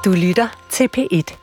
Du lytter til P1.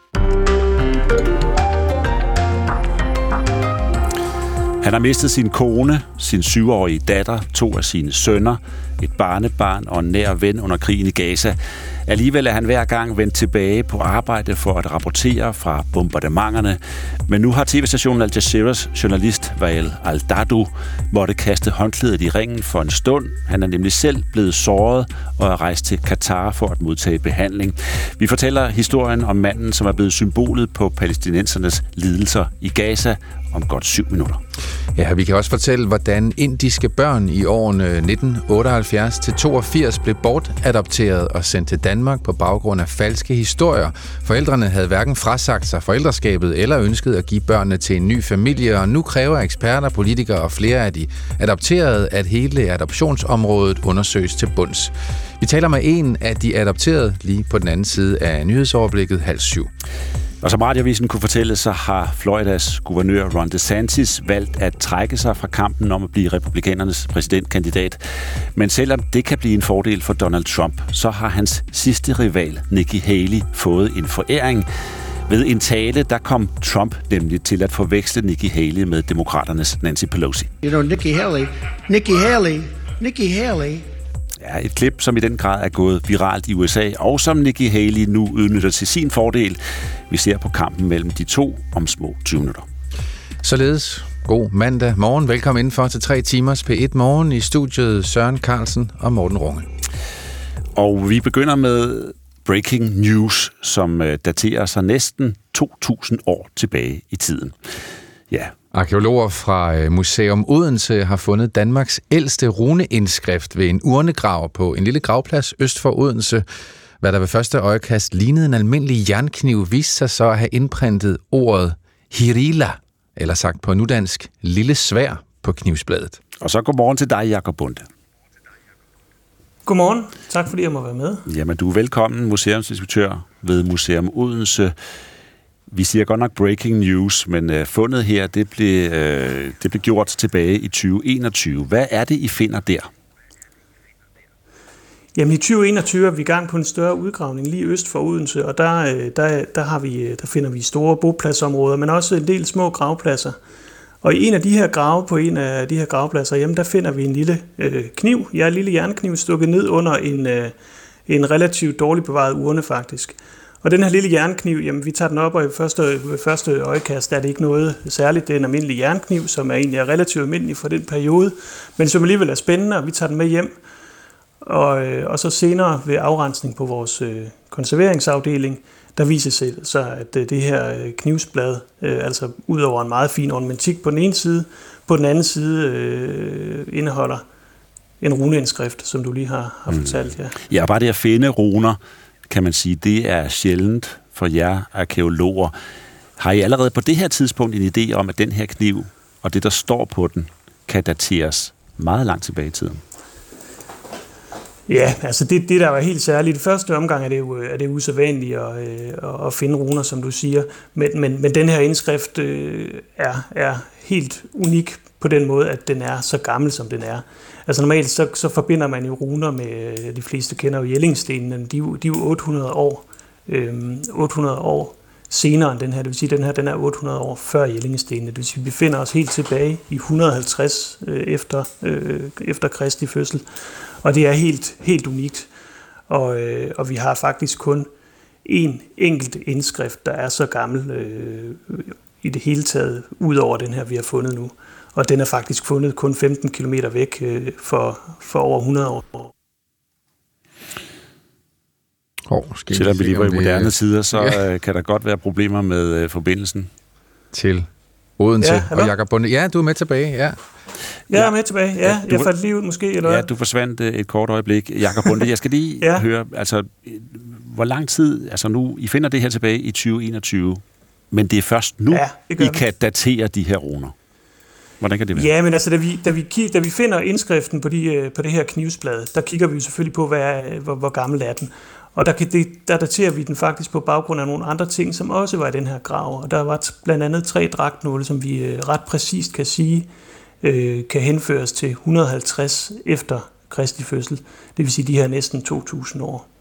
Han har mistet sin kone, sin 7-årige datter, 2 af sine sønner, et barnebarn og en nær ven under krigen i Gaza. Alligevel er han hver gang vendt tilbage på arbejde for at rapportere fra bombardementerne. Men nu har tv-stationen Al Jazeeras journalist Wael Al-Dahdouh måtte kaste håndklædet i ringen for en stund. Han er nemlig selv blevet såret og er rejst til Katar for at modtage behandling. Vi fortæller historien om manden, som er blevet symbolet på palæstinensernes lidelser i Gaza om godt 7 minutter. Ja, vi kan også fortælle, hvordan indiske børn i årene 1978 til 82 blev bortadopteret og sendt til Danmark på baggrund af falske historier. Forældrene havde hverken frasagt sig forældreskabet eller ønsket at give børnene til en ny familie, og nu kræver eksperter, politikere og flere af de adopterede, at hele adoptionsområdet undersøges til bunds. Vi taler med en af de adopterede lige på den anden side af nyhedsoverblikket 6:30. Og som Radioavisen kunne fortælle, så har Floridas guvernør Ron DeSantis valgt at trække sig fra kampen om at blive republikanernes præsidentkandidat. Men selvom det kan blive en fordel for Donald Trump, så har hans sidste rival, Nikki Haley, fået en foræring. Ved en tale, der kom Trump nemlig til at forveksle Nikki Haley med demokraternes Nancy Pelosi. You know, Nikki Haley. Ja, et klip, som i den grad er gået viralt i USA, og som Nikki Haley nu udnytter til sin fordel. Vi ser på kampen mellem de to om små 20 minutter. Således, god mandag morgen. Velkommen indenfor til 3 timers P1 morgen i studiet Søren Carlsen og Morten Runge. Og vi begynder med breaking news, som daterer sig næsten 2000 år tilbage i tiden. Ja. Arkæologer fra Museum Odense har fundet Danmarks ældste runeindskrift ved en urnegrav på en lille gravplads øst for Odense. Hvad der ved første øjekast lignede en almindelig jernkniv, viste sig så at have indprintet ordet Hirila, eller sagt på nudansk, lille svær på knivsbladet. Og så godmorgen til dig, Jakob Bunde. Godmorgen. Tak fordi jeg må være med. Jamen, du er velkommen, museumsinspektør ved Museum Odense. Vi siger godt nok breaking news, men fundet her, det blev gjort tilbage i 2021. Hvad er det, I finder der? Jamen i 2021 er vi i gang på en større udgravning lige øst for Odense, og der finder vi store bopladsområder, men også en del små gravpladser. Og i en af de her grave, på en af de her gravpladser, jamen der finder vi en lille kniv, en lille jernkniv stukket ned under en relativt dårligt bevaret urne faktisk. Og den her lille jernkniv, jamen vi tager den op, og ved første øjekast er det ikke noget særligt. Det er en almindelig jernkniv, som er egentlig relativt almindelig for den periode, men som alligevel er spændende, og vi tager den med hjem. Og så senere ved afrensning på vores konserveringsafdeling, der viser sig, at det her knivsblad, altså ud over en meget fin ornamentik på den ene side, på den anden side indeholder en runeindskrift, som du lige har fortalt. Ja. Ja, bare det at finde runer, kan man sige, det er sjældent for jer arkæologer. Har I allerede på det her tidspunkt en idé om, at den her kniv og det, der står på den, kan dateres meget langt tilbage i tiden? Ja, altså det der var helt særligt. I første omgang er det usædvanligt at finde runer, som du siger. Men den her indskrift er helt unik på den måde, at den er så gammel, som den er. Altså normalt så forbinder man jo runer med, de fleste kender jo Jellingstenene, de er jo 800 år senere end den her. Det vil sige, at den er 800 år før Jellingstenene. Det vil sige, at vi befinder os helt tilbage i 150 efter Kristi fødsel. Og det er helt unikt. Og vi har faktisk kun en enkelt indskrift, der er så gammel i det hele taget, ud over den her, vi har fundet nu. Og den er faktisk fundet kun 15 kilometer væk for over 100 år. Selvom vi lever i moderne tider, så kan der godt være problemer med forbindelsen. Til Odense og Jakob Bunde. Ja, du er med tilbage, ja. Jeg er med tilbage, ja. Jeg faldt lige ud måske, eller hvad? Ja, du forsvandt et kort øjeblik. Jakob Bunde, jeg skal lige høre, altså, hvor lang tid, altså nu, I finder det her tilbage i 2021, men det er først nu, I kan datere de her runer. Hvordan kan det være? Ja, men altså, da vi finder indskriften på det her knivsblad, der kigger vi selvfølgelig på, hvor gammel er den. Og der daterer vi den faktisk på baggrund af nogle andre ting, som også var i den her grav. Og der var blandt andet 3 dragtnåle, som vi ret præcist kan sige, kan henføres til 150 efter Kristi fødsel. Det vil sige de her næsten 2000 år.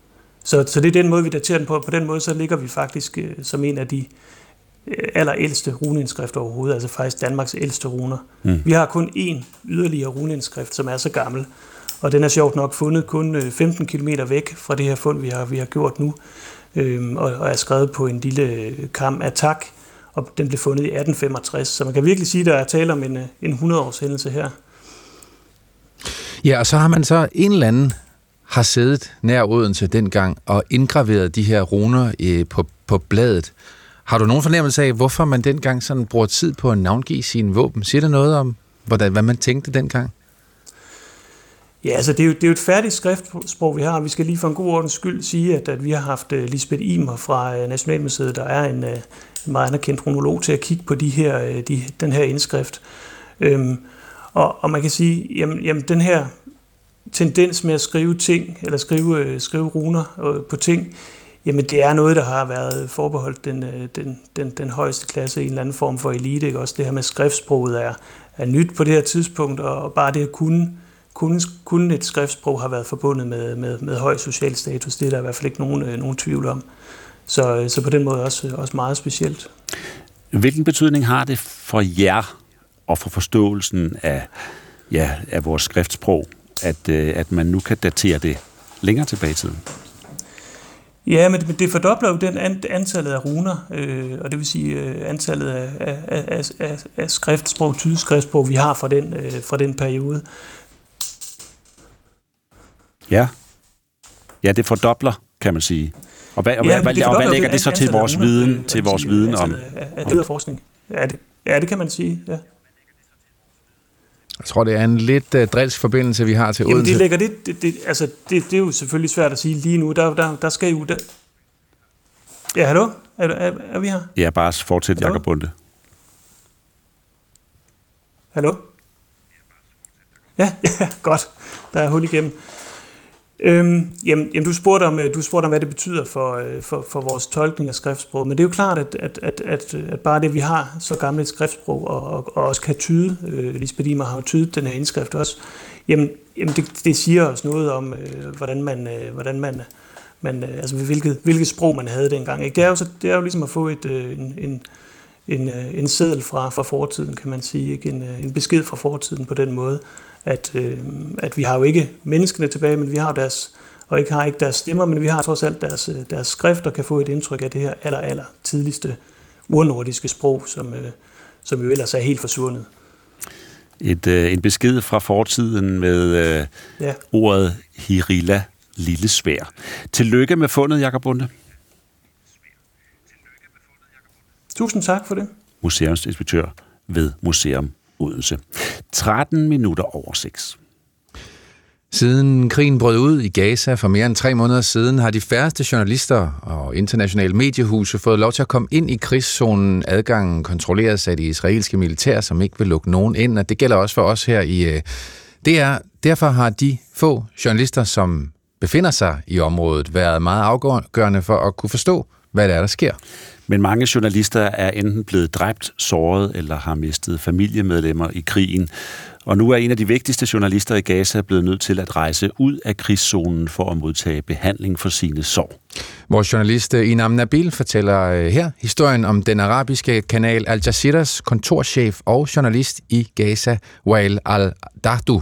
Så det er den måde, vi daterer den på. På den måde, så ligger vi faktisk som en af de allerældste runeindskrift overhovedet, altså faktisk Danmarks ældste runer. Vi har kun én yderligere runeindskrift, som er så gammel, og den er sjovt nok fundet kun 15 km væk fra det her fund, vi har gjort nu, og er skrevet på en lille kam af tak, og den blev fundet i 1865, så man kan virkelig sige, at der er tale om en 100-års hændelse her. Ja, og så har man så en eller anden har siddet nær Odense dengang og indgraveret de her runer på bladet. Har du nogen fornemmelse af, hvorfor man dengang sådan bruger tid på at navngive sine våben? Siger det noget om, hvad man tænkte dengang? Ja, altså det er jo et færdigt skriftsprog, vi har. Vi skal lige for en god ordens skyld sige, at vi har haft Lisbeth Imer fra Nationalmuseet, der er en meget anerkendt runolog, til at kigge på den her indskrift. Og man kan sige, jamen den her tendens med at skrive ting, eller skrive runer på ting, jamen det er noget, der har været forbeholdt den højeste klasse i en eller anden form for elite. Ikke? Også det her med skriftsproget er nyt på det her tidspunkt, og bare det at kunne et skriftsprog har været forbundet med høj social status. Det er der i hvert fald ikke nogen tvivl om. Så på den måde også meget specielt. Hvilken betydning har det for jer og for forståelsen af vores skriftsprog, at man nu kan datere det længere tilbage i tiden? Ja, men det fordobler jo antallet af runer, og det vil sige antallet af skriftsprog, tydeskriftsprog, vi har fra den periode. Ja, det fordobler, kan man sige. Og hvad lægger det så til vores viden om? Af forskning. Ja, det kan man sige, ja. Jeg tror, det er en lidt drilsk forbindelse, vi har til Odense. Jamen, det er jo selvfølgelig svært at sige lige nu. Der skal jo... Ja, hallo? Er vi her? Ja, bare fortsæt, Jakob Bonde. Hallo? Ja, godt. Der er hul igennem. Jamen, du spurgte om, hvad det betyder for vores tolkning af skriftsprog, men det er jo klart, at bare det, vi har så gammelt et skriftsprog, og også kan tyde, Lisbeth Imer har jo tydet den her indskrift også, jamen det siger os noget om, hvordan man altså hvilket sprog man havde dengang. Ikke? Det er jo ligesom at få en seddel fra fortiden, kan man sige, ikke? En besked fra fortiden på den måde, at vi har jo ikke menneskene tilbage, men vi har har ikke deres stemmer, men vi har trods alt deres skrift, og kan få et indtryk af det her aller tidligste urnordiske sprog, som jo ellers er helt forsvundet. En besked fra fortiden med ordet Hirila Lillesvær. Tillykke med fundet, Jakob Bonde. Tusind tak for det. Museumsinspektør ved Museum Odense. 13 minutter over 6. Siden krigen brød ud i Gaza for mere end 3 måneder siden, har de færreste journalister og internationale mediehuse fået lov til at komme ind i krigszonen. Adgangen kontrolleres af de israelske militær, som ikke vil lukke nogen ind, og det gælder også for os her i DR. Derfor har de få journalister, som befinder sig i området, været meget afgørende for at kunne forstå, hvad det er, der sker. Men mange journalister er enten blevet dræbt, såret eller har mistet familiemedlemmer i krigen. Og nu er en af de vigtigste journalister i Gaza blevet nødt til at rejse ud af krigszonen for at modtage behandling for sine sår. Vores journalist Inam Nabil fortæller her historien om den arabiske kanal Al Jazeeras kontorchef og journalist i Gaza, Wael al-Dahdu.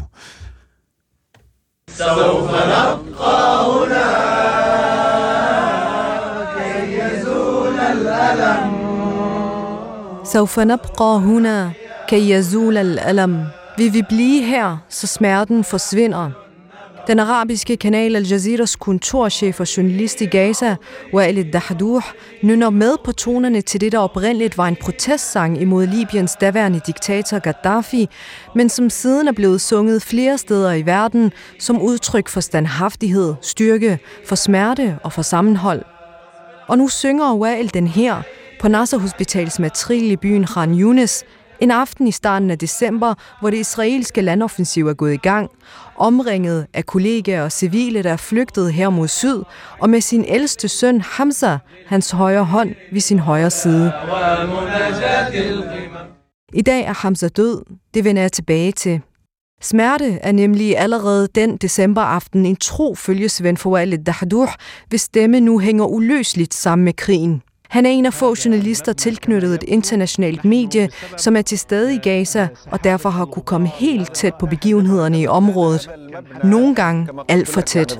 سوف نبقى هنا كي يزول الألم. Vi vil blive her, så smerten forsvinder. Den arabiske kanal Al Jazeeras kontorchef og journalist i Gaza, Wael al-Dahdu, nynner med på tonerne til det, der oprindeligt var en protestsang imod Libyens daværende diktator Gaddafi, men som siden er blevet sunget flere steder i verden som udtryk for standhaftighed, styrke, for smerte og for sammenhold. Og nu synger Wael den her på Nasser Hospitals matrikel i byen Khan Yunis, en aften i starten af december, hvor det israelske landoffensiv er gået i gang, omringet af kollegaer og civile, der er flygtet her mod syd, og med sin ældste søn Hamza, hans højre hånd, ved sin højre side. I dag er Hamza død. Det vender jeg tilbage til. Smerte er nemlig allerede den decemberaften en tro følgesven for Wael al-Dahdoh, hvis stemme nu hænger uløseligt sammen med krigen. Han er en af få journalister tilknyttet et internationalt medie, som er til stede i Gaza, og derfor har kunne komme helt tæt på begivenhederne i området. Nogle gange alt for tæt.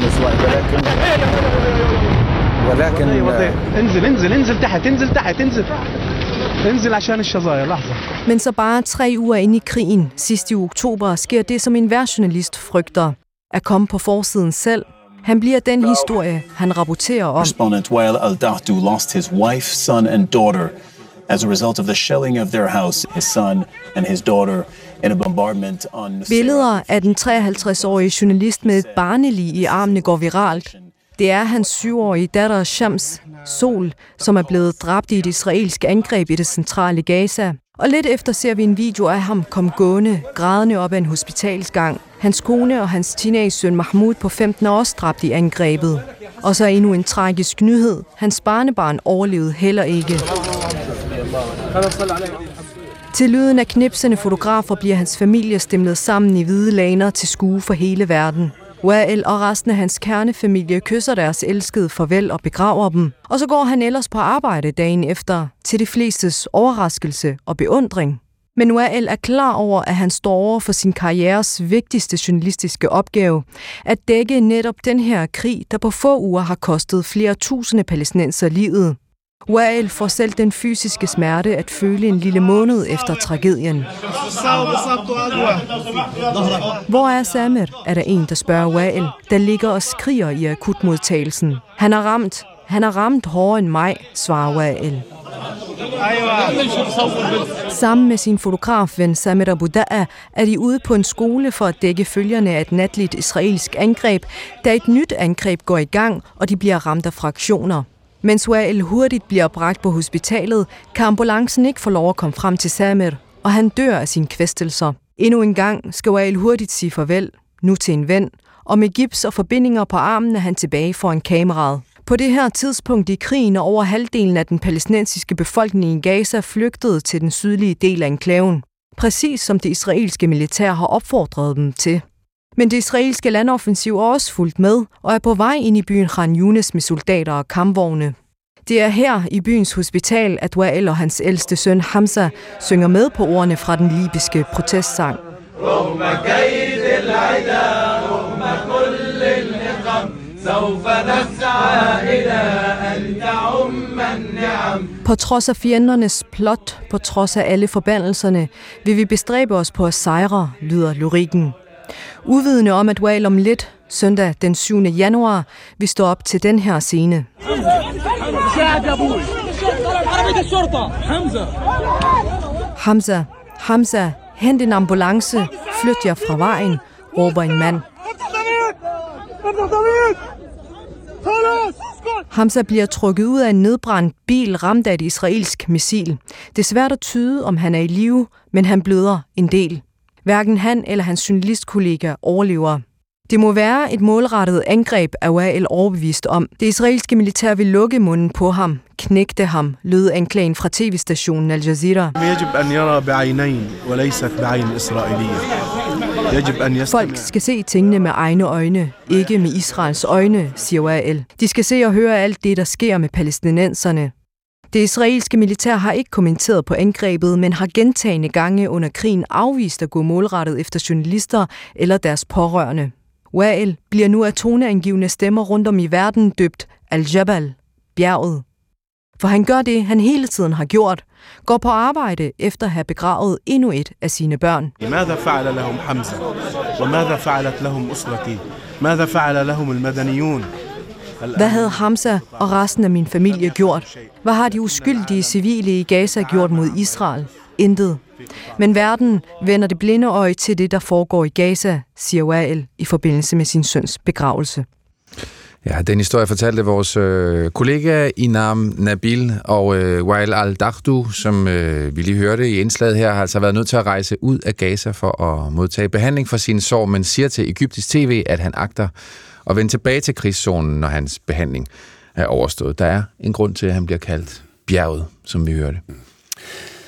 Men så bare 3 uger inde i krigen, sidst i oktober, sker det, som enhver journalist frygter. At komme på forsiden selv. Han bliver den historie, han rapporterer om. Respondent Wael al-Dahdoh lost his wife, son and daughter as a result of the shelling of their house, his son and his daughter in a bombardment on... Billeder af den 53-årige journalist med et barnelig i armene går viralt. Det er hans 7-årige datter Shams, Sol, som er blevet dræbt i et israelsk angreb i det centrale Gaza. Og lidt efter ser vi en video af ham komme gående, grædende op ad en hospitalsgang. Hans kone og hans teenage-søn Mahmoud på 15 er også dræbt i angrebet. Og så endnu en tragisk nyhed. Hans barnebarn overlevede heller ikke. Til lyden af knipsende fotografer bliver hans familie stemlet sammen i hvide laner til skue for hele verden. Wael og resten af hans kernefamilie kysser deres elskede farvel og begraver dem. Og så går han ellers på arbejde dagen efter, til de flestes overraskelse og beundring. Men Wael er klar over, at han står over for sin karrieres vigtigste journalistiske opgave, at dække netop den her krig, der på få uger har kostet flere tusinde palæstinenser livet. Wael får selv den fysiske smerte at føle en lille måned efter tragedien. Hvor er Samir? Er der en, der spørger Wael, der ligger og skriger i akutmodtagelsen. Han har ramt hårdere end mig, svarer Wael. Sammen med sin fotografven Samir Abu Da'a er de ude på en skole for at dække følgerne af et natligt israelsk angreb, da et nyt angreb går i gang, og de bliver ramt af fraktioner. Mens Wael hurtigt bliver bragt på hospitalet, kan ambulancen ikke få lov at komme frem til Samir, og han dør af sine kvæstelser. Endnu en gang skal Wael hurtigt sige farvel, nu til en ven, og med gips og forbindinger på armen er han tilbage foran kameraet. På det her tidspunkt i krigen er over halvdelen af den palæstinensiske befolkning i Gaza flygtede til den sydlige del af enklaven, præcis som det israelske militær har opfordret dem til. Men det israelske landoffensiv er også fulgt med og er på vej ind i byen Khan Younis med soldater og kampvogne. Det er her i byens hospital, at Wael og hans ældste søn Hamza synger med på ordene fra den libyske protestsang. På trods af fjendernes plot, på trods af alle forbandelserne, vil vi bestræbe os på at sejre, lyder lyrikken. Uvidende om, at Wael om lidt, søndag den 7. januar, vil stå op til den her scene. Hamza, hent en ambulance, flyt jer fra vejen, råber en mand. Hamza bliver trukket ud af en nedbrændt bil, ramt af et israelsk missil. Det er svært at tyde, om han er i live, men han bløder en del. Hverken han eller hans journalistkollega overlever. Det må være et målrettet angreb, er Wael overbevist om. Det israelske militær vil lukke munden på ham, knægte ham, lød anklagen fra tv-stationen Al Jazeera. Folk skal se tingene med egne øjne, ikke med Israels øjne, siger Wael. De skal se og høre alt det, der sker med palæstinenserne. Det israelske militær har ikke kommenteret på angrebet, men har gentagne gange under krigen afvist at gå målrettet efter journalister eller deres pårørende. Wael bliver nu af toneangivende stemmer rundt om i verden døbt Al-Jabal, bjerget. For han gør det, han hele tiden har gjort, går på arbejde efter at have begravet endnu et af sine børn. Hvad havde Hamza og resten af min familie gjort? Hvad har de uskyldige civile i Gaza gjort mod Israel? Intet. Men verden vender det blinde øje til det, der foregår i Gaza, siger Wael i forbindelse med sin søns begravelse. Ja, den historie fortalte vores kollega Inam Nabil, og Wael al-Dahdoh, som vi lige hørte i indslaget her, har altså været nødt til at rejse ud af Gaza for at modtage behandling for sine sår, men siger til Egyptisk TV, at han agter at vende tilbage til krigszonen, når hans behandling er overstået. Der er en grund til, at han bliver kaldt bjerget, som vi hørte.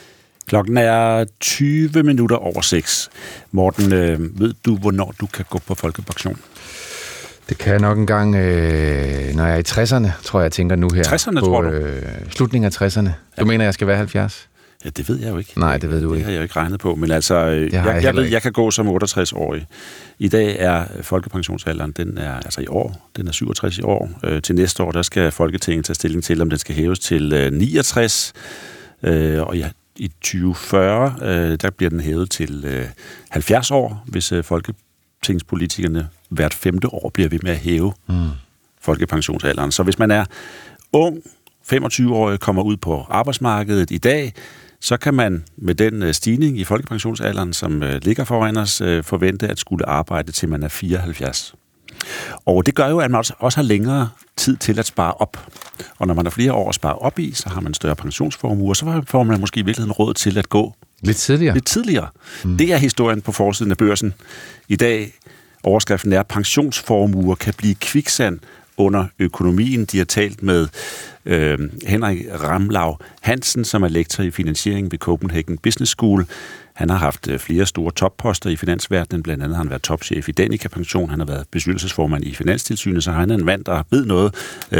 Klokken er 20 minutter over 6. Morten, ved du, hvornår du kan gå på folkepension? Det kan jeg nok en gang, når jeg er i 60'erne, tror jeg tænker nu her. 60'erne, tror du? Slutningen af 60'erne. Du mener, jeg skal være 70? Ja, det ved jeg jo ikke. Nej, det ved du ikke. Det har jeg jo ikke regnet på, men altså, jeg ved, jeg kan gå som 68-årig. I dag er folkepensionsalderen, den er altså i år, den er 67 i år. Til næste år, der skal Folketinget tage stilling til, om den skal hæves til 69. Og ja, i 2040, der bliver den hævet til 70 år, hvis folketingspolitikerne hvert 5. år bliver ved med at hæve folkepensionsalderen. Så hvis man er ung, 25-årig, kommer ud på arbejdsmarkedet i dag, så kan man med den stigning i folkepensionsalderen, som ligger foran os, forvente at skulle arbejde til man er 74. Og det gør jo, at man også har længere tid til at spare op. Og når man har flere år at spare op i, så har man større pensionsformuer, så får man måske i virkeligheden råd til at gå lidt tidligere. Det er historien på forsiden af Børsen. I dag, overskriften er, pensionsformuer kan blive kviksand under økonomien. De har talt med Henrik Ramlau Hansen, som er lektor i finansiering ved Copenhagen Business School. Han har haft flere store topposter i finansverdenen. Blandt andet har han været topchef i Danica Pension. Han har været bestyrelsesformand i Finanstilsynet, så han er en mand, der ved noget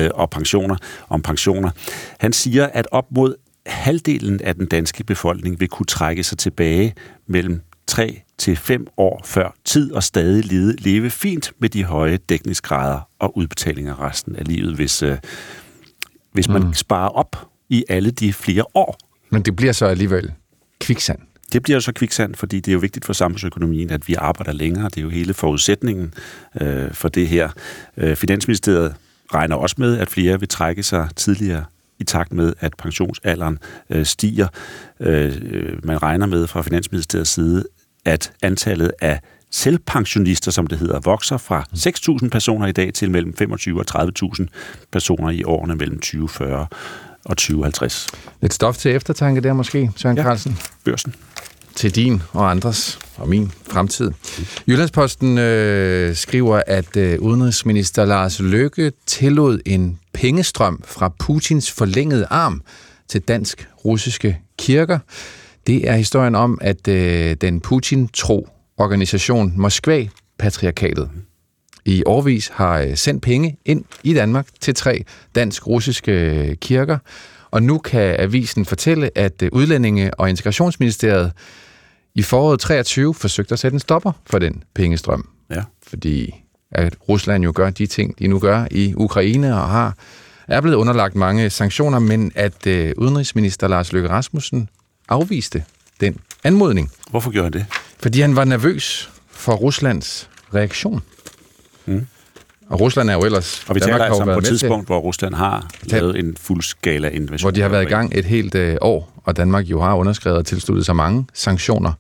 om pensioner. Han siger, at op mod halvdelen af den danske befolkning vil kunne trække sig tilbage mellem 3 til 5 år før tid og stadig leve fint med de høje dækningsgrader og udbetalinger resten af livet, hvis man sparer op i alle de flere år. Men det bliver så alligevel kviksand. Det bliver så kviksand, fordi det er jo vigtigt for samfundsøkonomien, at vi arbejder længere. Det er jo hele forudsætningen for det her. Finansministeriet regner også med, at flere vil trække sig tidligere i takt med, at pensionsalderen stiger. Man regner med fra Finansministeriets side, at antallet af selvpensionister, som det hedder, vokser fra 6.000 personer i dag til mellem 25.000 og 30.000 personer i årene mellem 2040 og 2050. Lidt stof til eftertanke der måske, Søren Carlsen. Børsen. Til din og andres og min fremtid. Jyllandsposten skriver, at udenrigsminister Lars Løkke tillod en pengestrøm fra Putins forlængede arm til dansk-russiske kirker. Det er historien om, at den Putin-tro organisation Moskva-patriarkatet i årevis har sendt penge ind i Danmark til 3 dansk-russiske kirker. Og nu kan avisen fortælle, at Udlændinge- og Integrationsministeriet i foråret 23 forsøgte at sætte en stopper for den pengestrøm. Ja. Fordi at Rusland jo gør de ting, de nu gør i Ukraine og er blevet underlagt mange sanktioner, men at udenrigsminister Lars Løkke Rasmussen afviste den anmodning. Hvorfor gjorde han det? Fordi han var nervøs for Ruslands reaktion. Og Rusland er jo ellers... Og vi taler altså på et tidspunkt, hvor Rusland har lavet en fuldskala invasion. Hvor de har været i gang et helt år, og Danmark jo har underskrevet og tilsluttet sig mange sanktioner.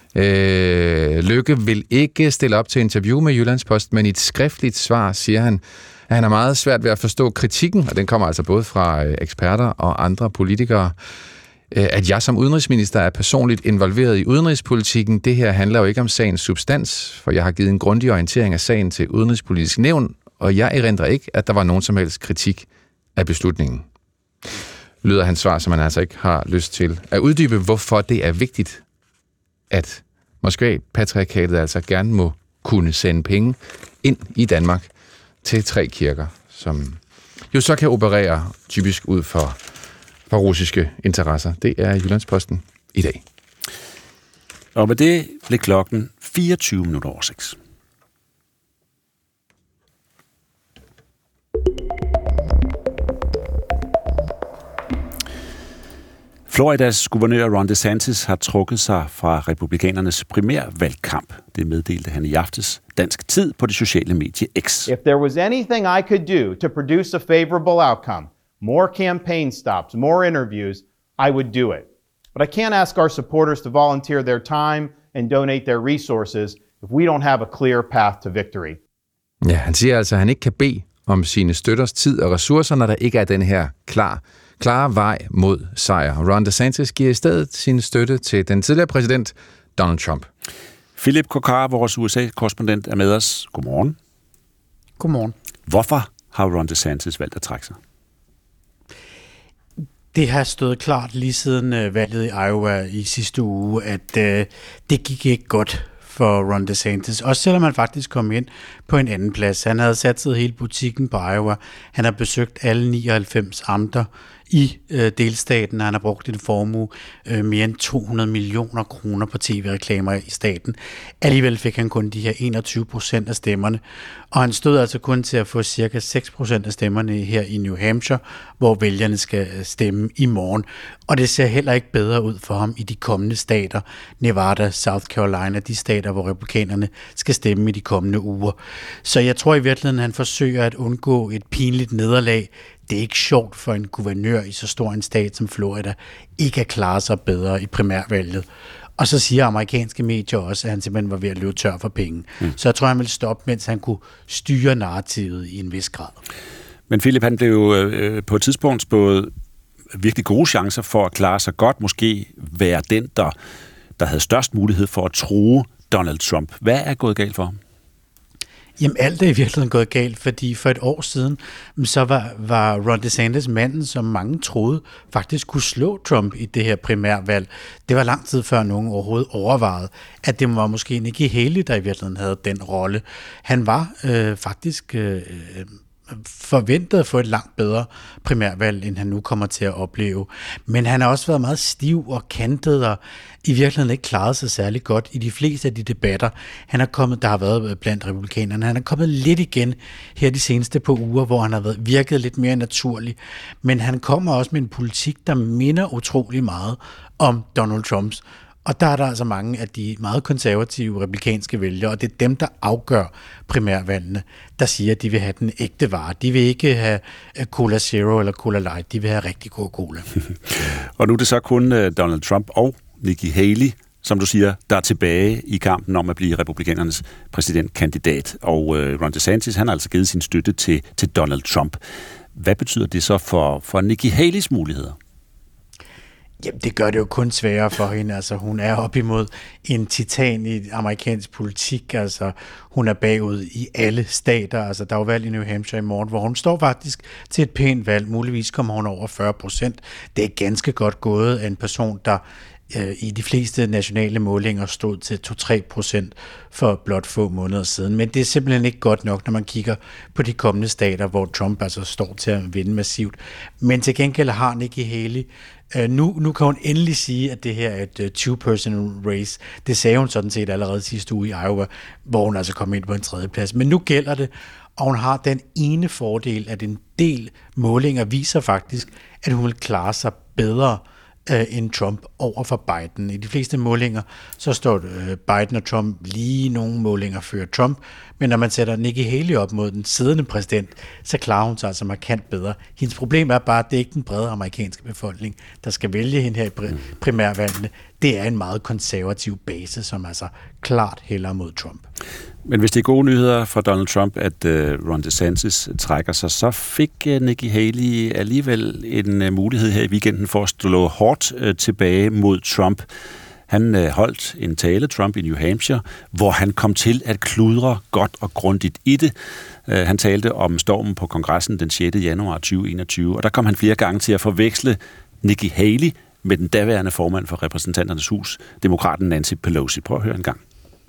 Løkke vil ikke stille op til interview med Jyllandsposten, men i et skriftligt svar siger han, at han har meget svært ved at forstå kritikken, og den kommer altså både fra eksperter og andre politikere, at jeg som udenrigsminister er personligt involveret i udenrigspolitikken. Det her handler jo ikke om sagens substans, for jeg har givet en grundig orientering af sagen til Udenrigspolitisk Nævn, og jeg erindrer ikke, at der var nogen som helst kritik af beslutningen. Lyder hans svar, som han altså ikke har lyst til at uddybe, hvorfor det er vigtigt, at Moskva-patriarkatet altså gerne må kunne sende penge ind i Danmark til 3 kirker, som jo så kan operere typisk ud for russiske interesser. Det er Jyllandsposten i dag. Og med det blev klokken 24 minutter over 6. Floridas guvernør Ron DeSantis har trukket sig fra republikanernes primærvalgkamp. Det meddelte han i aftes dansk tid på det sociale medie X. If there was anything I could do to produce a favorable outcome, more campaign stops, more interviews, I would do it. But I can't ask our supporters to volunteer their time and donate their resources if we don't have a clear path to victory. Ja, han siger altså, at han ikke kan bede om sine støtters tid og ressourcer, når der ikke er den her klare vej mod sejr. Ron DeSantis giver i stedet sin støtte til den tidligere præsident Donald Trump. Philip Kokar, vores USA-korrespondent, er med os. Godmorgen. Godmorgen. Hvorfor har Ron DeSantis valgt at trække sig? Det har stået klart lige siden valget i Iowa i sidste uge, at det gik ikke godt for Ron DeSantis, også selvom han faktisk kom ind på en anden plads. Han havde satset hele butikken på Iowa. Han har besøgt alle 99 amter i delstaten. Han har brugt en formue mere end 200 millioner kroner på tv-reklamer i staten. Alligevel fik han kun de her 21% af stemmerne, og han stod altså kun til at få cirka 6% af stemmerne her i New Hampshire, hvor vælgerne skal stemme i morgen. Og det ser heller ikke bedre ud for ham i de kommende stater, Nevada, South Carolina, de stater, hvor republikanerne skal stemme i de kommende uger. Så jeg tror i virkeligheden, han forsøger at undgå et pinligt nederlag. Det er ikke sjovt for en guvernør i så stor en stat som Florida ikke at klare sig bedre i primærvalget. Og så siger amerikanske medier også, at han simpelthen var ved at løbe tør for penge. Så jeg tror, han ville stoppe, mens han kunne styre narrativet i en vis grad. Men Philip, han blev jo på et tidspunkt spået virkelig gode chancer for at klare sig godt. Måske være den, der havde størst mulighed for at true Donald Trump. Hvad er gået galt for ham? Jamen alt er i virkeligheden gået galt, fordi for et år siden, så var Ron DeSantis manden, som mange troede faktisk kunne slå Trump i det her primærvalg. Det var lang tid før nogen overhovedet overvejede, at det var måske Nikki Haley, der i virkeligheden havde den rolle. Han var faktisk forventet at få et langt bedre primærvalg, end han nu kommer til at opleve. Men han har også været meget stiv og kantet og i virkeligheden ikke klaret sig særlig godt i de fleste af de debatter, han er kommet, der har været blandt republikanerne. Han er kommet lidt igen her de seneste par uger, hvor han har virket lidt mere naturlig. Men han kommer også med en politik, der minder utrolig meget om Donald Trumps. Og der er der altså mange af de meget konservative republikanske vælgere, og det er dem, der afgør primærvalgene, der siger, at de vil have den ægte vare. De vil ikke have Cola Zero eller Cola Light, de vil have rigtig god cola. Og nu er det så kun Donald Trump og Nikki Haley, som du siger, der er tilbage i kampen om at blive republikanernes præsidentkandidat. Og Ron DeSantis, han har altså givet sin støtte til Donald Trump. Hvad betyder det så for Nikki Haleys muligheder? Jamen, det gør det jo kun sværere for hende. Altså, hun er op imod en titan i amerikansk politik. Altså, hun er bagud i alle stater. Altså, der er jo valg i New Hampshire i morgen, hvor hun står faktisk til et pænt valg. Muligvis kommer hun over 40%. Det er ganske godt gået af en person, der i de fleste nationale målinger stod til 2-3% for blot få måneder siden. Men det er simpelthen ikke godt nok, når man kigger på de kommende stater, hvor Trump altså står til at vinde massivt. Men til gengæld har Nikki Haley nu kan hun endelig sige, at det her er et two-person race. Det sagde hun sådan set allerede sidste uge i Iowa, hvor hun altså kom ind på en tredjeplads. Men nu gælder det, og hun har den ene fordel, at en del målinger viser faktisk, at hun vil klare sig bedre end Trump over for Biden. I de fleste målinger, så står Biden og Trump lige nogle målinger før Trump, men når man sætter Nikki Haley op mod den siddende præsident, så klarer hun sig altså markant bedre. Hendes problem er bare, at det ikke er den brede amerikanske befolkning, der skal vælge hende her i primærvalgene. Det er en meget konservativ base, som altså klart hælder mod Trump. Men hvis det er gode nyheder for Donald Trump, at Ron DeSantis trækker sig, så fik Nikki Haley alligevel en mulighed her i weekenden for at stå hårdt tilbage mod Trump. Han holdt en tale, Trump, i New Hampshire, hvor han kom til at kludre godt og grundigt i det. Han talte om stormen på kongressen den 6. januar 2021, og der kom han flere gange til at forveksle Nikki Haley med den daværende formand for repræsentanternes hus, demokraten Nancy Pelosi. Prøv at høre en gang.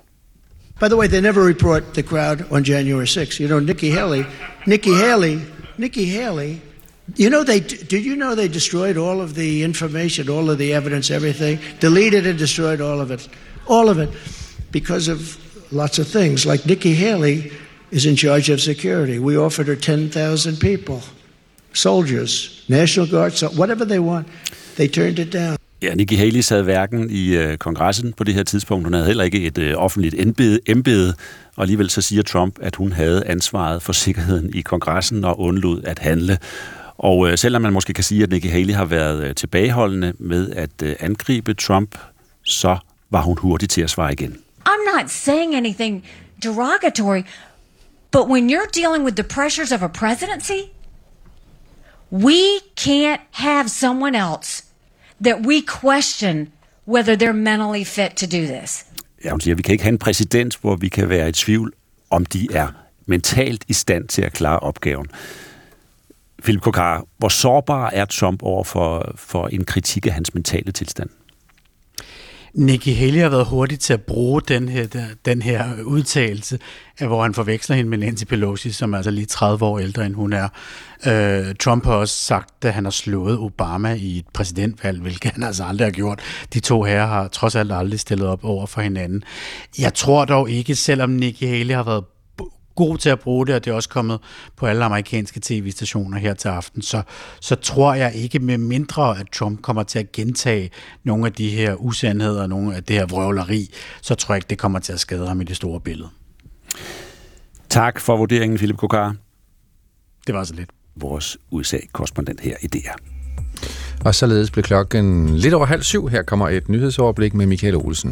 By the way, they never report the crowd on January 6th. You know, Nikki Haley, did you know they destroyed all of the information, all of the evidence, everything? Deleted and destroyed all of it, because of lots of things. Like Nikki Haley is in charge of security. We offered her 10,000 people, soldiers, National Guard, so whatever they want. They turned it down. Ja, Nikki Haley sad hverken i kongressen på det her tidspunkt. Hun havde heller ikke et offentligt embede, og alligevel så siger Trump, at hun havde ansvaret for sikkerheden i kongressen og undlod at handle. Og selvom man måske kan sige, at Nikki Haley har været tilbageholdende med at angribe Trump, så var hun hurtig til at svare igen. I'm not saying anything derogatory, but when you're dealing with the pressures of a presidency, we can't have someone else that we question whether they're mentally fit to do this. Ja, hun siger, at vi kan ikke have en præsident, hvor vi kan være i tvivl, om de er mentalt i stand til at klare opgaven. Philip Kokar, hvor sårbar er Trump over for en kritik af hans mentale tilstand? Nikki Haley har været hurtig til at bruge den her udtalelse, hvor han forveksler hende med Nancy Pelosi, som er altså lige 30 år ældre, end hun er. Trump har også sagt, at han har slået Obama i et præsidentvalg, hvilket han altså aldrig har gjort. De to herrer har trods alt aldrig stillet op over for hinanden. Jeg tror dog ikke, selvom Nikki Haley har været god til at bruge det, og det er også kommet på alle amerikanske tv-stationer her til aften, så tror jeg ikke, med mindre at Trump kommer til at gentage nogle af de her usandheder, nogle af det her vrøvleri, så tror jeg ikke, det kommer til at skade ham i det store billede. Tak for vurderingen, Philip Kokar. Det var så lidt. Vores USA-korrespondent her i DR. Og således blev klokken lidt over 6:30. Her kommer et nyhedsoverblik med Michael Olsen.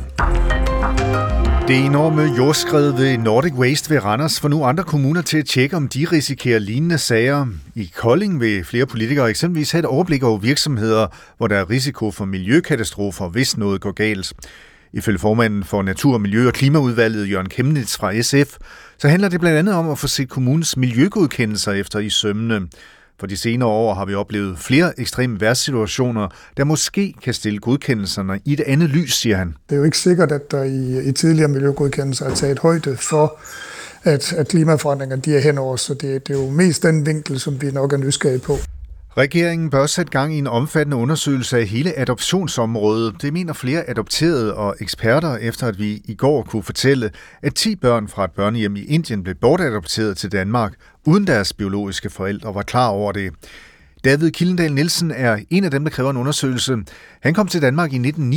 Det enorme jordskred ved Nordic Waste ved Randers får nu andre kommuner til at tjekke, om de risikerer lignende sager. I Kolding vil flere politikere eksempelvis have et overblik over virksomheder, hvor der er risiko for miljøkatastrofer, hvis noget går galt. Ifølge formanden for Natur-, Miljø- og Klimaudvalget, Jørgen Kemnitz fra SF, så handler det blandt andet om at få set kommunens miljøgodkendelser efter i sømmene. For de senere år har vi oplevet flere ekstreme vejrsituationer, der måske kan stille godkendelserne i et andet lys, siger han. Det er jo ikke sikkert, at der i tidligere miljøgodkendelser er taget højde for, at klimaforandringerne de er henover, så det er jo mest den vinkel, som vi nok er nysgerrige på. Regeringen bør sætte gang i en omfattende undersøgelse af hele adoptionsområdet. Det mener flere adopterede og eksperter, efter at vi i går kunne fortælle, at 10 børn fra et børnehjem i Indien blev bortadopteret til Danmark, uden deres biologiske forældre var klar over det. David Kildendal Nielsen er en af dem, der kræver en undersøgelse. Han kom til Danmark i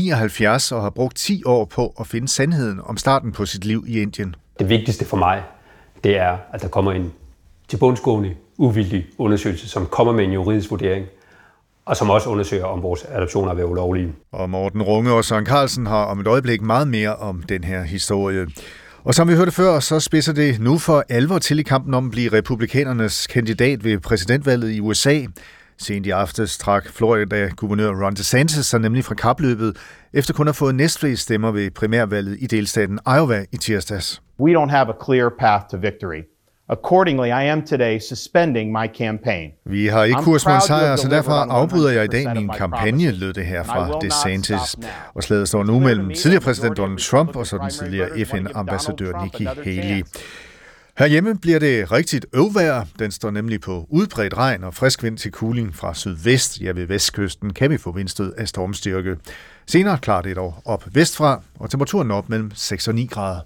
1979 og har brugt 10 år på at finde sandheden om starten på sit liv i Indien. Det vigtigste for mig, det er, at der kommer en tilbundsgående, uvildig undersøgelse, som kommer med en juridisk vurdering, og som også undersøger, om vores adoptioner har været ulovlige. Og Morten Runge og Søren Carlsen har om et øjeblik meget mere om den her historie. Og som vi hørte før, så spidser det nu for alvor til i kampen om at blive republikanernes kandidat ved præsidentvalget i USA. Sent i aftes trak Florida-guvernør Ron DeSantis sig nemlig fra kapløbet, efter kun at have fået næstflest stemmer ved primærvalget i delstaten Iowa i tirsdags. We don't have a clear path to victory. Accordingly, I am today suspending my campaign. Vi har ikke kurs mod en sejr, så derfor afbryder jeg i dag min kampagne, lød det her fra DeSantis. Og slaget står nu mellem tidligere præsident Donald Trump og så den tidligere FN-ambassadør Nikki Haley. Herhjemme bliver det rigtigt øvvejr. Den står nemlig på udbredt regn og frisk vind til kuling fra sydvest. Ja, ved vestkysten kan vi få vindstød af stormstyrke. Senere klarer det dog op vestfra, og temperaturen op mellem 6 og 9 grader.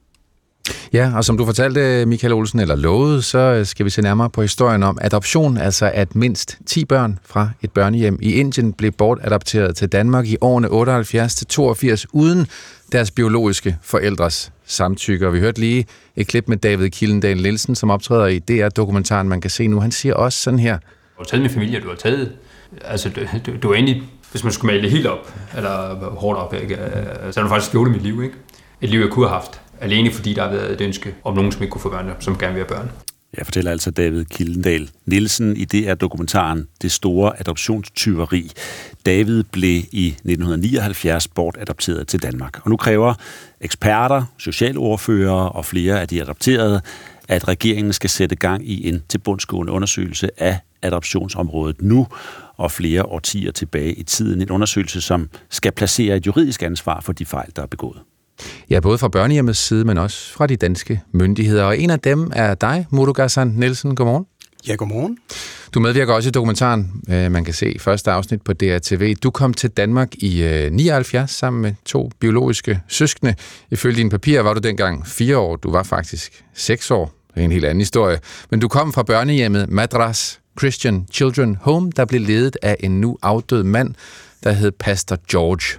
Ja, og som du fortalte, Michael Olsen, eller lovede, så skal vi se nærmere på historien om adoption, altså at mindst 10 børn fra et børnehjem i Indien blev bortadopteret til Danmark i årene 78 til 82 uden deres biologiske forældres samtykke. Og vi hørte lige et klip med David Kildendal Nielsen, som optræder i DR-dokumentaren, man kan se nu. Han siger også sådan her. Du har taget min familie, du har taget... Altså, du er egentlig, hvis man skulle male det helt op, eller hårdt op, ikke? Så har du faktisk stjålet mit liv, ikke? Et liv, jeg kunne have haft. Alene fordi der har været et ønske om nogen, som ikke kunne få børn, som gerne vil have børn. Jeg fortæller altså David Kildendal Nielsen i DR-dokumentaren Det store adoptionstyveri. David blev i 1979 bortadopteret til Danmark. Og nu kræver eksperter, socialordførere og flere af de adopterede, at regeringen skal sætte gang i en tilbundsgående undersøgelse af adoptionsområdet nu og flere årtier tilbage i tiden. En undersøgelse, som skal placere et juridisk ansvar for de fejl, der er begået. Ja, både fra børnehjemmets side, men også fra de danske myndigheder. Og en af dem er dig, Murugesan Nielsen. Godmorgen. Ja, godmorgen. Du medvirker også i dokumentaren. Man kan se første afsnit på DRTV. Du kom til Danmark i 79 sammen med 2 biologiske søskende. Ifølge dine papirer var du dengang 4 år. Du var faktisk 6 år. Det er en helt anden historie. Men du kom fra børnehjemmet Madras Christian Children Home, der blev ledet af en nu afdød mand, der hed Pastor George.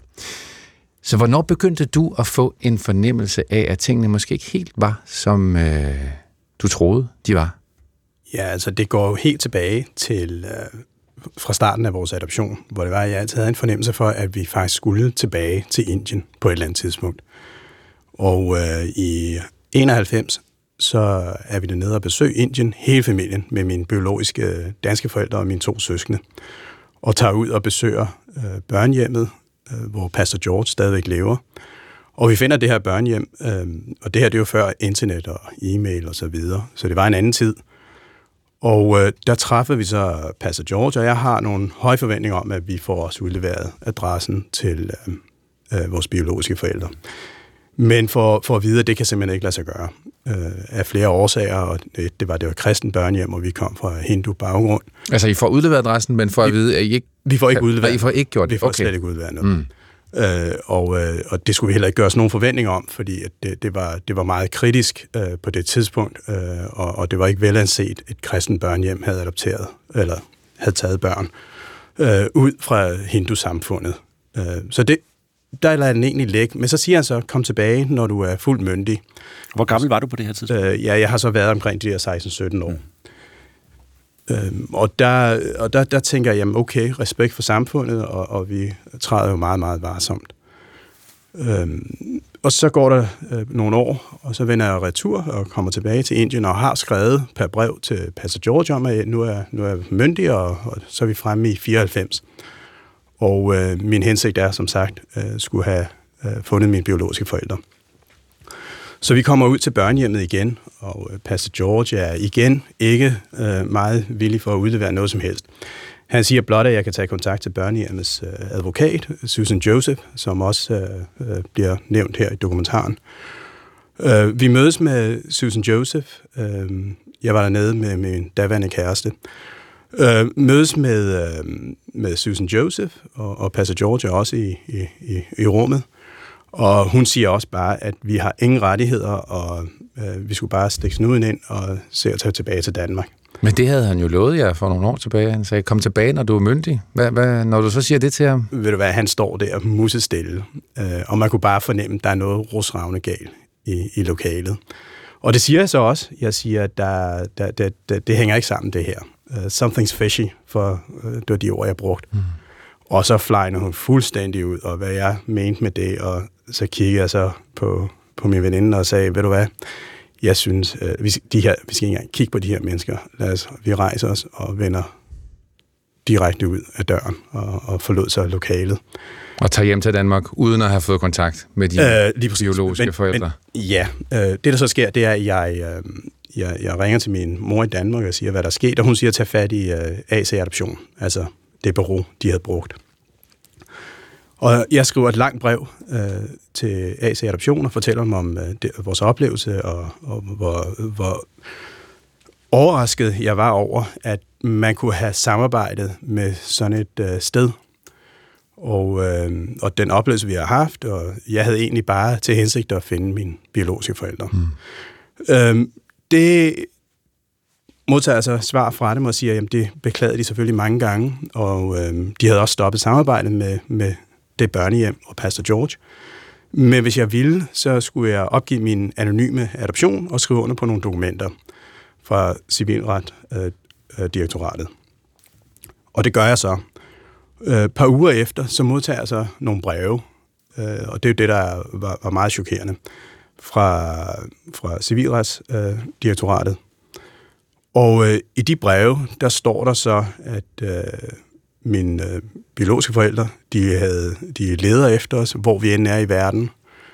Så hvornår begyndte du at få en fornemmelse af, at tingene måske ikke helt var, som du troede, de var? Ja, altså det går jo helt tilbage til fra starten af vores adoption, hvor det var, at jeg altid havde en fornemmelse for, at vi faktisk skulle tilbage til Indien på et eller andet tidspunkt. Og i 91, så er vi dernede og besøger Indien, hele familien, med mine biologiske danske forældre og mine 2 søskende, og tager ud og besøger børnehjemmet, hvor Pastor George stadigvæk lever. Og vi finder det her børnehjem, og det her det er jo før internet og e-mail og så videre, så det var en anden tid. Og der træffer vi så Pastor George, og jeg har nogle høje forventninger om, at vi får også udleveret adressen til vores biologiske forældre. Men for at vide, at det kan simpelthen ikke lade sig gøre. Af flere årsager, og det var kristen børnehjem, og vi kom fra hindu baggrund. Altså, I får udleveret adressen, men for at vide, at I ikke... Vi får ikke udleveret. I får ikke gjort det? Vi får slet ikke udleveret noget. Og det skulle vi heller ikke gøre os nogen forventninger om, fordi at det var meget kritisk på det tidspunkt, og det var ikke velanset, et kristen børnehjem havde adopteret, eller havde taget børn ud fra hindu-samfundet. Så der lader den egentlig ligge. Men så siger han så, kom tilbage, når du er fuldt myndig. Hvor gammel var du på det her tidspunkt? Jeg har så været omkring de der 16-17 år. Og der tænker jeg, jamen okay, respekt for samfundet, og vi træder jo meget, meget varsomt. Og så går der nogle år, og så vender jeg retur og kommer tilbage til Indien, og har skrevet per brev til Pastor George om, at nu er jeg myndig, og så er vi fremme i 94. Og min hensigt er, som sagt, skulle have fundet mine biologiske forældre. Så vi kommer ud til børnehjemmet igen, og Pastor George er igen ikke meget villig for at udlevere noget som helst. Han siger blot, at jeg kan tage kontakt til børnehjemmets advokat, Susan Joseph, som også bliver nævnt her i dokumentaren. Vi mødes med Susan Joseph. Jeg var dernede med min daværende kæreste. Mødes med Susan Joseph, og Pastor George er også i rummet. Og hun siger også bare, at vi har ingen rettigheder, og vi skulle bare stikke snuden ind og se at tage tilbage til Danmark. Men det havde han jo lovet jer for nogle år tilbage. Han sagde, kom tilbage, når du er myndig. Hvad, når du så siger det til ham? Ved du hvad, han står der musestille, og man kunne bare fornemme, at der er noget rusravne galt i lokalet. Og det siger jeg så også. Jeg siger, at det hænger ikke sammen, det her. Something's fishy, for det var de ord, jeg brugte. Og så flejner hun fuldstændig ud, og hvad jeg mente med det, og så kiggede jeg så på min veninde og sagde, ved du hvad, jeg synes, vi skal ikke engang kigge på de her mennesker. Vi rejser os og vender direkte ud af døren og forlod så lokalet. Og tager hjem til Danmark, uden at have fået kontakt med de biologiske forældre? Det der så sker, det er, at jeg ringer til min mor i Danmark og siger, hvad der er sket, og hun siger, at tage fat i AC-adoption, altså det bureau, de havde brugt. Og jeg skriver et langt brev til AC Adoption og fortæller dem om vores oplevelse, og hvor overrasket jeg var over, at man kunne have samarbejdet med sådan et sted. Og den oplevelse, vi har haft, og jeg havde egentlig bare til hensigt at finde mine biologiske forældre. Det modtager så svar fra dem og siger, jamen det beklagede de selvfølgelig mange gange, og de havde også stoppet samarbejdet med det børnehjem og Pastor George. Men hvis jeg ville, så skulle jeg opgive min anonyme adoption og skrive under på nogle dokumenter fra Civilret-direktoratet. Og det gør jeg så. Et par uger efter, så modtager jeg så nogle breve, og det er jo det, der var meget chokerende, fra Civilretsdirektoratet. Og i de breve, der står der så, at mine biologiske forældre, de leder efter os, hvor vi end er i verden.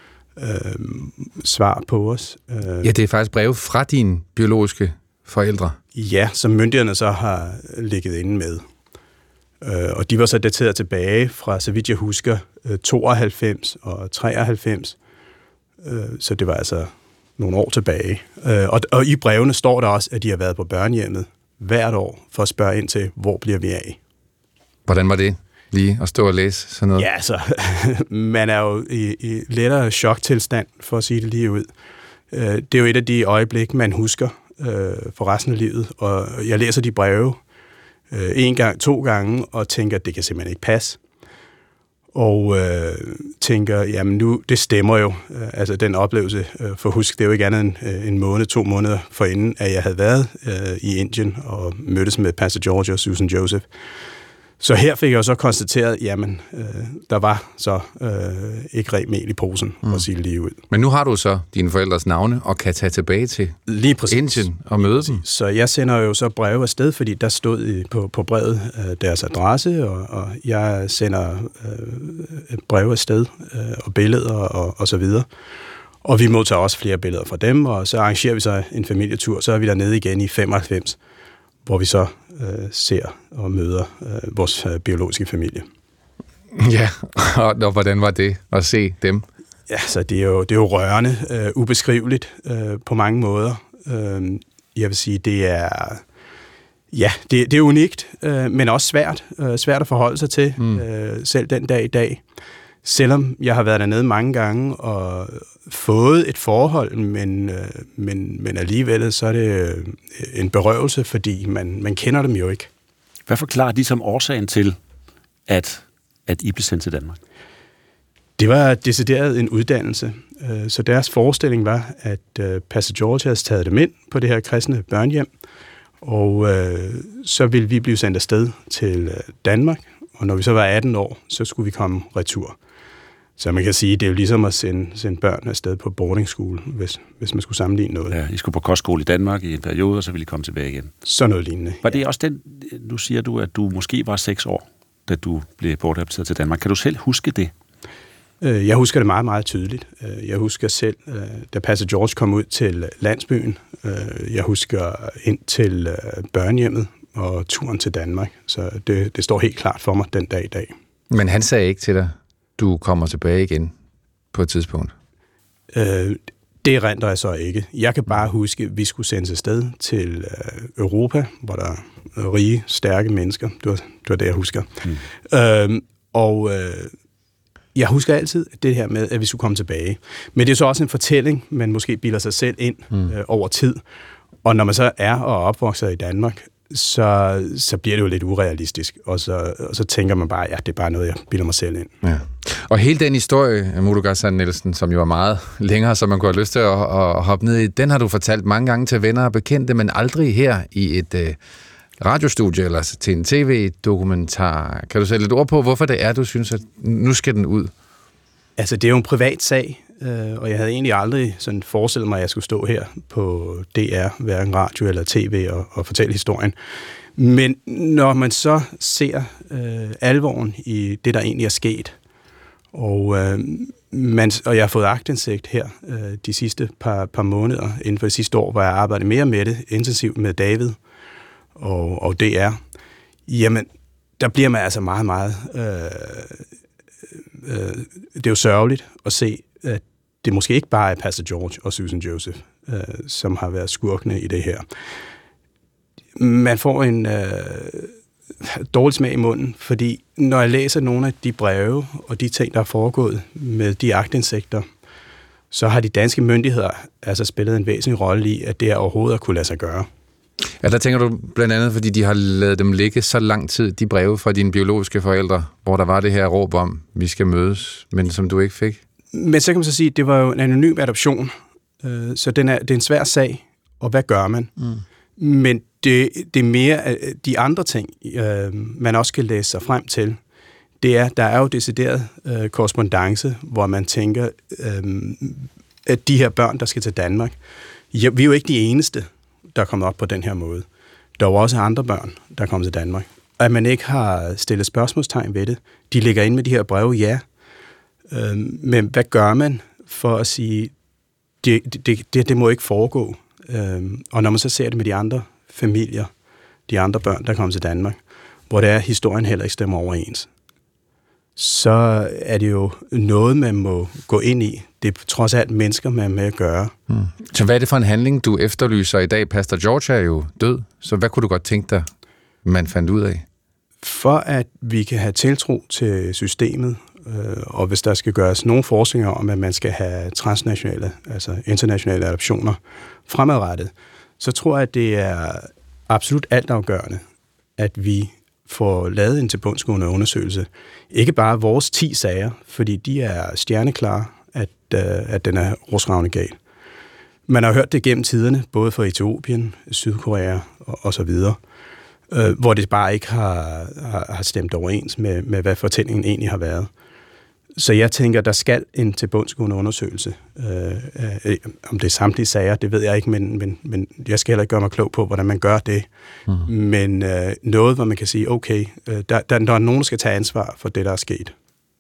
Svar på os. Ja, det er faktisk breve fra dine biologiske forældre. Ja, som myndighederne så har ligget inde med. Og de var så dateret tilbage fra, så vidt jeg husker, 92 og 93. Så det var altså nogle år tilbage. Og i brevene står der også, at de har været på børnehjemmet hvert år for at spørge ind til, hvor bliver vi af. Hvordan var det lige at stå og læse sådan noget? Ja, altså, man er jo i lettere choktilstand, for at sige det lige ud. Det er jo et af de øjeblik, man husker for resten af livet, og jeg læser de breve 1 gang, 2 gange, og tænker, at det kan simpelthen ikke passe. Og tænker, jamen nu, det stemmer jo. Altså den oplevelse, for husk, det er jo ikke andet end en måned, 2 måneder forinden, at jeg havde været i Indien og mødtes med Pastor George og Susan Joseph. Så her fik jeg jo så konstateret, jamen, der var så ikke rent mel i posen, at sige det lige ud. Men nu har du så dine forældres navne, og kan tage tilbage til Indien og møde dem. Så jeg sender jo så breve afsted, fordi der stod på brevet deres adresse, og jeg sender et brev afsted, og billeder og så videre. Og vi modtager også flere billeder fra dem, og så arrangerer vi så en familietur, så er vi dernede igen i 95. hvor vi så ser og møder vores biologiske familie. Ja, og hvordan var det at se dem? Ja, så det er jo rørende, ubeskriveligt på mange måder. Jeg vil sige, det er unikt, men også svært at forholde sig til, selv den dag i dag. Selvom jeg har været dernede mange gange og fået et forhold, men alligevel så er det en berøvelse, fordi man kender dem jo ikke. Hvad forklarer de som årsagen til, at I blev sendt til Danmark? Det var decideret en uddannelse. Så deres forestilling var, at Pastor George havde taget dem ind på det her kristne børnehjem, og så ville vi blive sendt afsted til Danmark, og når vi så var 18 år, så skulle vi komme retur. Så man kan sige, det er jo ligesom at sende børn afsted på boarding school, hvis man skulle sammenligne noget. Ja, I skulle på kostskole i Danmark i en periode, og så ville I komme tilbage igen. Så noget lignende. Var det også den, nu siger du, at du måske var 6 år, da du blev bortadopteret til Danmark. Kan du selv huske det? Jeg husker det meget, meget tydeligt. Jeg husker selv, da Pastor George kom ud til landsbyen. Jeg husker ind til børnehjemmet og turen til Danmark. Så det står helt klart for mig den dag i dag. Men han sagde ikke til dig, du kommer tilbage igen på et tidspunkt? Det erindrer jeg så ikke. Jeg kan bare huske, at vi skulle sendes afsted til Europa, hvor der er rige, stærke mennesker. Det var det, jeg husker. Jeg husker altid det her med, at vi skulle komme tilbage. Men det er så også en fortælling, man måske bilder sig selv ind over tid. Og når man så er og opvokser i Danmark, så bliver det jo lidt urealistisk. Og så tænker man bare, ja, det er bare noget, jeg bilder mig selv ind. Ja. Og hele den historie, Muruga Sand-Nielsen, som jo var meget længere, som man kunne have lyst til at hoppe ned i, den har du fortalt mange gange til venner og bekendte, men aldrig her i et radiostudie eller til en tv-dokumentar. Kan du sætte lidt ord på, hvorfor det er, du synes, at nu skal den ud? Altså, det er jo en privat sag, og jeg havde egentlig aldrig sådan forestillet mig, at jeg skulle stå her på DR, hverken radio eller tv, og fortælle historien. Men når man så ser alvoren i det, der egentlig er sket, og jeg har fået aktindsigt her de sidste par måneder, inden for det sidste år, hvor jeg arbejdede mere med det, intensivt med David og DR, jamen, der bliver man altså meget, meget... det er jo sørgeligt at se, at det måske ikke bare er Pastor George og Susan Joseph, som har været skurkene i det her. Man får en dårlig smag i munden, fordi når jeg læser nogle af de breve og de ting, der er foregået med de aktindsigter, så har de danske myndigheder altså spillet en væsentlig rolle i, at det overhovedet kunne lade sig gøre. Ja, der tænker du blandt andet, fordi de har ladet dem ligge så lang tid, de breve fra dine biologiske forældre, hvor der var det her råb om, vi skal mødes, men som du ikke fik? Men så kan man så sige, at det var jo en anonym adoption, så det er en svær sag, og hvad gør man? Men det er mere de andre ting, man også kan læse sig frem til. Det er, der er jo decideret korrespondance, hvor man tænker, at de her børn, der skal til Danmark, vi er jo ikke de eneste, der er kommet op på den her måde. Der er jo også andre børn, der er kommet til Danmark. Og at man ikke har stillet spørgsmålstegn ved det. De ligger inde med de her breve, ja. Men hvad gør man for at sige, det må ikke foregå? Og når man så ser det med de andre familier, de andre børn, der kommer til Danmark, hvor det er, historien heller ikke stemmer overens, så er det jo noget, man må gå ind i. Det er trods alt mennesker, man er med at gøre. Så hvad er det for en handling, du efterlyser i dag? Pastor George er jo død, så hvad kunne du godt tænke dig, man fandt ud af? For at vi kan have tiltro til systemet, og hvis der skal gøres nogle forskninger om, at man skal have transnationale, altså internationale adoptioner fremadrettet, så tror jeg, at det er absolut altafgørende, at vi får lavet en tilbundsgående undersøgelse. Ikke bare vores 10 sager, fordi de er stjerneklare, at den er rusravne gal. Man har hørt det gennem tiderne, både fra Etiopien, Sydkorea og så videre, hvor det bare ikke har stemt overens med, hvad fortællingen egentlig har været. Så jeg tænker, der skal en tilbundsgående undersøgelse. Om det er samtlige sager, det ved jeg ikke, men jeg skal heller ikke gøre mig klog på, hvordan man gør det. Men noget, hvor man kan sige, okay, der er nogen, der skal tage ansvar for det, der er sket.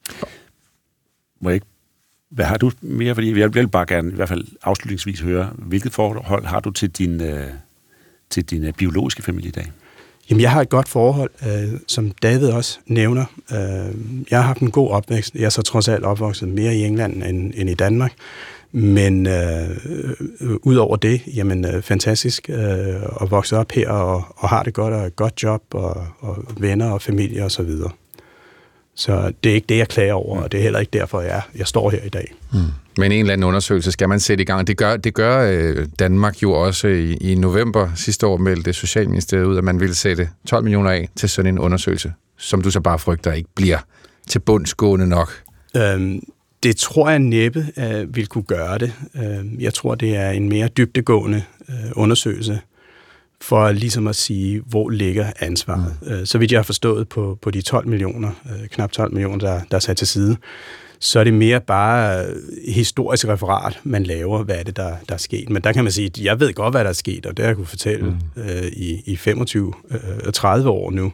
Hvad har du mere? Fordi jeg vil bare gerne, i hvert fald afslutningsvis, høre, hvilket forhold har du til til din biologiske familie i dag? Jamen, jeg har et godt forhold, som David også nævner. Jeg har haft en god opvækst. Jeg er så trods alt opvokset mere i England end i Danmark. Men ud over det, jamen fantastisk at vokse op her og har det godt og et godt job og venner og familie og så videre. Så det er ikke det, jeg klager over, og det er heller ikke derfor, jeg står her i dag. Men en eller anden undersøgelse skal man sætte i gang. Det gør Danmark jo også i november sidste år, meldte Socialministeriet ud, at man ville sætte 12 millioner af til sådan en undersøgelse, som du så bare frygter ikke bliver til bundsgående nok. Det tror jeg næppe vil kunne gøre det. Jeg tror, det er en mere dybdegående undersøgelse, for ligesom at sige, hvor ligger ansvaret. Så vidt jeg har forstået på de 12 millioner, knap 12 millioner, der er sat til side, så er det mere bare historisk referat, man laver, hvad er det, der er sket. Men der kan man sige, at jeg ved godt, hvad der er sket, og det har jeg kunne fortælle i 25-30 år nu.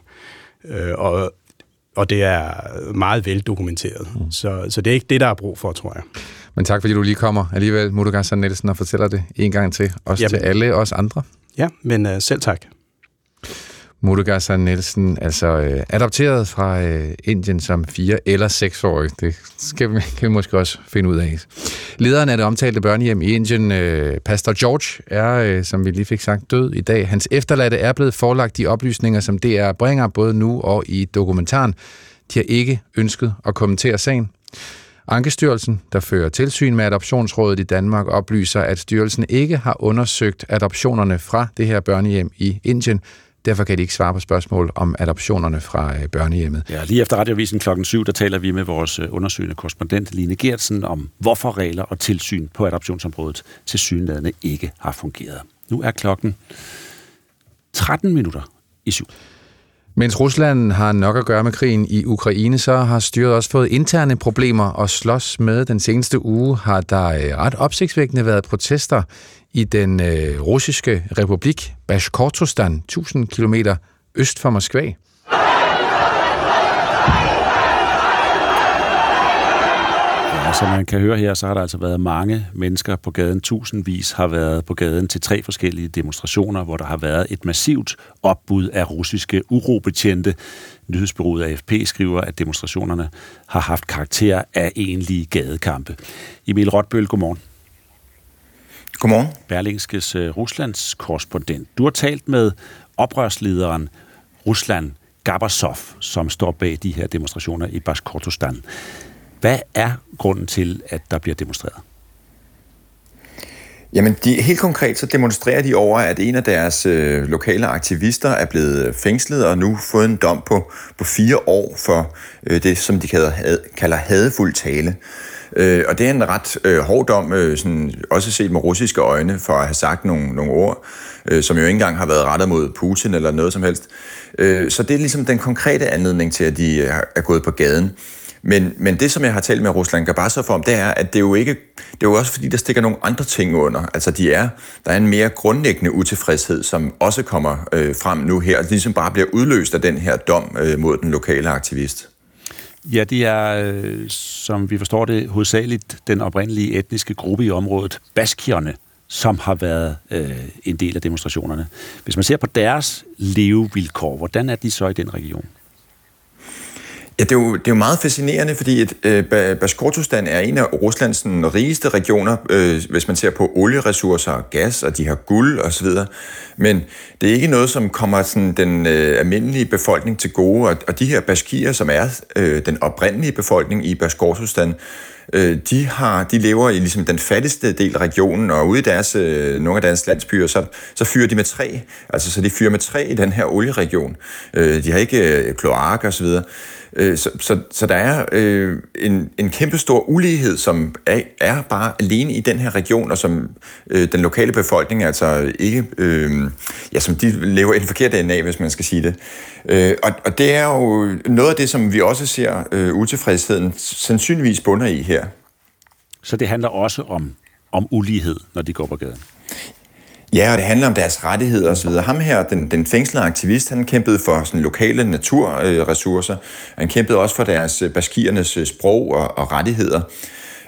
Og det er meget veldokumenteret. Så det er ikke det, der er brug for, tror jeg. Men tak, fordi du lige kommer alligevel, Murugesh Nielsen, og fortæller det en gang til. Også til alle os andre. Ja, men selv tak. Murugesh Nielsen, altså adopteret fra Indien som 4- eller 6-årig. Det kan vi måske også finde ud af. Lederen af det omtalte børnehjem i Indien, Pastor George, er, som vi lige fik sagt, død i dag. Hans efterladte er blevet forelagt de oplysninger, som DR bringer både nu og i dokumentaren. De har ikke ønsket at kommentere sagen. Ankestyrelsen, der fører tilsyn med Adoptionsrådet i Danmark, oplyser, at styrelsen ikke har undersøgt adoptionerne fra det her børnehjem i Indien. Derfor kan de ikke svare på spørgsmål om adoptionerne fra børnehjemmet. Ja, lige efter Radioavisen klokken 7, der taler vi med vores undersøgende korrespondent Line Gertsen om, hvorfor regler og tilsyn på adoptionsområdet tilsyneladende ikke har fungeret. Nu er klokken 7:13. Mens Rusland har nok at gøre med krigen i Ukraine, så har styret også fået interne problemer at slås med. Den seneste uge har der ret opsigtsvækkende været protester i den russiske republik Bashkortostan, 1000 kilometer øst for Moskva. Ja, som man kan høre her, så har der altså været mange mennesker på gaden. Tusindvis har været på gaden til 3 forskellige demonstrationer, hvor der har været et massivt opbud af russiske urobetjente. Nyhedsbureauet AFP skriver, at demonstrationerne har haft karakter af egentlige gadekampe. Emil Rotbøl, godmorgen. Godmorgen. Berlingskes Ruslands korrespondent. Du har talt med oprørslederen Ruslan Gabasov, som står bag de her demonstrationer i Bashkortostan. Hvad er grunden til, at der bliver demonstreret? Jamen, helt konkret så demonstrerer de over, at en af deres lokale aktivister er blevet fængslet og nu fået en dom på 4 år for det, som de kalder hadefuld tale. Og det er en ret hård dom, sådan, også set med russiske øjne, for at have sagt nogle ord, som jo ikke engang har været rettet mod Putin eller noget som helst. Så det er ligesom den konkrete anledning til, at de er gået på gaden. Men det, som jeg har talt med Ruslan Gabasov om, det er, at det er jo også fordi, der stikker nogle andre ting under. Altså, der er en mere grundlæggende utilfredshed, som også kommer frem nu her, ligesom bare bliver udløst af den her dom mod den lokale aktivist. Ja, det er, som vi forstår det, hovedsageligt den oprindelige etniske gruppe i området, baskierne, som har været en del af demonstrationerne. Hvis man ser på deres levevilkår, hvordan er de så i den region? Ja, det er jo meget fascinerende, fordi Bashkortostan er en af Ruslands rigeste regioner, hvis man ser på olieressourcer og gas, og de har guld og så videre. Men det er ikke noget, som kommer sådan den almindelige befolkning til gode, og de her bashkirer, som er den oprindelige befolkning i Bashkortostan, de lever i ligesom den fattigste del af regionen, og ude i nogle af deres landsbyer, så fyrer de med træ. Altså, så de fyrer med træ i den her olieregion. De har ikke kloak og så videre. Så der er en kæmpe stor ulighed, som er bare alene i den her region, og som den lokale befolkning altså ikke, som de lever i den forkerte ende af, hvis man skal sige det. Og det er jo noget af det, som vi også ser utilfredsheden sandsynligvis bunder i her. Så det handler også om ulighed, når de går på gaden? Ja, og det handler om deres rettigheder osv. Ham her, den fængslede aktivist, han kæmpede for sådan lokale naturressourcer. Han kæmpede også for deres bashkiernes sprog og rettigheder.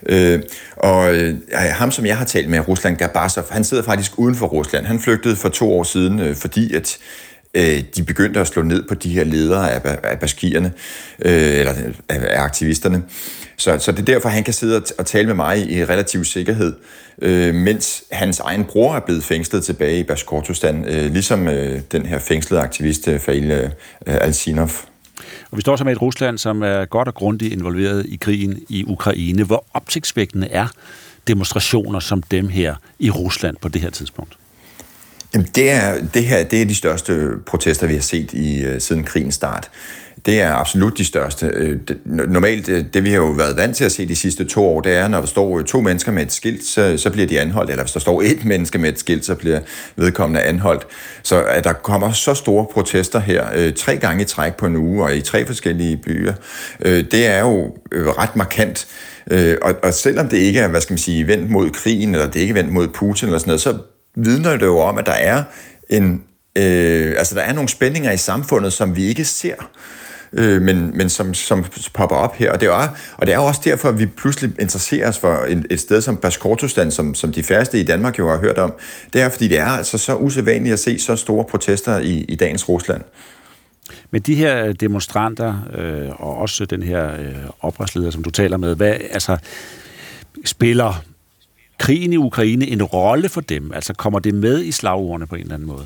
Ham, som jeg har talt med, Ruslan Gabasov, han sidder faktisk uden for Rusland. Han flygtede for 2 år siden, fordi at de begyndte at slå ned på de her ledere af baskierne, eller af aktivisterne. Så det er derfor, han kan sidde og tale med mig i relativ sikkerhed, mens hans egen bror er blevet fængslet tilbage i Bashkortostan, ligesom den her fængslede aktivist Fail Alsinov. Og vi står så med et Rusland, som er godt og grundigt involveret i krigen i Ukraine. Hvor opsigtsvækkende er demonstrationer som dem her i Rusland på det her tidspunkt? Jamen det er de største protester, vi har set siden krigens start. Det er absolut de største. Normalt, det vi har jo været vant til at se de sidste 2 år, det er, når der står 2 mennesker med et skilt, så bliver de anholdt. Eller hvis der står 1 menneske med et skilt, så bliver vedkommende anholdt. Så at der kommer så store protester her, 3 gange i træk på en uge, og i 3 forskellige byer, det er jo ret markant. Og selvom det ikke er, vendt mod krigen, eller det ikke er vendt mod Putin, eller sådan noget, så vidner det jo om, at der er der er nogle spændinger i samfundet, som vi ikke ser, men som popper op her. Og det er jo også derfor, at vi pludselig interesserer os for et sted som Bashkortostan, som de færreste i Danmark jo har hørt om. Det er, fordi det er altså så usædvanligt at se så store protester i dagens Rusland. Men de her demonstranter, og også den her oprørsleder, som du taler med, spiller krigen i Ukraine en rolle for dem? Altså kommer det med i slagordene på en eller anden måde?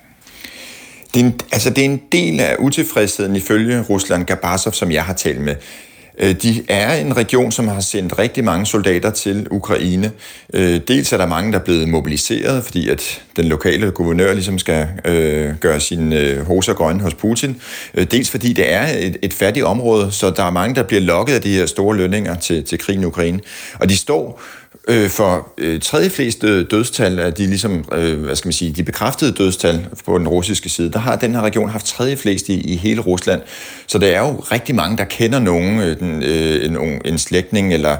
Det er en del af utilfredsheden ifølge Ruslan Gabasov, som jeg har talt med. De er en region, som har sendt rigtig mange soldater til Ukraine. Dels er der mange, der er blevet mobiliseret, fordi at den lokale guvernør ligesom skal gøre sine hoser grønne hos Putin. Dels fordi det er et fattigt område, så der er mange, der bliver lokket af de her store lønninger til krigen i Ukraine. Og de står for tredje fleste dødstal af de ligesom, de bekræftede dødstal på den russiske side, der har den her region haft tredje flest i hele Rusland. Så der er jo rigtig mange, der kender nogen, en slægtning eller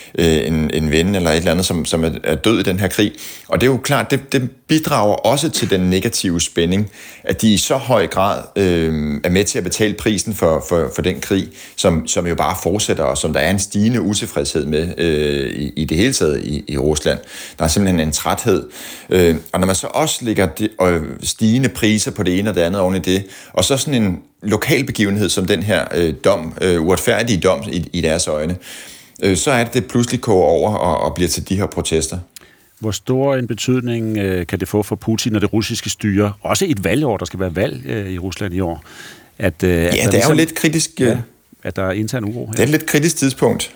en ven eller et eller andet, som er død i den her krig. Og det er jo klart, det bidrager også til den negative spænding, at de i så høj grad er med til at betale prisen for den krig, som jo bare fortsætter, og som der er en stigende utilfredshed med i det hele taget i Rusland. Der er simpelthen en træthed. Og når man så også lægger stigende priser på det ene og det andet oven i det, og så sådan en lokal begivenhed som den her uretfærdige dom i deres øjne, så er det pludselig koger over og bliver til de her protester. Hvor stor en betydning kan det få for Putin og det russiske styre? Også et valgår, der skal være valg i Rusland i år. At det er jo lidt kritisk. At der er intern uro her. Det er et lidt kritisk tidspunkt,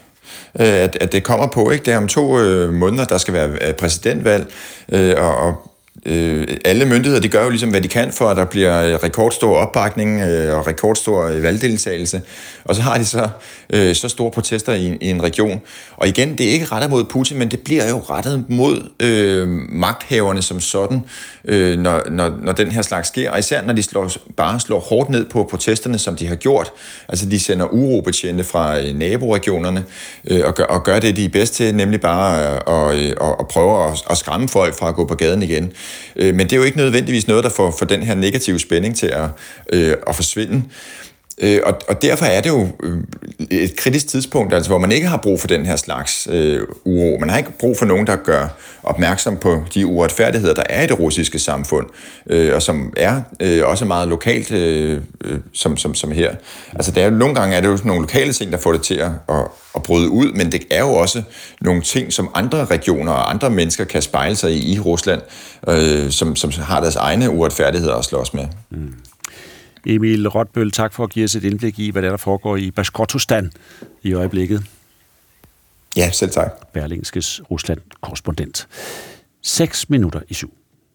at det kommer på. Ikke? Det er om 2 måneder, der skal være præsidentvalg, og alle myndigheder, de gør jo ligesom, hvad de kan for, at der bliver rekordstor opbakning og rekordstor valgdeltagelse. Og så har de så store protester i en region. Og igen, det er ikke rettet mod Putin, men det bliver jo rettet mod magthaverne som sådan, når den her slags sker. Og især når de slår hårdt ned på protesterne, som de har gjort. Altså de sender urobetjente fra naboregionerne og gør det, de er bedst til, nemlig bare at prøve at skræmme folk fra at gå på gaden igen. Men det er jo ikke nødvendigvis noget, der får den her negative spænding til at forsvinde. Og derfor er det jo et kritisk tidspunkt, altså hvor man ikke har brug for den her slags uro. Man har ikke brug for nogen, der gør opmærksom på de uretfærdigheder, der er i det russiske samfund, og som er også meget lokalt, som her. Altså nogle gange er det jo nogle lokale ting, der får det til at bryde ud, men det er jo også nogle ting, som andre regioner og andre mennesker kan spejle sig i Rusland, som har deres egne uretfærdigheder at slås med. Mm. Emil Rotbøl, tak for at give os et indblik i, hvad der foregår i Bashkortostan i øjeblikket. Ja, selv tak. Berlingskes Rusland-korrespondent. 6:06.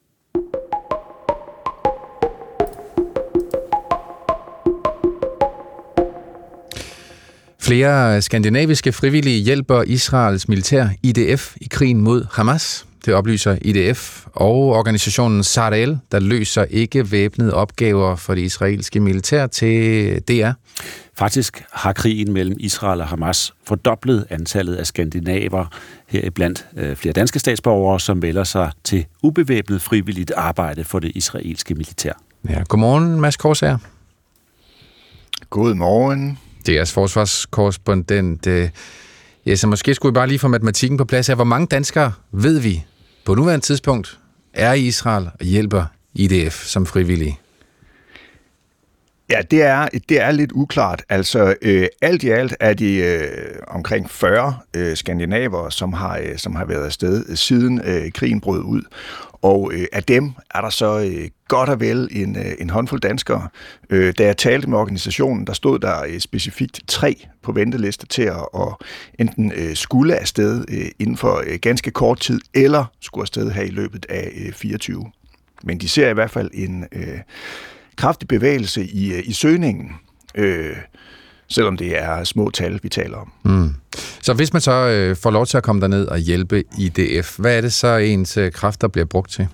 Flere skandinaviske frivillige hjælper Israels militær IDF i krigen mod Hamas. Det oplyser IDF og organisationen Sarel, der løser ikke væbnede opgaver for det israelske militær til DR. Faktisk har krigen mellem Israel og Hamas fordoblet antallet af skandinaver, heriblandt flere danske statsborgere, som melder sig til ubevæbnet frivilligt arbejde for det israelske militær. Ja, godmorgen, Mads Korsager. Godmorgen. DR's forsvarskorrespondent. Ja, så måske skulle vi bare lige få matematikken på plads her. Hvor mange danskere, ved vi, på nuværende tidspunkt er i Israel og hjælper IDF som frivillige? Ja, det er lidt uklart. Altså, alt i alt er de omkring 40 skandinaver, som har været afsted siden krigen brød ud. Og af dem er der så godt og vel en håndfuld danskere. Da jeg talte med organisationen, der stod der specifikt 3 på venteliste til at enten skulle afsted inden for ganske kort tid, eller skulle afsted her i løbet af 24. Men de ser i hvert fald en kraftig bevægelse i søgningen, selvom det er små tal, vi taler om. Mm. Så hvis man så får lov til at komme derned og hjælpe IDF, hvad er det så ens kræfter bliver brugt til?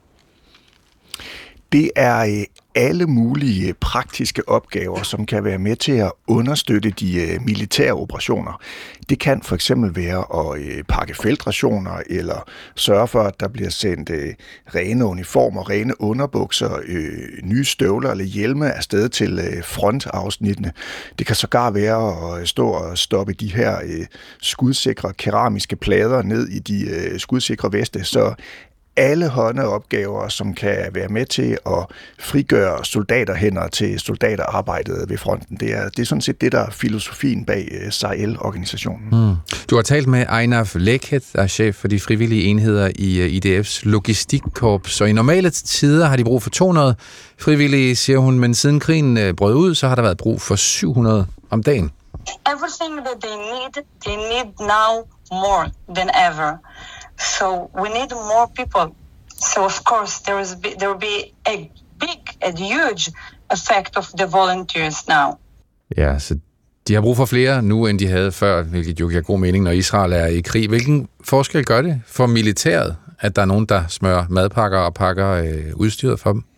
Det er alle mulige praktiske opgaver, som kan være med til at understøtte de militære operationer. Det kan for eksempel være at pakke feltrationer, eller sørge for, at der bliver sendt rene uniformer, rene underbukser, nye støvler eller hjelme afsted til frontafsnittene. Det kan sågar være at stå og stoppe de her skudsikre keramiske plader ned i de skudsikre veste, så alle håndopgaver, som kan være med til at frigøre soldaterhænder til soldaterarbejdet ved fronten. Det er sådan set det, der er filosofien bag Sahel-organisationen. Mm. Du har talt med Einaf Lekhet, der er chef for de frivillige enheder i IDF's logistikkorps, og i normale tider har de brug for 200 frivillige, siger hun, men siden krigen brød ud, så har der været brug for 700 om dagen. Everything that they need now more than ever. So we need more people. So of course there will be a huge effect of the volunteers now. Ja, så de har brug for flere nu, end de havde før, hvilket jo giver god mening, når Israel er i krig. Hvilken forskel gør det for militæret, at der er nogen, der smører madpakker og pakker udstyret for dem?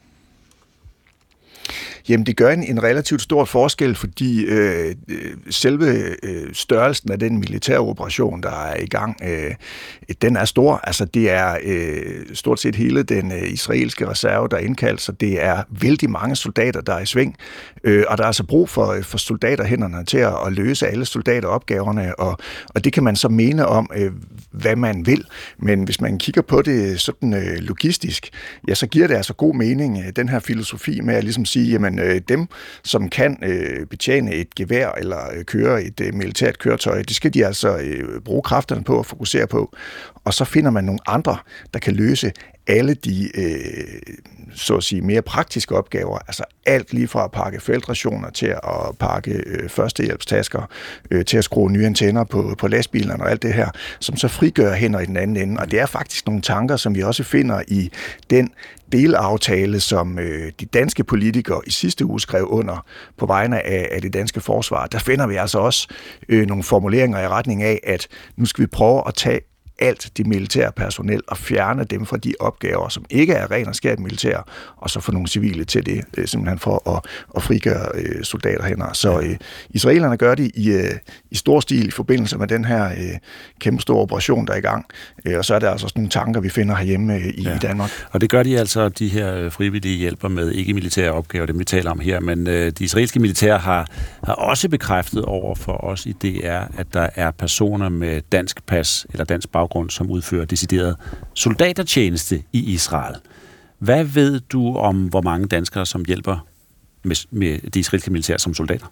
Jamen, det gør en relativt stor forskel, fordi selve størrelsen af den militære operation, der er i gang, den er stor. Altså, det er stort set hele den israelske reserve, der er indkaldt, så det er vældig mange soldater, der er i sving. Og der er altså brug for soldaterhænderne til at løse alle soldateropgaverne, og det kan man så mene om, hvad man vil. Men hvis man kigger på det sådan logistisk, ja, så giver det altså god mening, den her filosofi med at ligesom sige, jamen, dem, som kan betjene et gevær eller køre et militært køretøj, det skal de altså bruge kræfterne på og fokusere på. Og så finder man nogle andre, der kan løse alle de så at sige mere praktiske opgaver, altså alt lige fra at pakke feltrationer til at pakke førstehjælpstasker, til at skrue nye antenner på lastbilerne og alt det her, som så frigør hænder i den anden ende. Og det er faktisk nogle tanker, som vi også finder i den delaftale, som de danske politikere i sidste uge skrev under på vegne af det danske forsvar. Der finder vi altså også nogle formuleringer i retning af, at nu skal vi prøve at tage alt det militære personel og fjerne dem fra de opgaver, som ikke er ren og skær militær, og så få nogle civile til det, simpelthen for at frigøre soldaterhænder. Så israelerne gør det i stor stil i forbindelse med den her kæmpe store operation, der er i gang. Og så er der altså også nogle tanker, vi finder herhjemme i Danmark. Og det gør de altså, de her frivillige hjælper med ikke-militære opgaver, dem vi taler om her, men de israelske militære har også bekræftet over for os i DR, at der er personer med dansk pas eller dansk baggrund, som udfører decideret soldatertjeneste i Israel. Hvad ved du om, hvor mange danskere, som hjælper med det israelske militær som soldater?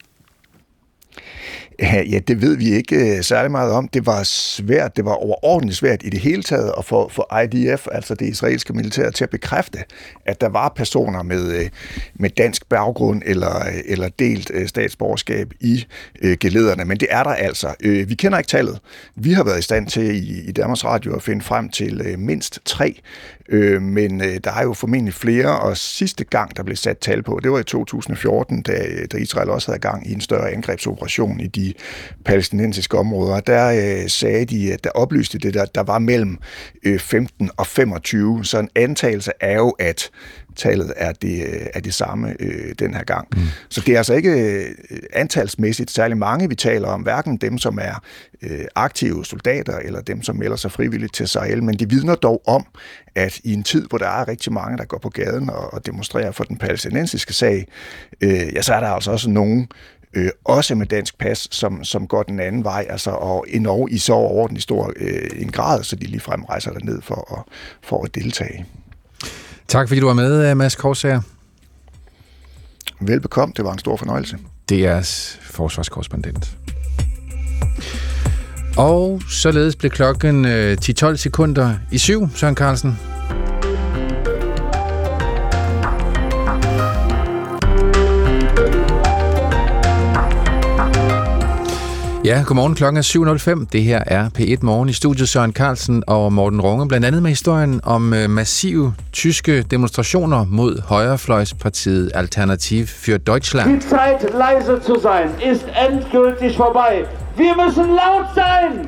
Ja, det ved vi ikke særlig meget om. Det var svært, det var overordentligt svært i det hele taget at få IDF, altså det israelske militær, til at bekræfte, at der var personer med dansk baggrund eller delt statsborgerskab i gelederne. Men det er der altså. Vi kender ikke tallet. Vi har været i stand til i Danmarks Radio at finde frem til mindst 3, men der er jo formentlig flere, og sidste gang, der blev sat tal på, det var i 2014, da Israel også havde gang i en større angrebsoperation i de palæstinensiske områder. Der sagde de, at der oplyste det, der var mellem 15 og 25, så en antagelse er jo, at tallet er det samme den her gang. Så det er altså ikke antalsmæssigt særlig mange, vi taler om, hverken dem, som er aktive soldater, eller dem, som melder sig frivilligt til Sahel, men det vidner dog om, at i en tid, hvor der er rigtig mange, der går på gaden og demonstrerer for den palæstinensiske sag, så er der altså også nogen også med dansk pas, som går den anden vej, altså, og endnu i så overordentlig stor en grad, så de ligefrem rejser derned for at deltage. Tak fordi du var med, Mads Korsager. Velbekomme, det var en stor fornøjelse. DR's forsvarskorrespondent. Og således blev klokken 10-12 sekunder i 7, Søren Carlsen. Ja, godmorgen. Klokken er 7.05. Det her er P1 Morgen. I studiet Søren Carlsen og Morten Runge. Blandt andet med historien om massive tyske demonstrationer mod højrefløjspartiet Alternative für Deutschland. Die Zeit, leise zu sein, ist endgültig vorbei. Wir müssen laut sein!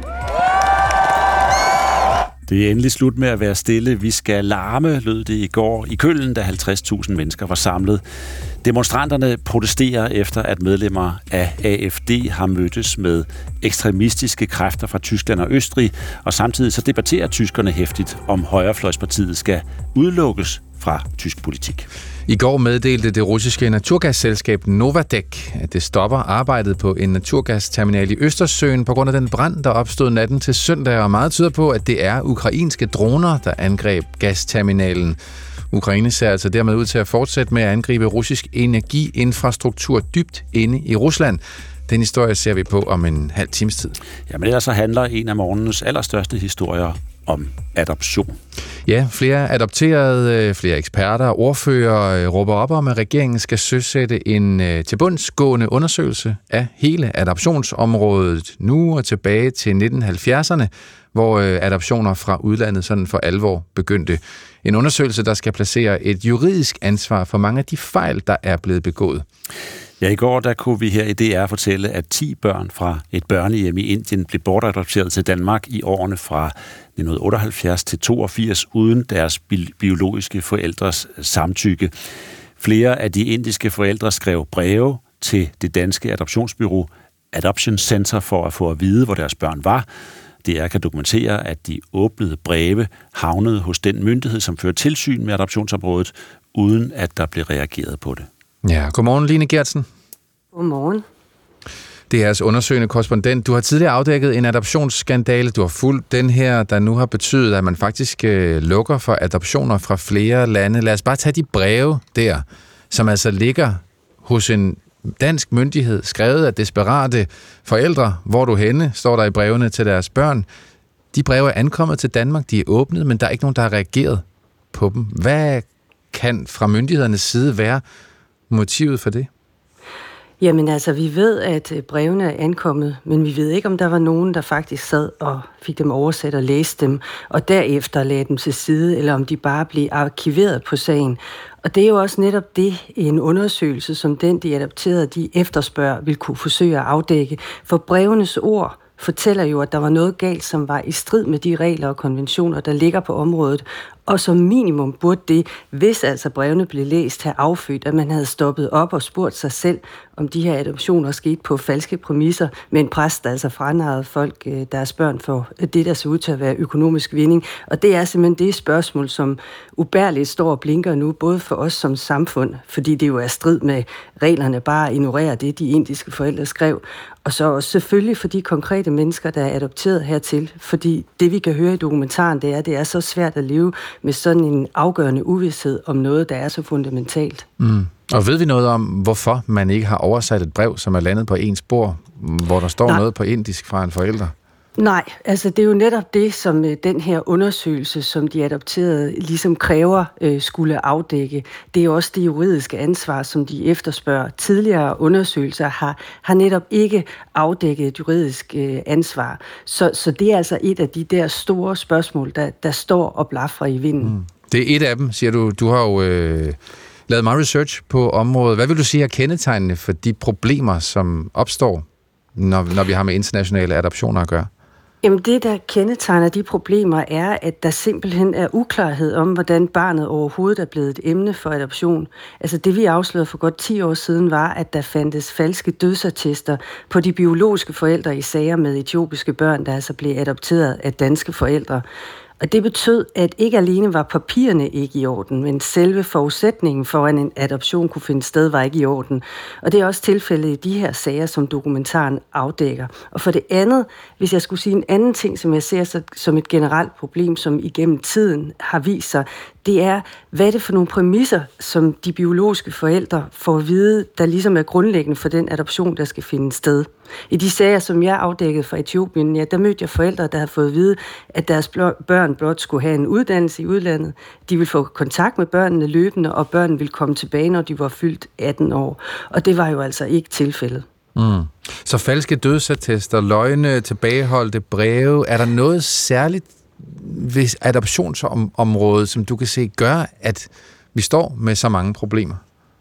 Det er endelig slut med at være stille. Vi skal larme, lød det i går i Køln, da 50.000 mennesker var samlet. Demonstranterne protesterer efter, at medlemmer af AfD har mødtes med ekstremistiske kræfter fra Tyskland og Østrig, og samtidig så debatterer tyskerne heftigt, om højrefløjspartiet skal udelukkes fra tysk politik. I går meddelte det russiske naturgasselskab Novatek, at det stopper arbejdet på en naturgasterminal i Østersøen på grund af den brand, der opstod natten til søndag, og meget tyder på, at det er ukrainske droner, der angreb gasterminalen. Ukraine ser altså dermed ud til at fortsætte med at angribe russisk energiinfrastruktur dybt inde i Rusland. Den historie ser vi på om en halv times tid. Jamen ellers så handler en af morgenens allerstørste historier om adoption. Ja, flere adopterede, flere eksperter og ordfører råber op om, at regeringen skal søsætte en tilbundsgående undersøgelse af hele adoptionsområdet nu og tilbage til 1970'erne, hvor adoptioner fra udlandet sådan for alvor begyndte. En undersøgelse, der skal placere et juridisk ansvar for mange af de fejl, der er blevet begået. Ja, i går der kunne vi her i DR fortælle, at 10 børn fra et børnehjem i Indien blev bortadopteret til Danmark i årene fra 1978 til 82 uden deres biologiske forældres samtykke. Flere af de indiske forældre skrev breve til det danske adoptionsbureau Adoption Center for at få at vide, hvor deres børn var. DR kan dokumentere, at de åbnede breve havnede hos den myndighed, som fører tilsyn med adoptionsområdet, uden at der blev reageret på det. Ja, godmorgen Line Gertsen. Godmorgen. Det er jeres undersøgende korrespondent. Du har tidligere afdækket en adoptionsskandale. Du har fulgt den her, der nu har betydet, at man faktisk lukker for adoptioner fra flere lande. Lad os bare tage de breve der, som altså ligger hos en dansk myndighed, skrevet af desperate forældre. Hvor du henne, står der i brevene til deres børn. De breve er ankommet til Danmark, de er åbnet, men der er ikke nogen, der har reageret på dem. Hvad kan fra myndighedernes side være motivet for det? Jamen altså, vi ved, at brevene er ankommet, men vi ved ikke, om der var nogen, der faktisk sad og fik dem oversat og læste dem, og derefter lagde dem til side, eller om de bare blev arkiveret på sagen. Og det er jo også netop det, en undersøgelse som den, de adopterede, de efterspørger, vil kunne forsøge at afdække. For brevenes ord fortæller jo, at der var noget galt, som var i strid med de regler og konventioner, der ligger på området. Og som minimum burde det, hvis altså brevene blev læst, have affødt, at man havde stoppet op og spurgt sig selv, om de her adoptioner skete på falske præmisser, med en præst, der altså franarrede folk deres børn for det, der ser ud til at være økonomisk vinding. Og det er simpelthen det spørgsmål, som ubærligt står og blinker nu, både for os som samfund, fordi det jo er strid med reglerne, bare at ignorere det, de indiske forældre skrev, og så også selvfølgelig for de konkrete mennesker, der er adopteret hertil, fordi det, vi kan høre i dokumentaren, det er så svært at leve med sådan en afgørende uvished om noget, der er så fundamentalt. Mm. Og ved vi noget om, hvorfor man ikke har oversat et brev, som er landet på ens bord, hvor der står noget på indisk fra en forælder? Nej, altså det er jo netop det, som den her undersøgelse, som de adopterede ligesom kræver skulle afdække. Det er også det juridiske ansvar, som de efterspørger. Tidligere undersøgelser har netop ikke afdækket et juridisk ansvar. Så det er altså et af de der store spørgsmål, der står og blafrer i vinden. Mm. Det er et af dem, siger du. Du har jo lavet meget research på området. Hvad vil du sige er kendetegnende for de problemer, som opstår, når vi har med internationale adoptioner at gøre? Jamen det, der kendetegner de problemer, er, at der simpelthen er uklarhed om, hvordan barnet overhovedet er blevet et emne for adoption. Altså det, vi afslørede for godt 10 år siden, var, at der fandtes falske dødsattester på de biologiske forældre i sager med etiopiske børn, der altså blev adopteret af danske forældre. Og det betød, at ikke alene var papirerne ikke i orden, men selve forudsætningen for, at en adoption kunne finde sted, var ikke i orden. Og det er også tilfældet i de her sager, som dokumentaren afdækker. Og for det andet, hvis jeg skulle sige en anden ting, som jeg ser som et generelt problem, som igennem tiden har vist sig, det er, hvad er det for nogle præmisser, som de biologiske forældre får at vide, der ligesom er grundlæggende for den adoption, der skal finde sted. I de sager, som jeg afdækkede fra Etiopien, der mødte jeg forældre, der havde fået at vide, at deres børn blot skulle have en uddannelse i udlandet. De ville få kontakt med børnene løbende, og børnene ville komme tilbage, når de var fyldt 18 år. Og det var jo altså ikke tilfældet. Så falske dødsattester, løgne, tilbageholdte breve, er der noget særligt ved adoptionsområdet, som du kan se gør, at vi står med så mange problemer?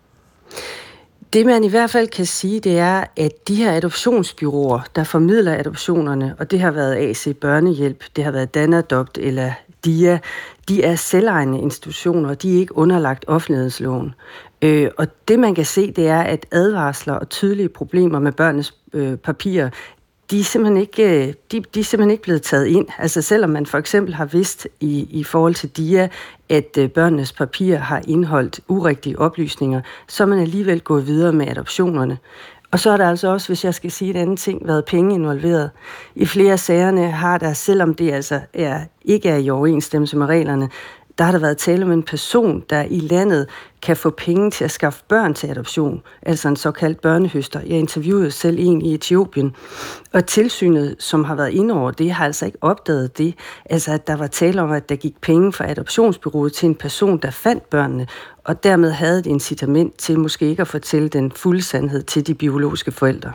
Det man i hvert fald kan sige, det er, at de her adoptionsbyråer, der formidler adoptionerne, og det har været AC Børnehjælp, det har været Danadopt eller DIA, de er selvejende institutioner, og de er ikke underlagt offentlighedsloven. Og det man kan se, det er, at advarsler og tydelige problemer med børnenes papirer, de er simpelthen ikke blevet taget ind. Altså selvom man for eksempel har vidst i forhold til DIA, at børnenes papirer har indeholdt urigtige oplysninger, så er man alligevel gået videre med adoptionerne. Og så er der altså også, hvis jeg skal sige et andet ting, været penge involveret. I flere af sagerne har der, selvom det altså ikke er i overensstemmelse med reglerne, der har der været tale om en person, der i landet kan få penge til at skaffe børn til adoption, altså en såkaldt børnehøster. Jeg interviewede selv en i Etiopien, og tilsynet, som har været inde over det, har altså ikke opdaget det. Altså, at der var tale om, at der gik penge fra adoptionsbureauet til en person, der fandt børnene, og dermed havde et incitament til måske ikke at fortælle den fulde sandhed til de biologiske forældre.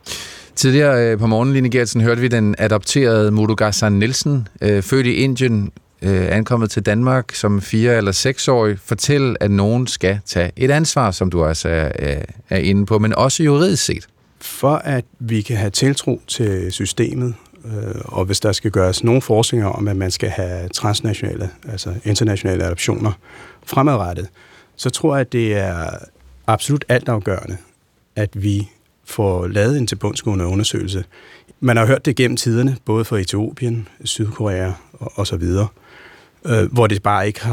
Tidligere på morgenen, Line Gertsen, hørte vi den adopterede Murugasan Nielsen, født i Indien, ankommet til Danmark som 4- eller 6-årig, fortælle, at nogen skal tage et ansvar, som du altså er inde på, men også juridisk set. For at vi kan have tiltro til systemet, og hvis der skal gøres nogle forskninger om, at man skal have transnationale, altså internationale adoptioner fremadrettet, så tror jeg, at det er absolut altafgørende, at vi får lavet en tilbundsgående undersøgelse. Man har hørt det gennem tiderne, både fra Etiopien, Sydkorea og så videre, hvor det bare ikke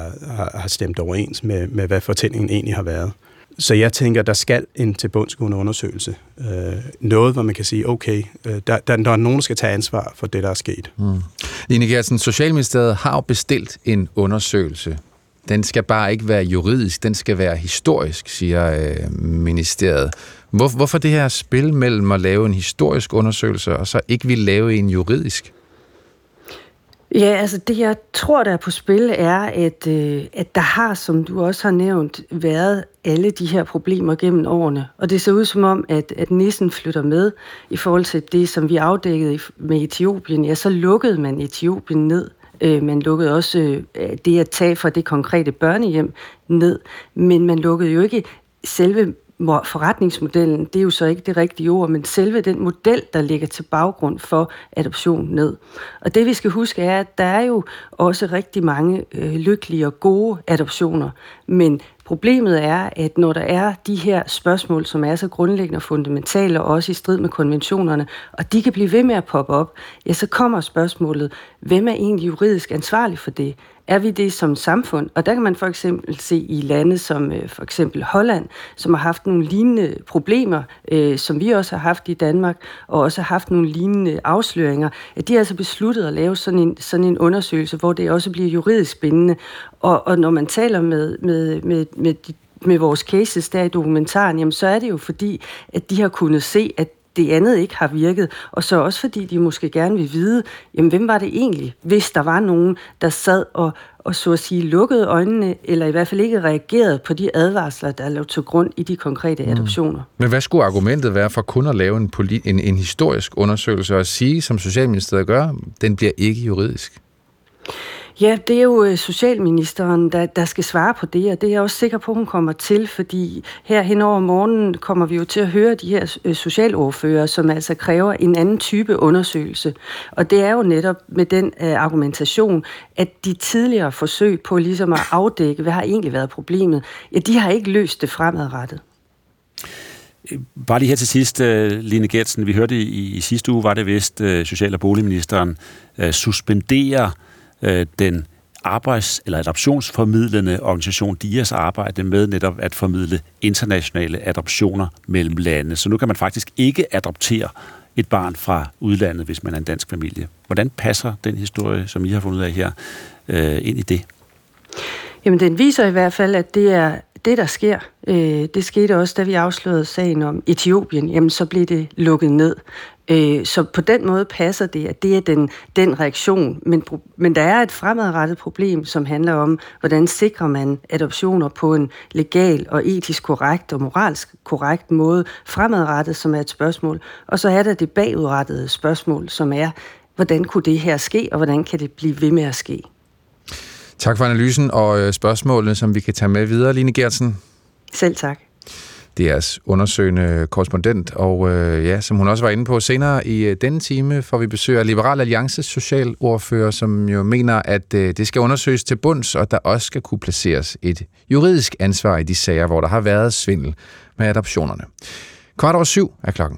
har stemt overens med, hvad fortællingen egentlig har været. Så jeg tænker, der skal en tilbundsgående undersøgelse. Noget, hvor man kan sige, okay, der er nogen, der skal tage ansvar for det, der er sket. Line Gertsen, Socialministeriet har jo bestilt en undersøgelse. Den skal bare ikke være juridisk, den skal være historisk, siger ministeriet. Hvorfor det her spil mellem at lave en historisk undersøgelse, og så ikke vil lave en juridisk? Ja, altså det jeg tror, der er på spil, er, at der har, som du også har nævnt, været alle de her problemer gennem årene. Og det ser ud som om, at nissen flytter med i forhold til det, som vi afdækkede med Etiopien. Ja, så lukkede man Etiopien ned. Man lukkede også det at tage fra det konkrete børnehjem ned, men man lukkede jo ikke selve forretningsmodellen, det er jo så ikke det rigtige ord, men selve den model, der ligger til baggrund for adoption ned. Og det vi skal huske er, at der er jo også rigtig mange lykkelige og gode adoptioner, men problemet er, at når der er de her spørgsmål, som er så grundlæggende og fundamentale, og også i strid med konventionerne, og de kan blive ved med at poppe op, ja, så kommer spørgsmålet, hvem er egentlig juridisk ansvarlig for det? Er vi det som samfund? Og der kan man for eksempel se i lande som for eksempel Holland, som har haft nogle lignende problemer, som vi også har haft i Danmark, og også har haft nogle lignende afsløringer, at de har altså besluttet at lave sådan en undersøgelse, hvor det også bliver juridisk bindende. Og når man taler med vores cases der i dokumentaren, jamen, så er det jo fordi, at de har kunnet se, at det andet ikke har virket, og så også fordi de måske gerne vil vide, jamen hvem var det egentlig, hvis der var nogen, der sad og så at sige lukkede øjnene, eller i hvert fald ikke reagerede på de advarsler, der lå til grund i de konkrete adoptioner. Men hvad skulle argumentet være for kun at lave en historisk undersøgelse og sige, som Socialministeriet gør, den bliver ikke juridisk? Ja, det er jo socialministeren, der skal svare på det, og det er jeg også sikker på, hun kommer til, fordi her hen over morgenen kommer vi jo til at høre de her socialordfører, som altså kræver en anden type undersøgelse. Og det er jo netop med den argumentation, at de tidligere forsøg på ligesom at afdække, hvad har egentlig været problemet, ja, de har ikke løst det fremadrettet. Bare lige her til sidst, Line Gertsen, vi hørte i sidste uge, var det vist social- og boligministeren suspenderer den eller adoptionsformidlende organisation DIAs arbejde med netop at formidle internationale adoptioner mellem lande. Så nu kan man faktisk ikke adoptere et barn fra udlandet, hvis man er en dansk familie. Hvordan passer den historie, som I har fundet ud af her, ind i det? Jamen, den viser i hvert fald, at det er det, der sker. Det skete også, da vi afslørede sagen om Etiopien. Jamen, så blev det lukket ned. Så på den måde passer det, at det er den reaktion. Men der er et fremadrettet problem, som handler om, hvordan sikrer man adoptioner på en legal og etisk korrekt og moralsk korrekt måde fremadrettet, som er et spørgsmål. Og så er der det bagudrettede spørgsmål, som er, hvordan kunne det her ske, og hvordan kan det blive ved med at ske? Tak for analysen og spørgsmålene, som vi kan tage med videre, Line Gertsen. Selv tak. DR's undersøgende korrespondent, og som hun også var inde på senere i denne time, får vi besøg af Liberal Alliances socialordfører, som jo mener, at det skal undersøges til bunds, og der også skal kunne placeres et juridisk ansvar i de sager, hvor der har været svindel med adoptionerne. 7:15 er klokken.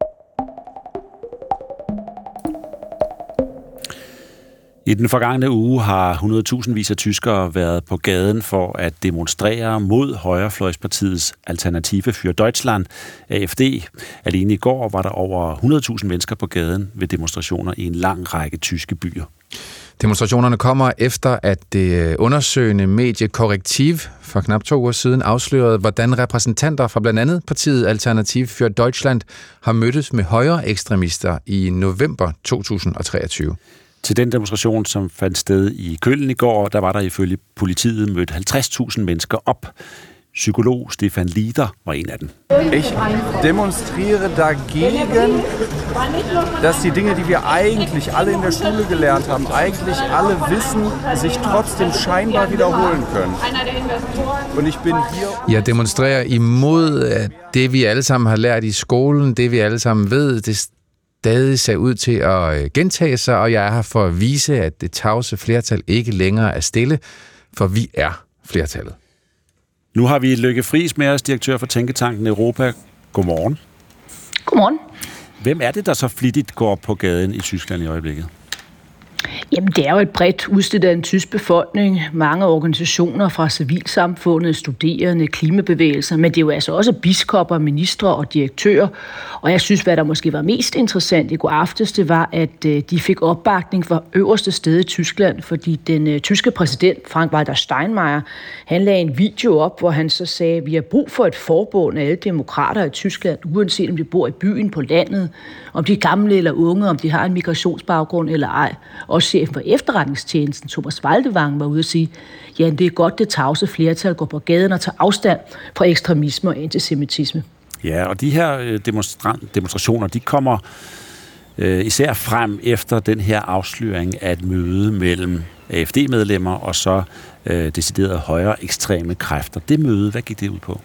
I den forgangne uge har 100.000 af tyskere været på gaden for at demonstrere mod højrefløjspartiets Alternative für Deutschland, AfD. Alene i går var der over 100.000 mennesker på gaden ved demonstrationer i en lang række tyske byer. Demonstrationerne kommer efter, at det undersøgende medie Korrektiv for knap 2 uger siden afslørede, hvordan repræsentanter fra blandt andet partiet Alternative für Deutschland har mødtes med højre ekstremister i november 2023. Til den demonstration, som fandt sted i Köln i går, der var der ifølge politiet mødt 50.000 mennesker op. Psykolog Stefan Lieder var en af dem. Ich demonstriere dagegen, dass die Dinge, die wir eigentlich alle in der Schule gelernt haben, eigentlich alle wissen, sich trotzdem scheinbar wiederholen können. Und ich bin hier... Jeg demonstrerer imod, at det vi alle sammen har lært i skolen, det vi alle sammen ved, det stadig ser ud til at gentage sig, og jeg er her for at vise, at det tavse flertal ikke længere er stille, for vi er flertallet. Nu har vi Lykke Friis med os, direktør for Tænketanken Europa. Godmorgen. Godmorgen. Hvem er det, der så flittigt går på gaden i Tyskland i øjeblikket? Jamen, det er jo et bredt udsnit af en tysk befolkning. Mange organisationer fra civilsamfundet, studerende, klimabevægelser, men det er jo altså også biskopper, ministre og direktører. Og jeg synes, hvad der måske var mest interessant i går aftes, det var, at de fik opbakning fra øverste sted i Tyskland, fordi den tyske præsident, Frank-Walter Steinmeier, han lagde en video op, hvor han så sagde, at vi har brug for et forbund af alle demokrater i Tyskland, uanset om de bor i byen, på landet, om de er gamle eller unge, om de har en migrationsbaggrund eller ej. Også chefen for efterretningstjenesten, Thomas Waldewang, var ude at sige, ja, det er godt, det tavse flertal går på gaden og tager afstand fra ekstremisme og antisemitisme. Ja, og de her demonstrationer, de kommer især frem efter den her afsløring af et møde mellem AfD-medlemmer og så deciderede højre ekstreme kræfter. Det møde, hvad gik det ud på?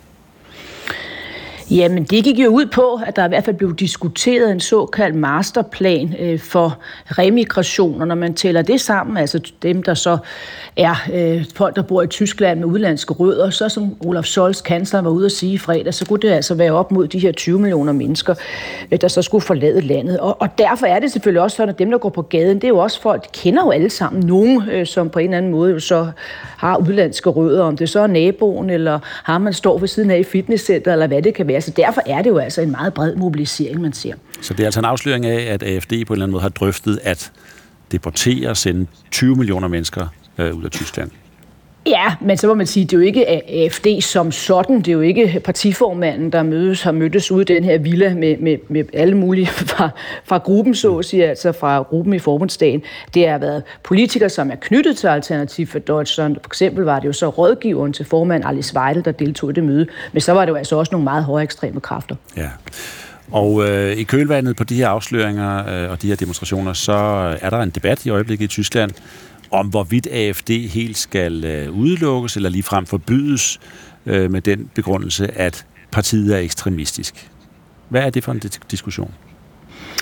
Jamen, det gik jo ud på, at der i hvert fald blev diskuteret en såkaldt masterplan for remigration, og når man tæller det sammen, altså dem, der så er folk, der bor i Tyskland med udenlandske rødder, så som Olaf Scholz, kansler, var ude at sige i fredag, så kunne det altså være op mod de her 20 millioner mennesker, der så skulle forlade landet. Og derfor er det selvfølgelig også sådan, at dem, der går på gaden, det er jo også folk, de kender jo alle sammen nogen, som på en eller anden måde jo så har udenlandske rødder, om det så er naboen, eller har man står ved siden af i fitnesscenter, eller hvad det kan være. Så derfor er det jo altså en meget bred mobilisering, man ser. Så det er altså en afsløring af, at AfD på en eller anden måde har drøftet at deportere og sende 20 millioner mennesker ud af Tyskland. Ja, men så må man sige, at det er jo ikke AfD som sådan. Det er jo ikke partiformanden, der har mødtes ude i den her villa med alle mulige fra gruppen, så at sige, altså fra gruppen i forbundsdagen. Det har været politikere, som er knyttet til Alternativ for Deutschland. For eksempel var det jo så rådgiveren til formand Alice Weidel, der deltog i det møde. Men så var det jo altså også nogle meget høje ekstreme kræfter. Ja. Og i kølvandet på de her afsløringer og de her demonstrationer, så er der en debat i øjeblikket i Tyskland om hvorvidt AfD helt skal udelukkes eller ligefrem forbydes med den begrundelse, at partiet er ekstremistisk. Hvad er det for en diskussion?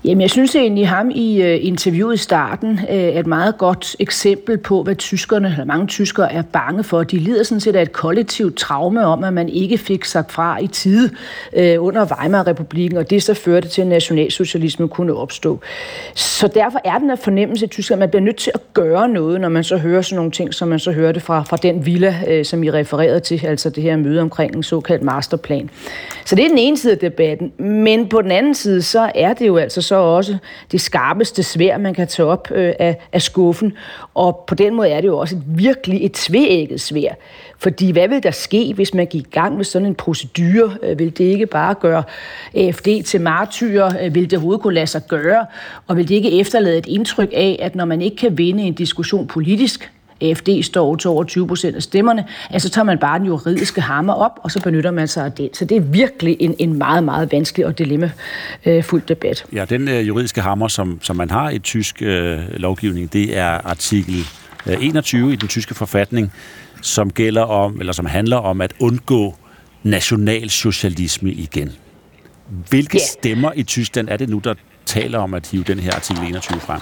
Jamen, jeg synes egentlig, ham i interviewet i starten er et meget godt eksempel på, hvad mange tyskere er bange for. De lider sådan set af et kollektivt traume om, at man ikke fik sagt fra i tide under Weimar-republikken, og det så førte til, at nationalsocialismen kunne opstå. Så derfor er den her fornemmelse i Tyskland, at man bliver nødt til at gøre noget, når man så hører sådan nogle ting, som man så hørte fra den villa, som I refererede til, altså det her møde omkring en såkaldt masterplan. Så det er den ene side af debatten, men på den anden side, så er det jo altså så også det skarpeste sværd, man kan tage op af skuffen, og på den måde er det jo også virkelig et tveægget sværd. Fordi hvad vil der ske, hvis man gik i gang med sådan en procedure? Vil det ikke bare gøre AfD til martyrer? Vil det overhovedet kunne lade sig gøre? Og vil det ikke efterlade et indtryk af, at når man ikke kan vinde en diskussion politisk, AfD står til over 20% af stemmerne, så tager man bare den juridiske hammer op, og så benytter man sig af den. Så det er virkelig en meget, meget vanskelig og dilemmafuld debat. Ja, den juridiske hammer, som man har i tysk lovgivning, det er artikel 21 i den tyske forfatning, som handler om at undgå nationalsocialisme igen. Hvilke stemmer i Tyskland er det nu, der taler om at hive den her artikel 21 frem?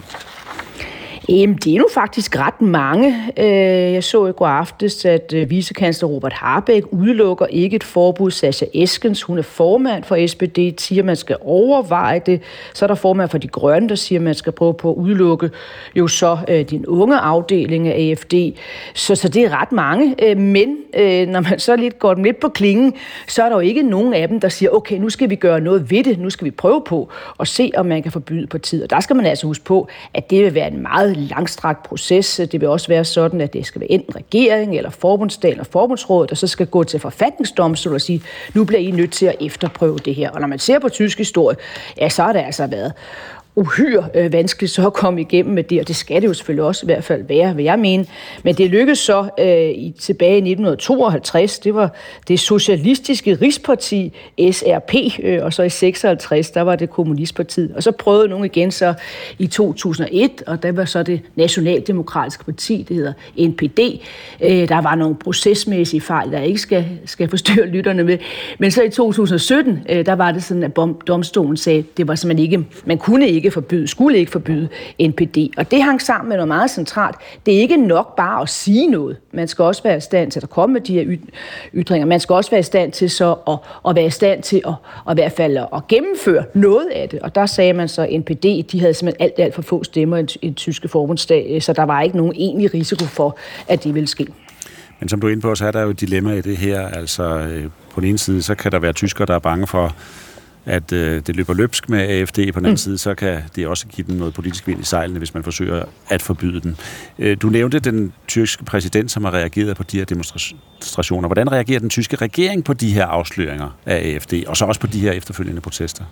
Det er nu faktisk ret mange. Jeg så i går aftes, at vicekansler Robert Habeck udelukker ikke et forbud. Sascha Eskens, hun er formand for SPD, siger, at man skal overveje det. Så er der formand for De Grønne, der siger, at man skal prøve på at udelukke jo så den unge afdeling af AfD. Så det er ret mange. Men når man så lidt går dem lidt på klingen, så er der jo ikke nogen af dem, der siger, okay, nu skal vi gøre noget ved det. Nu skal vi prøve på at se, om man kan forbyde partiet. Og der skal man altså huske på, at det vil være en meget langstrakt proces. Det vil også være sådan, at det skal være enten regering eller forbundsdag eller forbundsrådet, og så skal gå til forfatningsdomstolen og sige, nu bliver I nødt til at efterprøve det her. Og når man ser på tysk historie, så har det altså været uhyre vanskeligt så at komme igennem med det, og det skal det jo selvfølgelig også i hvert fald være, vil jeg mene. Men det lykkedes så tilbage i 1952, det var det socialistiske rigsparti, SRP, og så i 56, der var det kommunistpartiet. Og så prøvede nogen igen så i 2001, og der var så det nationaldemokratiske parti, det hedder NPD. Der var nogle procesmæssige fejl, der ikke skal forstyrre lytterne med. Men så i 2017, der var det sådan, at domstolen sagde, det var simpelthen ikke, man skulle ikke forbyde NPD. Og det hang sammen med noget meget centralt. Det er ikke nok bare at sige noget. Man skal også være i stand til at komme med de her ytringer. Man skal også være i stand til så at være i stand til at i hvert fald at gennemføre noget af det. Og der sagde man så, NPD, de havde simpelthen alt for få stemmer i den tyske forbundsdag, så der var ikke nogen egentlig risiko for, at det ville ske. Men som du er inde på, så er der jo et dilemma i det her. Altså på den ene side, så kan der være tyskere, der er bange for, at det løber løbsk med AfD. På den anden side, så kan det også give dem noget politisk vind i sejlene, hvis man forsøger at forbyde den. Du nævnte den tyske præsident, som har reageret på de her demonstrationer. Hvordan reagerer den tyske regering på de her afsløringer af AfD, og så også på de her efterfølgende protester?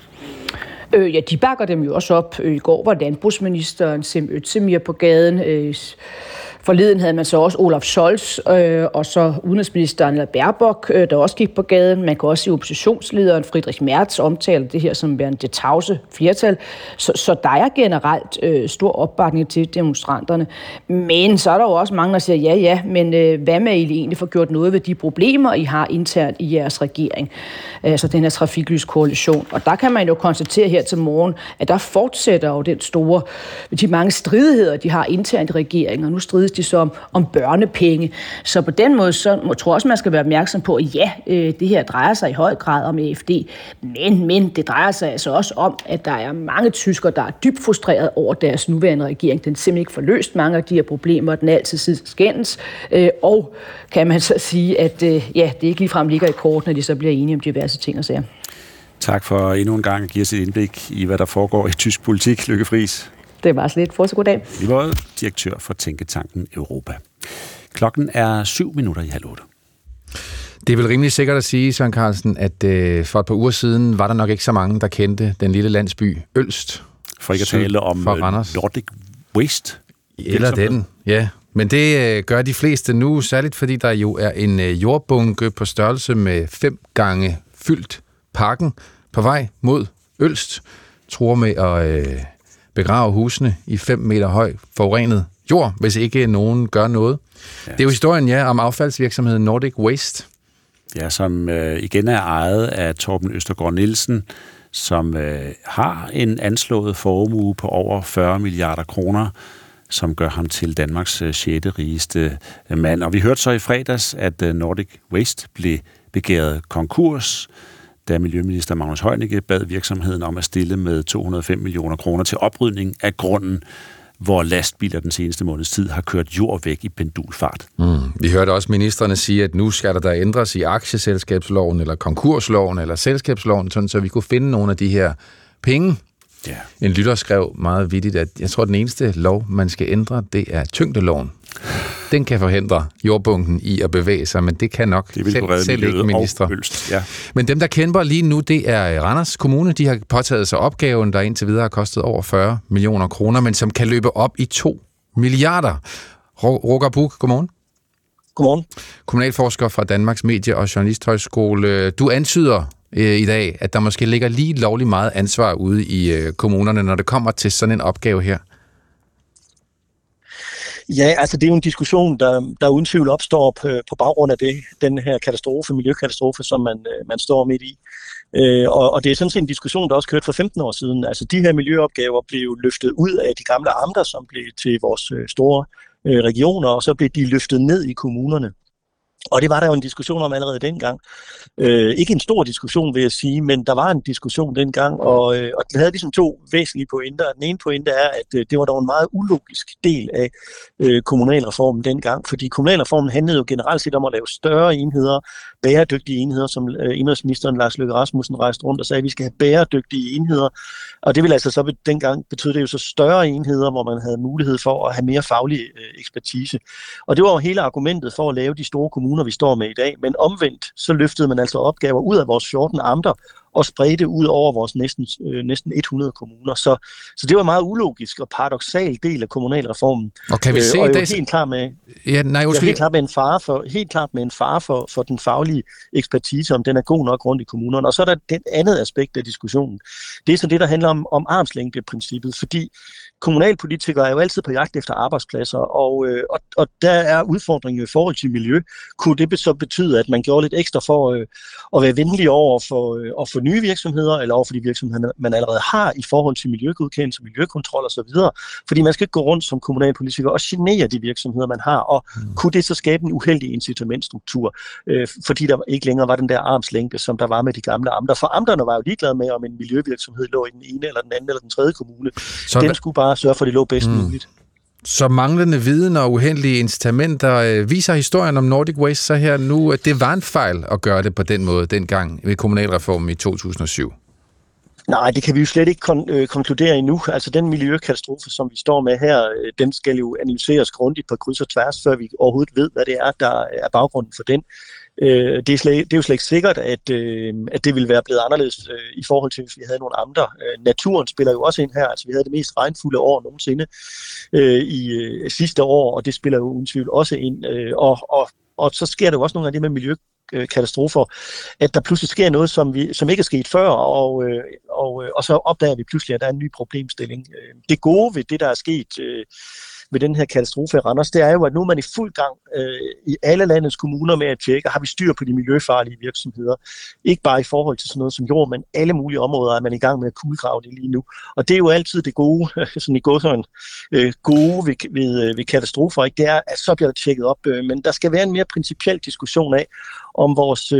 Ja, de bakker dem jo også op. I går var landbrugsministeren Cem Özdemir på gaden. Forleden havde man så også Olaf Scholz og så udenrigsministeren Baerbock, der også gik på gaden. Man kan også se oppositionslederen Friedrich Merz omtale det her som værende det tavse flertal. Så der er generelt stor opbakning til demonstranterne. Men så er der jo også mange, der siger, ja, men hvad med I egentlig får gjort noget ved de problemer, I har internt i jeres regering? Altså den her trafiklyskoalition. Og der kan man jo konstatere her til morgen, at der fortsætter jo de mange stridigheder, de har internt i regeringen, og nu strides de så om børnepenge. Så på den måde, så tror jeg også, man skal være opmærksom på, at ja, det her drejer sig i høj grad om AfD, men det drejer sig altså også om, at der er mange tyskere, der er dybt frustreret over deres nuværende regering. Den simpelthen ikke får løst mange af de her problemer, den altid skændes, og kan man så sige, at det ikke ligefrem ligger i korten, når de så bliver enige om diverse ting og sager. Tak for endnu en gang at give os et indblik i, hvad der foregår i tysk politik. Lykke Friis. Det var så lidt. Fortsat god dag. Vi var direktør for Tænketanken Europa. Klokken er 7:07. Det er vel rimelig sikkert at sige, Søren Carlsen, at for et par uger siden var der nok ikke så mange, der kendte den lille landsby Ølst. For ikke at tale om Nordic Waste. Eller den, ja. Men det gør de fleste nu, særligt fordi der jo er en jordbunke på størrelse med 5 gange fyldt parken på vej mod Ølst. Tror med at begrave husene i 5 meter høj forurenet jord, hvis ikke nogen gør noget. Ja. Det er jo historien, om affaldsvirksomheden Nordic Waste. Ja, som igen er ejet af Torben Østergaard Nielsen, som har en anslået formue på over 40 milliarder kroner, som gør ham til Danmarks 6. rigeste mand. Og vi hørte så i fredags, at Nordic Waste blev begæret konkurs, da Miljøminister Magnus Heunicke bad virksomheden om at stille med 205 millioner kroner til oprydning af grunden, hvor lastbiler den seneste måneds tid har kørt jord væk i pendulfart. Vi hørte også ministerne sige, at nu skal der ændres i aktieselskabsloven, eller konkursloven, eller selskabsloven, sådan så vi kunne finde nogle af de her penge. Ja. En lytter skrev meget vittigt, at jeg tror, at den eneste lov, man skal ændre, det er tyngdeloven. Den kan forhindre jordbunken i at bevæge sig, men det kan nok selv ikke ministre. Ja. Men dem, der kæmper lige nu, det er Randers Kommune. De har påtaget sig opgaven, der indtil videre har kostet over 40 millioner kroner, men som kan løbe op i 2 milliarder. Roger Buch, godmorgen. Godmorgen. Kommunalforsker fra Danmarks Medie- og Journalisthøjskole. Du antyder i dag, at der måske ligger lige lovligt meget ansvar ude i kommunerne, når det kommer til sådan en opgave her. Ja, altså det er jo en diskussion, der uden tvivl opstår på baggrund af den her miljøkatastrofe, som man står midt i. Og det er sådan set en diskussion, der også kørte for 15 år siden. Altså de her miljøopgaver blev løftet ud af de gamle amter, som blev til vores store regioner, og så blev de løftet ned i kommunerne. Og det var der jo en diskussion om allerede dengang. Ikke en stor diskussion, vil jeg sige, men der var en diskussion dengang, og det havde ligesom 2 væsentlige pointer. Den ene pointe er, at det var dog en meget ulogisk del af kommunalreformen dengang, fordi kommunalreformen handlede jo generelt set om at lave større enheder, bæredygtige enheder, som indenrigsministeren Lars Løkke Rasmussen rejste rundt og sagde, at vi skal have bæredygtige enheder. Og det ville altså så dengang betyde det jo så større enheder, hvor man havde mulighed for at have mere faglig ekspertise. Og det var jo hele argumentet for at lave de store kommuner, vi står med i dag. Men omvendt, så løftede man altså opgaver ud af vores 14 amter og spredte ud over vores næsten 100 kommuner. Så det var en meget ulogisk og paradoksal del af kommunalreformen. Og kan vi se og det? Helt klart med en fare for den faglige ekspertise, om den er god nok rundt i kommunerne. Og så er der den andet aspekt af diskussionen. Det er så det, der handler om armslængdeprincippet, fordi kommunalpolitikere er jo altid på jagt efter arbejdspladser, og der er udfordringen i forhold til miljø. Kunne det så betyde, at man gjorde lidt ekstra for at være venlig over for nye virksomheder, eller over for de virksomheder, man allerede har i forhold til miljøgodkendelse, miljøkontrol osv., fordi man skal ikke gå rundt som kommunalpolitiker og genere de virksomheder, man har, og kunne det så skabe en uheldig incitamentstruktur, fordi der ikke længere var den der armslængde, som der var med de gamle amter. For amterne var jo ligeglade med, om en miljøvirksomhed lå i den ene, eller den anden, eller den tredje kommune. Den skulle bare sørge for, at det lå bedst muligt. Så manglende viden og uheldige incitamenter viser historien om Nordic Waste så her nu, at det var en fejl at gøre det på den måde dengang ved kommunalreformen i 2007? Nej, det kan vi jo slet ikke konkludere endnu. Altså den miljøkatastrofe, som vi står med her, den skal jo analyseres grundigt på kryds og tværs, før vi overhovedet ved, hvad det er, der er baggrunden for den. Det er jo slet ikke sikkert, at det ville være blevet anderledes i forhold til, hvis vi havde nogle amter. Naturen spiller jo også ind her. Altså vi havde det mest regnfulde år nogensinde i sidste år, og det spiller jo uden tvivl også ind. Og så sker der jo også nogle af det med miljøkatastrofer, at der pludselig sker noget, som ikke er sket før, og så opdager vi pludselig, at der er en ny problemstilling. Det gode ved det, der er sket ved den her katastrofe i Randers, det er jo, at nu er man i fuld gang i alle landets kommuner med at tjekke, har vi styr på de miljøfarlige virksomheder. Ikke bare i forhold til sådan noget som jord, men alle mulige områder er man i gang med at kulegrave det lige nu. Og det er jo altid det gode, sådan i gåsøjne, gode ved katastrofer, ikke? Det er, at så bliver det tjekket op. Men der skal være en mere principiel diskussion af, om vores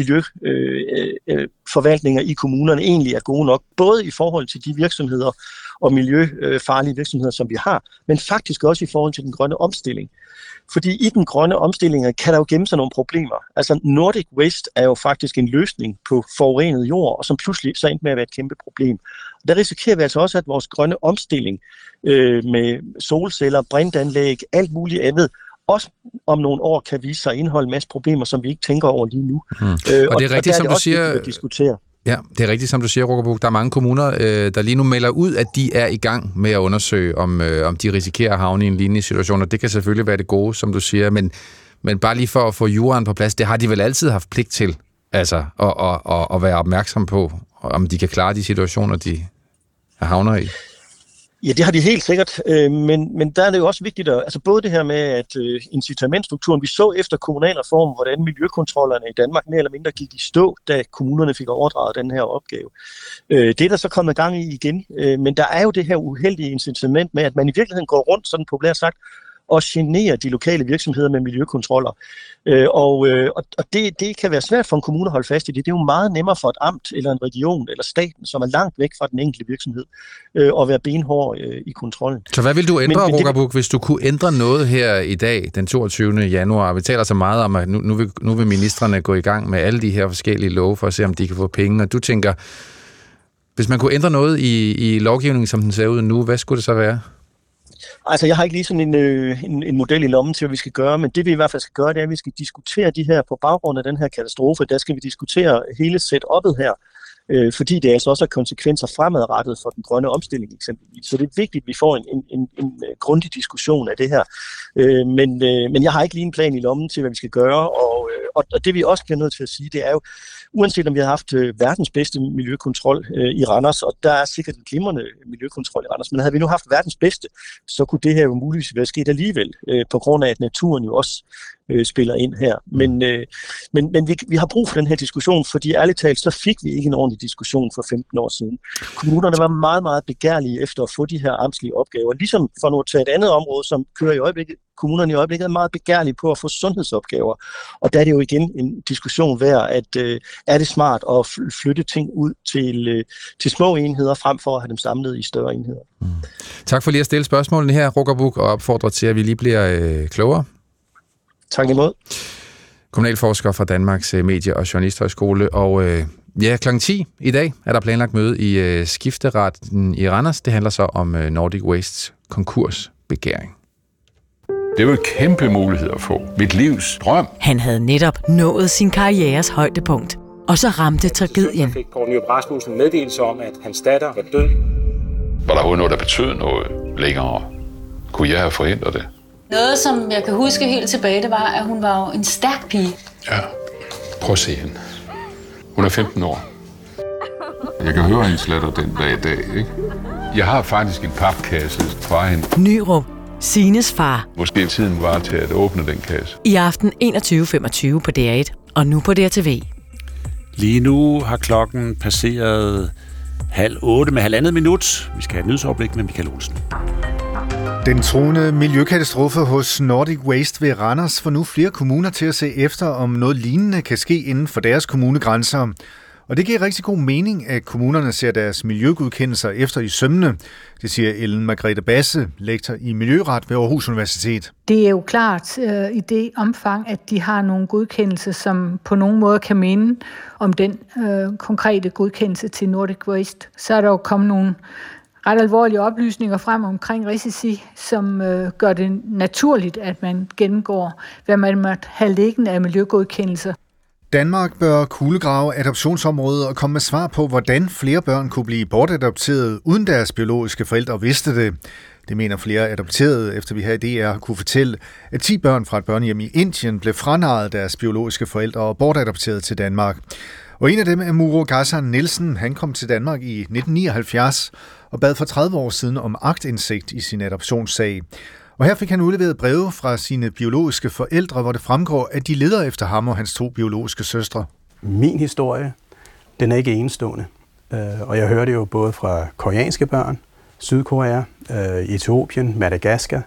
miljøforvaltninger i kommunerne egentlig er gode nok, både i forhold til de virksomheder og miljøfarlige virksomheder, som vi har, men faktisk også i forhold til den grønne omstilling. Fordi i den grønne omstilling kan der jo gemme sig nogle problemer. Altså Nordic Waste er jo faktisk en løsning på forurenet jord, og som pludselig så endte med at være et kæmpe problem. Og der risikerer vi altså også, at vores grønne omstilling med solceller, brintanlæg, alt muligt andet, også om nogle år kan vise sig at indeholde en masse problemer, som vi ikke tænker over lige nu. Og det er rigtigt, som du siger, at diskutere. Ja, det er rigtigt, som du siger, Roger Buch. Der er mange kommuner, der lige nu melder ud, at de er i gang med at undersøge, om de risikerer at havne i en lignende situation, og det kan selvfølgelig være det gode, som du siger, men bare lige for at få juraen på plads, det har de vel altid haft pligt til, altså at være opmærksom på, om de kan klare de situationer, de havner i. Ja, det har de helt sikkert, men der er det jo også vigtigt, altså både det her med, at incitamentstrukturen, vi så efter kommunalreformen, hvordan miljøkontrollerne i Danmark mere eller mindre gik i stå, da kommunerne fik overdraget den her opgave. Det er der så kommet gang i igen, men der er jo det her uheldige incitament med, at man i virkeligheden går rundt, sådan populært sagt, og generer de lokale virksomheder med miljøkontroller. Og det kan være svært for en kommune at holde fast i det. Det er jo meget nemmere for et amt eller en region eller staten, som er langt væk fra den enkelte virksomhed, at være benhård i kontrollen. Så hvad vil du ændre, Roger Buch, hvis du kunne ændre noget her i dag, den 22. januar? Vi taler så meget om, at nu vil ministrene gå i gang med alle de her forskellige love for at se, om de kan få penge. Og du tænker, hvis man kunne ændre noget i lovgivningen, som den ser ud nu, hvad skulle det så være? Altså, jeg har ikke lige sådan en model i lommen til, hvad vi skal gøre, men det vi i hvert fald skal gøre, det er, at vi skal diskutere de her på baggrund af den her katastrofe. Der skal vi diskutere hele setup'et her, fordi det altså også har konsekvenser fremadrettet for den grønne omstilling eksempelvis. Så det er vigtigt, at vi får en grundig diskussion af det her. Men jeg har ikke lige en plan i lommen til, hvad vi skal gøre, og det vi også bliver nødt til at sige, det er jo, uanset om vi har haft verdens bedste miljøkontrol i Randers, og der er sikkert en glimrende miljøkontrol i Randers, men havde vi nu haft verdens bedste, så kunne det her jo muligvis være sket alligevel, på grund af, at naturen jo også spiller ind her. Men vi har brug for den her diskussion, fordi ærligt talt, så fik vi ikke en ordentlig diskussion for 15 år siden. Kommunerne var meget, meget begærlige efter at få de her amtslige opgaver. Ligesom for nu at tage et andet område, som kører i øjeblikket, kommunerne i øjeblikket er meget begærlige på at få sundhedsopgaver. Og der er det jo igen en diskussion værd, at er det smart at flytte ting ud til små enheder, frem for at have dem samlet i større enheder. Tak for lige at stille spørgsmålene her, Roger Buch, og opfordrer til, at vi lige bliver klogere. Tak imod. Kommunalforsker fra Danmarks Medie- og Journalisthøjskole. Og kl. 10 i dag er der planlagt møde i skifteretten i Randers. Det handler så om Nordic Wastes konkursbegæring. Det var en kæmpe mulighed at få. Mit livs drøm. Han havde netop nået sin karrieres højdepunkt. Og så ramte tragedien. Så fik Poul Nyrup Rasmussen meddelelse om, at hans datter var død. Var der overhovedet noget, der betød noget længere? Kunne jeg have forhindret det? Noget, som jeg kan huske helt tilbage, det var, at hun var jo en stærk pige. Ja, prøv at se hende. Hun er 15 år. Jeg kan høre hendes latter den dag i dag, ikke? Jeg har faktisk en papkasse fra hende. Nyrup, Sines far. Måske tiden var til at åbne den kasse. I aften 21.25 på DR1, og nu på DRTV. Lige nu har klokken passeret 7:30 med 1,5 minut. Vi skal have et nyhedsoverblik med Michael Olsen. Den truende miljøkatastrofe hos Nordic Waste ved Randers får nu flere kommuner til at se efter, om noget lignende kan ske inden for deres kommunegrænser. Og det giver rigtig god mening, at kommunerne ser deres miljøgodkendelser efter i sømmene. Det siger Ellen Margrethe Basse, lektor i miljøret ved Aarhus Universitet. Det er jo klart i det omfang, at de har nogle godkendelser, som på nogen måde kan minde om den konkrete godkendelse til Nordic Waste. Så er der jo kommet nogle ret alvorlige oplysninger frem omkring risici, som gør det naturligt, at man gennemgår, hvad man måtte have liggende af miljøgodkendelser. Danmark bør kuglegrave adoptionsområdet og komme med svar på, hvordan flere børn kunne blive bortadopteret, uden deres biologiske forældre vidste det. Det mener flere adopterede, efter vi her i DR kunne fortælle, at 10 børn fra et børnehjem i Indien blev franarret deres biologiske forældre og bortadopteret til Danmark. Og en af dem er Muro Ghassan Nielsen. Han kom til Danmark i 1979 og bad for 30 år siden om aktindsigt i sin adoptionssag. Og her fik han udleveret breve fra sine biologiske forældre, hvor det fremgår, at de leder efter ham og hans 2 biologiske søstre. Min historie, den er ikke enestående. Og jeg hører det jo både fra koreanske børn, Sydkorea, Etiopien, Madagaskar.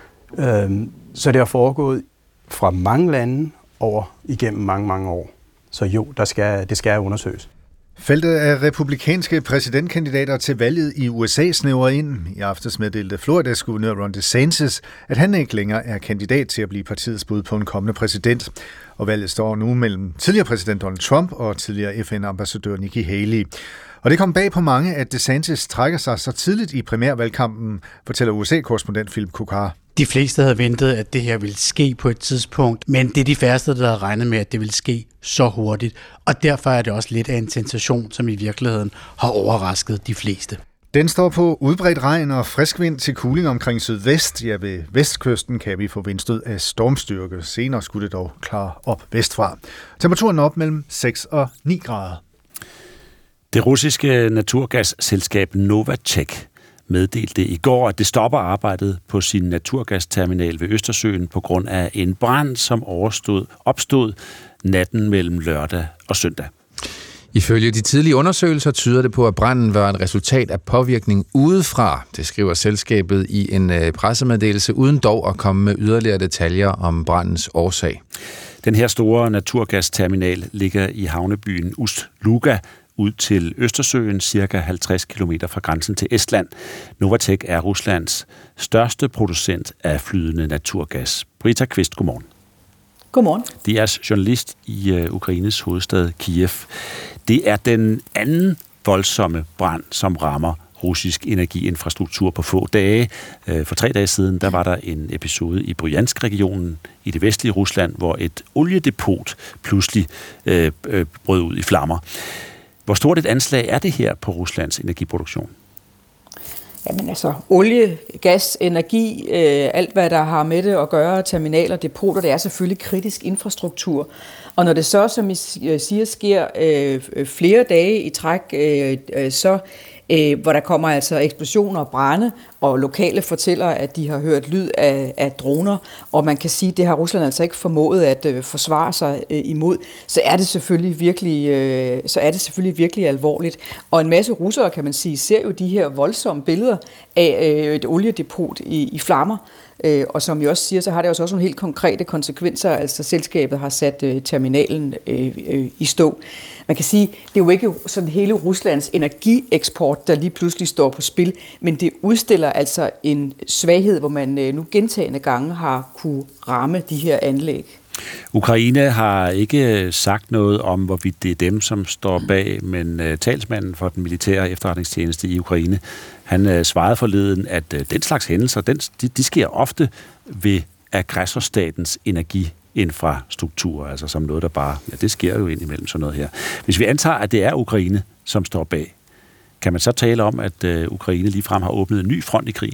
Så det har foregået fra mange lande over igennem mange, mange år. Så jo, det skal undersøges. Feltet af republikanske præsidentkandidater til valget i USA snæver ind. I aftes meddelte Floridas guvernør Ron DeSantis, at han ikke længere er kandidat til at blive partiets bud på en kommende præsident. Og valget står nu mellem tidligere præsident Donald Trump og tidligere FN-ambassadør Nikki Haley. Og det kom bag på mange, at DeSantis trækker sig så tidligt i primærvalgkampen, fortæller USA-korrespondent Philip Kukar. De fleste havde ventet, at det her ville ske på et tidspunkt, men det er de færreste, der havde regnet med, at det ville ske så hurtigt. Og derfor er det også lidt af en sensation, som i virkeligheden har overrasket de fleste. Den står på udbredt regn og frisk vind til kuling omkring sydvest. Ja, ved vestkysten kan vi få vindstød af stormstyrke. Senere skulle det dog klare op vestfra. Temperaturen op mellem 6 og 9 grader. Det russiske naturgasselskab Novatek meddelte i går, at det stopper arbejdet på sin naturgasterminal ved Østersøen på grund af en brand, som opstod natten mellem lørdag og søndag. Ifølge de tidlige undersøgelser tyder det på, at branden var et resultat af påvirkning udefra. Det skriver selskabet i en pressemeddelelse, uden dog at komme med yderligere detaljer om brandens årsag. Den her store naturgasterminal ligger i havnebyen Ust-Luga ud til Østersøen, cirka 50 km fra grænsen til Estland. Novatek er Ruslands største producent af flydende naturgas. Brita Kvist, godmorgen. Godmorgen. Det er journalist i Ukraines hovedstad Kiev. Det er den anden voldsomme brand, som rammer russisk energiinfrastruktur på få dage. For 3 dage siden, der var der en episode i Bryansk-regionen i det vestlige Rusland, hvor et oliedepot pludselig brød ud i flammer. Hvor stort et anslag er det her på Ruslands energiproduktion? Jamen altså, olie, gas, energi, alt hvad der har med det at gøre, terminaler, depoter, det er selvfølgelig kritisk infrastruktur. Og når det så, som I siger, sker flere dage i træk, hvor der kommer altså eksplosioner og brande, og lokale fortæller, at de har hørt lyd af droner, og man kan sige, at det har Rusland altså ikke formået at forsvare sig imod, så er det selvfølgelig virkelig alvorligt. Og en masse russere, kan man sige, ser jo de her voldsomme billeder af et oliedepot i flammer. Og som jeg også siger, så har det også nogle helt konkrete konsekvenser. Altså selskabet har sat terminalen i stå. Man kan sige, det er jo ikke sådan hele Ruslands energieksport, der lige pludselig står på spil, men det udstiller altså en svaghed, hvor man nu gentagne gange har kunne ramme de her anlæg. Ukraine har ikke sagt noget om, hvorvidt det er dem, som står bag, men talsmanden for den militære efterretningstjeneste i Ukraine, han svarede forleden, at den slags hændelser, de sker ofte ved aggressorstatens energiinfrastruktur, altså som noget, der bare, ja, det sker jo indimellem sådan noget her. Hvis vi antager, at det er Ukraine, som står bag, kan man så tale om, at Ukraine ligefrem har åbnet en ny front i krigen?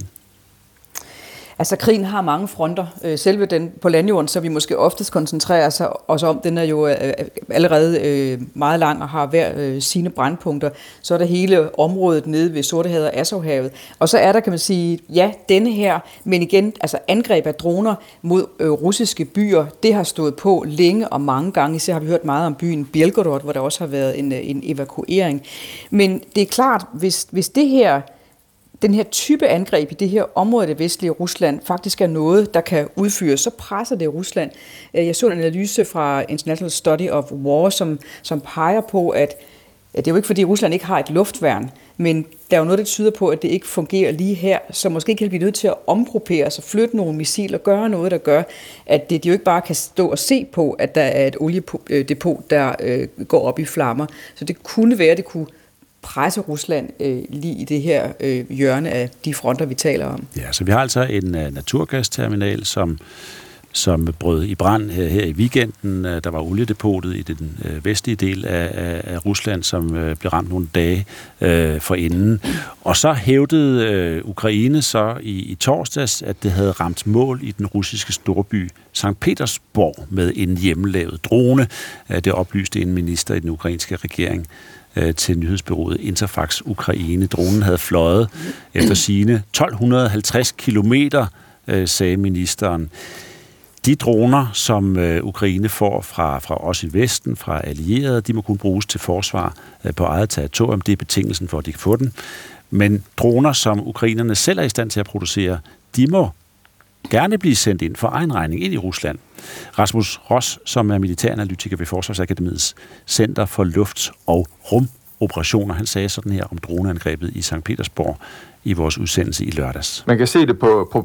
Altså, krigen har mange fronter. Selve den på landjorden, så vi måske oftest koncentrerer os om, den er jo allerede meget lang og har hver sine brandpunkter. Så er der hele området nede ved Sortehavet og Azovhavet. Og så er der, kan man sige, ja, denne her, men igen, altså angreb af droner mod russiske byer, det har stået på længe og mange gange. Især har vi hørt meget om byen Belgorod, hvor der også har været en evakuering. Men det er klart, hvis det her den her type angreb i det her område af det vestlige Rusland faktisk er noget, der kan udføres, så presser det Rusland. Jeg så en analyse fra International Study of War, som peger på, at det er jo ikke fordi Rusland ikke har et luftværn, men der er jo noget, der tyder på, at det ikke fungerer lige her, så måske kan vi nødt til at omgruppere sig, flytte nogle missiler, gøre noget, der gør, at de jo ikke bare kan stå og se på, at der er et oliedepot, der går op i flammer. Så det kunne være, det kunne presse Rusland lige i det her hjørne af de fronter, vi taler om. Ja, så vi har altså en naturgasterminal, som brød i brand her i weekenden. Der var oliedepotet i den vestlige del af Rusland, som blev ramt nogle dage forinden. Og så hævdede Ukraine så i torsdags, at det havde ramt mål i den russiske storby Sankt Petersborg med en hjemmelavet drone. Det oplyste en minister i den ukrainske regering til nyhedsbureauet Interfax Ukraine. Dronen havde fløjet efter sigende 1250 kilometer, sagde ministeren. De droner, som Ukraine får fra os i Vesten, fra allierede, de må kun bruges til forsvar på eget territorium. Det er betingelsen for, at de kan få den. Men droner, som ukrainerne selv er i stand til at producere, de må gerne blive sendt ind for egen regning ind i Rusland. Rasmus Ross, som er militæranalytiker ved Forsvarsakademiets Center for Luft- og Rumoperationer, han sagde sådan her om droneangrebet i Sankt Petersborg i vores udsendelse i lørdags. Man kan se det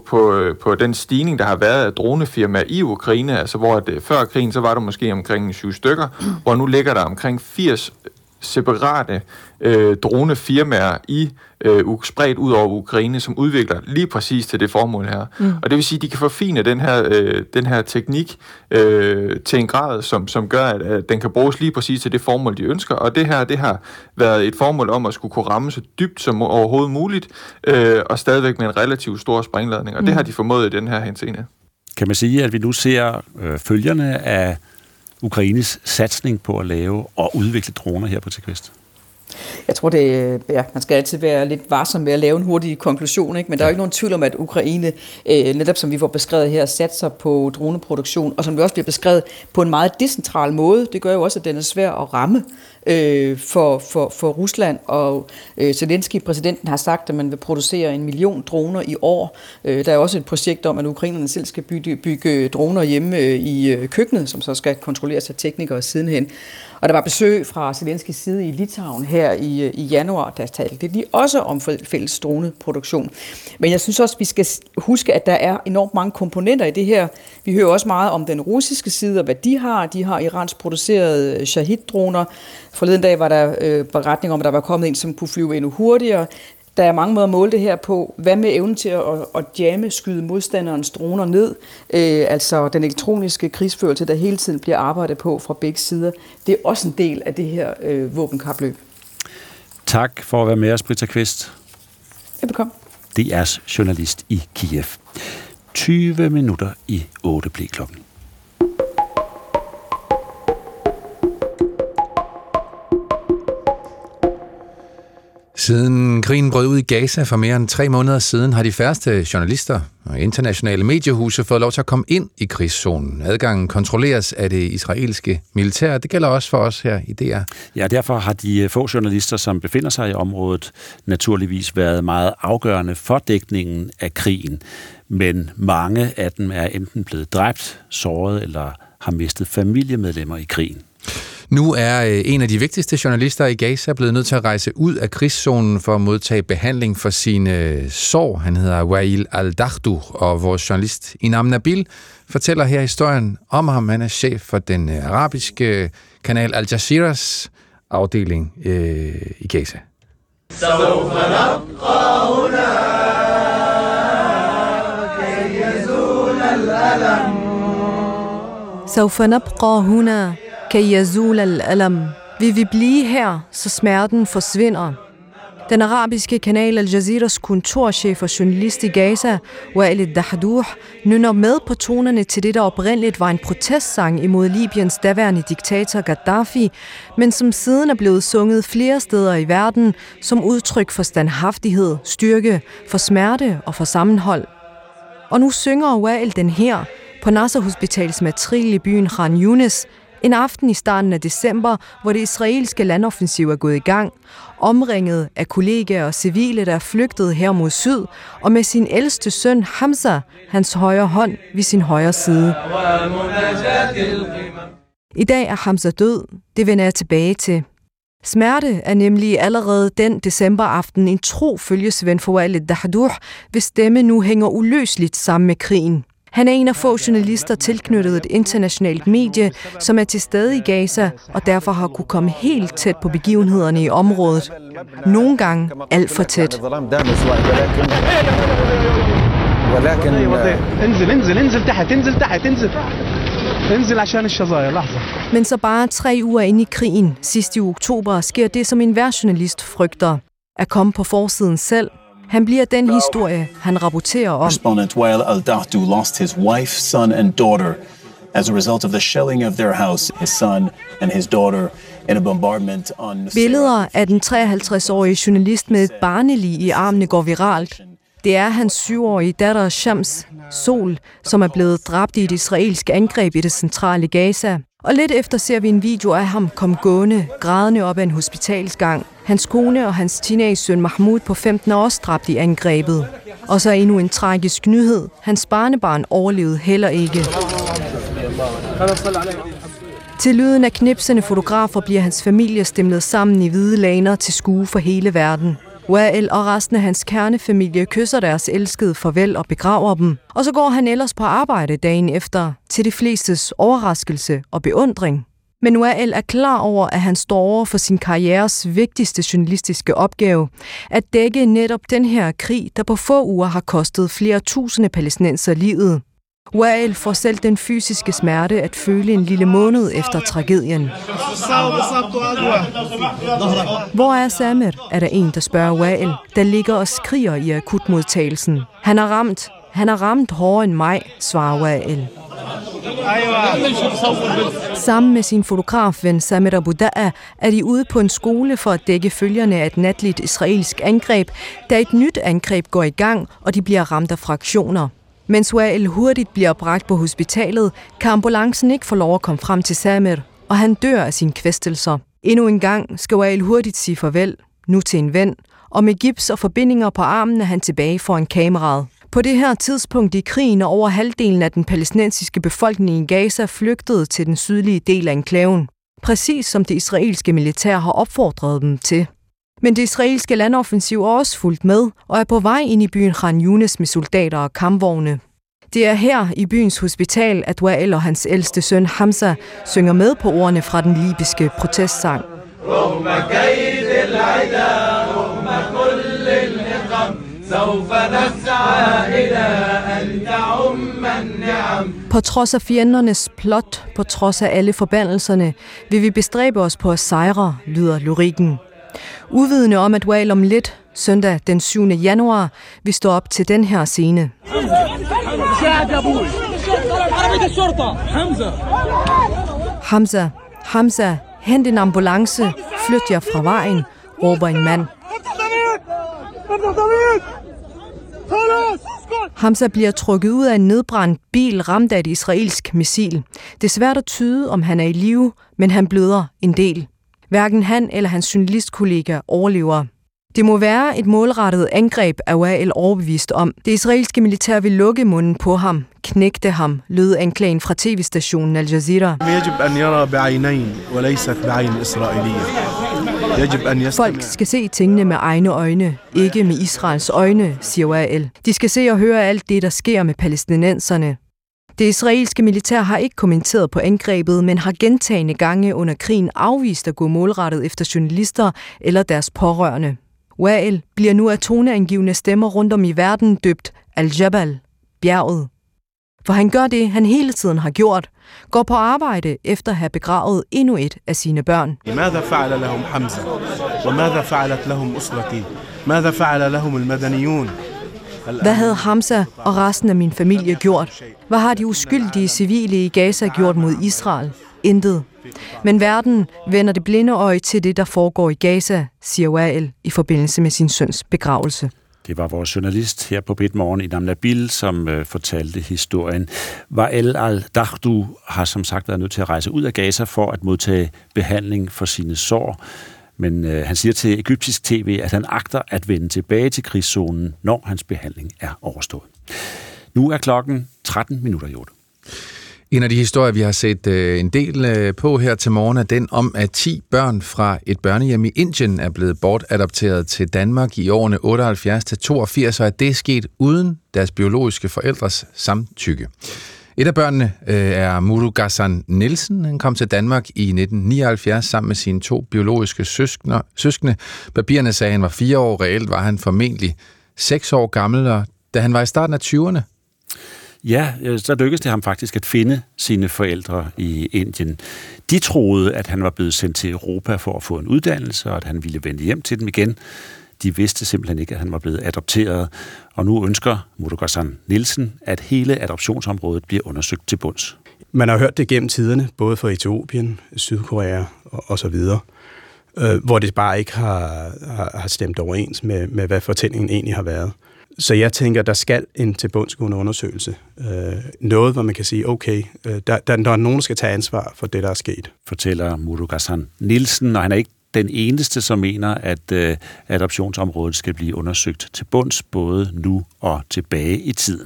på den stigning, der har været af dronefirmaer i Ukraine, altså hvor før krigen, så var der måske omkring 7 stykker, hvor nu ligger der omkring 80 separate dronefirmaer spredt ud over Ukraine, som udvikler lige præcis til det formål her. Og det vil sige, at de kan forfine den her teknik til en grad, som gør, at den kan bruges lige præcis til det formål, de ønsker. Og det her, det har været et formål om at skulle kunne ramme så dybt som overhovedet muligt, og stadigvæk med en relativt stor sprængladning. Og det har de formået i den her henseende. Kan man sige, at vi nu ser følgerne af Ukraines satsning på at lave og udvikle droner her på Tikvist? Jeg tror, man skal altid være lidt varsom med at lave en hurtig konklusion, ikke? Men der er jo ikke nogen tvivl om, at Ukraine, netop som vi får beskrevet her, satser på droneproduktion, og som vi også bliver beskrevet på en meget decentral måde. Det gør jo også, at den er svær at ramme for Rusland, og Zelensky, præsidenten, har sagt, at man vil producere 1 million droner i år. Der er også et projekt om, at ukrainerne selv skal bygge droner hjemme i køkkenet, som så skal kontrolleres af teknikere sidenhen. Og der var besøg fra Zelenskys side i Litauen her i januar, der talte de også om fælles droneproduktion. Men jeg synes også, vi skal huske, at der er enormt mange komponenter i det her. Vi hører også meget om den russiske side, og hvad de har. De har Irans producerede Shahid-droner. Forleden dag var der beretning om, at der var kommet en, som kunne flyve endnu hurtigere. Der er mange måder at måle det her på. Hvad med evnen til at jamme, skyde modstanderens droner ned? Altså den elektroniske krigsførelse, der hele tiden bliver arbejdet på fra begge sider. Det er også en del af det her våbenkapløb. Tak for at være med os, Britta Kvist. Velbekomme. DR's journalist i Kiev. 20 minutter i 8 blev klokken. Siden krigen brød ud i Gaza for mere end 3 måneder siden, har de færreste journalister og internationale mediehuse fået lov til at komme ind i krigszonen. Adgangen kontrolleres af det israelske militær. Det gælder også for os her i DR. Ja, derfor har de få journalister, som befinder sig i området, naturligvis været meget afgørende for dækningen af krigen. Men mange af dem er enten blevet dræbt, såret eller har mistet familiemedlemmer i krigen. Nu er en af de vigtigste journalister i Gaza blevet nødt til at rejse ud af krigszonen for at modtage behandling for sine sår. Han hedder Wael al-Dahdu, og vores journalist Inam Nabil fortæller her historien om ham. Han er chef for den arabiske kanal Al Jazeeras afdeling i Gaza. سوف نبقى هنا كي يزول الألم. Vi vil blive her, så smerten forsvinder. Den arabiske kanal Al Jazeeras kontorchef og journalist i Gaza, Wael al-Dahdu, nynner med på tonerne til det, der oprindeligt var en protestsang imod Libyens daværende diktator Gaddafi, men som siden er blevet sunget flere steder i verden som udtryk for standhaftighed, styrke, for smerte og for sammenhold. Og nu synger Wael den her på Nasser Hospitals matrikel i byen Khan Yunis, en aften i starten af december, hvor det israelske landoffensiv er gået i gang, omringet af kollegaer og civile, der er flygtet her mod syd, og med sin ældste søn Hamza, hans højre hånd, ved sin højre side. I dag er Hamza død. Det vender jeg tilbage til. Smerte er nemlig allerede den decemberaften en tro følgesven for Wael al-Dahdu, hvis stemme nu hænger uløseligt sammen med krigen. Han er en af få journalister tilknyttet et internationalt medie, som er til stede i Gaza, og derfor har kunne komme helt tæt på begivenhederne i området. Nogle gange alt for tæt. Men så bare 3 uger inde i krigen, sidst i oktober, sker det, som enhver journalist frygter. At komme på forsiden selv. Han bliver den historie, han rapporterer om. Correspondent Wael al-Dahdu lost his wife, son and daughter as a result of the shelling of their house, his son and his daughter in a bombardment on... Billeder af den 53-årige journalist med et barnelig i armene går viralt. Det er hans 7-årige datter Shams, Sol, som er blevet dræbt i et israelsk angreb i det centrale Gaza. Og lidt efter ser vi en video af ham komme gående, grædende op ad en hospitalsgang. Hans kone og hans teenage-søn Mahmoud på 15 er også dræbt i angrebet. Og så endnu en tragisk nyhed. Hans barnebarn overlevede heller ikke. Til lyden af knipsende fotografer bliver hans familie stemlet sammen i hvide laner til skue for hele verden. Wael og resten af hans kernefamilie kysser deres elskede farvel og begraver dem. Og så går han ellers på arbejde dagen efter, til de flestes overraskelse og beundring. Men Wael er klar over, at han står over for sin karrieres vigtigste journalistiske opgave, at dække netop den her krig, der på få uger har kostet flere tusinde palæstinenser livet. Wael får selv den fysiske smerte at føle en lille måned efter tragedien. Hvor er Samir, er der en, der spørger Wael, der ligger og skriger i akutmodtagelsen. Han har ramt hårdere end mig, svarer Wael. Sammen med sin fotografven Samir Abu Da'a er de ude på en skole for at dække følgerne af et natligt israelsk angreb, da et nyt angreb går i gang, og de bliver ramt af fraktioner. Mens Wael hurtigt bliver bragt på hospitalet, kan ambulancen ikke få lov at komme frem til Samir, og han dør af sine kvæstelser. Endnu en gang skal Wael hurtigt sige farvel, nu til en ven, og med gips og forbindinger på armen er han tilbage foran kameraet. På det her tidspunkt i krigen er over halvdelen af den palæstinensiske befolkning i Gaza flygtede til den sydlige del af enklaven, præcis som det israelske militær har opfordret dem til. Men det israelske landoffensiv er også fulgt med og er på vej ind i byen Khan Yunis med soldater og kampvogne. Det er her i byens hospital, at Wael og hans ældste søn Hamza synger med på ordene fra den libyske protestsang. På trods af fjendernes plot, på trods af alle forbandelserne, vil vi bestræbe os på at sejre, lyder lyrikken. Uvidende om, at Wael om lidt, søndag den 7. januar, vil stå op til den her scene. Hamza, hent en ambulance, flyt jer fra vejen, råber en mand. Hamza bliver trukket ud af en nedbrændt bil, ramt af et israelsk missil. Det er svært at tyde, om han er i live, men han bløder en del. Hverken han eller hans journalistkollega overlever. Det må være et målrettet angreb, er Wael overbevist om. Det israelske militær vil lukke munden på ham, knægte ham, lød anklagen fra tv-stationen Al Jazeera. Folk skal se tingene med egne øjne, ikke med Israels øjne, siger Wael. De skal se og høre alt det, der sker med palæstinenserne. Det israelske militær har ikke kommenteret på angrebet, men har gentagne gange under krigen afvist at gå målrettet efter journalister eller deres pårørende. Wael bliver nu af toneangivende stemmer rundt om i verden døbt Al-Jabal, bjerget. For han gør det, han hele tiden har gjort, går på arbejde efter at have begravet endnu et af sine børn. Hvad havde Hamza og resten af min familie gjort? Hvad har de uskyldige civile i Gaza gjort mod Israel? Intet. Men verden vender det blinde øje til det, der foregår i Gaza, siger Wael i forbindelse med sin søns begravelse. Det var vores journalist her på Bit Morgen i Nabil, som fortalte historien. Wael al-Dahdu har som sagt været nødt til at rejse ud af Gaza for at modtage behandling for sine sår. Men han siger til egyptisk tv, at han agter at vende tilbage til krigszonen, når hans behandling er overstået. Nu er klokken 13:08. En af de historier, vi har set en del på her til morgen, er den om, at 10 børn fra et børnehjem i Indien er blevet bortadopteret til Danmark i årene 78 til 82, og at det er sket uden deres biologiske forældres samtykke. Et af børnene er Murugasan Nielsen. Han kom til Danmark i 1979 sammen med sine 2 biologiske søskende. Papirerne sagde, at han var 4 år. Reelt var han formentlig 6 år gammel, og da han var i starten af 20'erne. Ja, så lykkedes det ham faktisk at finde sine forældre i Indien. De troede, at han var blevet sendt til Europa for at få en uddannelse, og at han ville vende hjem til dem igen. De vidste simpelthen ikke, at han var blevet adopteret, og nu ønsker Murugasan Nielsen, at hele adoptionsområdet bliver undersøgt til bunds. Man har hørt det gennem tiderne, både fra Etiopien, Sydkorea og så videre, hvor det bare ikke har stemt overens med, hvad fortællingen egentlig har været. Så jeg tænker, der skal en tilbundsgående undersøgelse. Noget, hvor man kan sige, okay, der er nogen, der skal tage ansvar for det, der er sket. Fortæller Murugasan Nielsen, og han er ikke den eneste, som mener, at adoptionsområdet skal blive undersøgt til bunds, både nu og tilbage i tiden.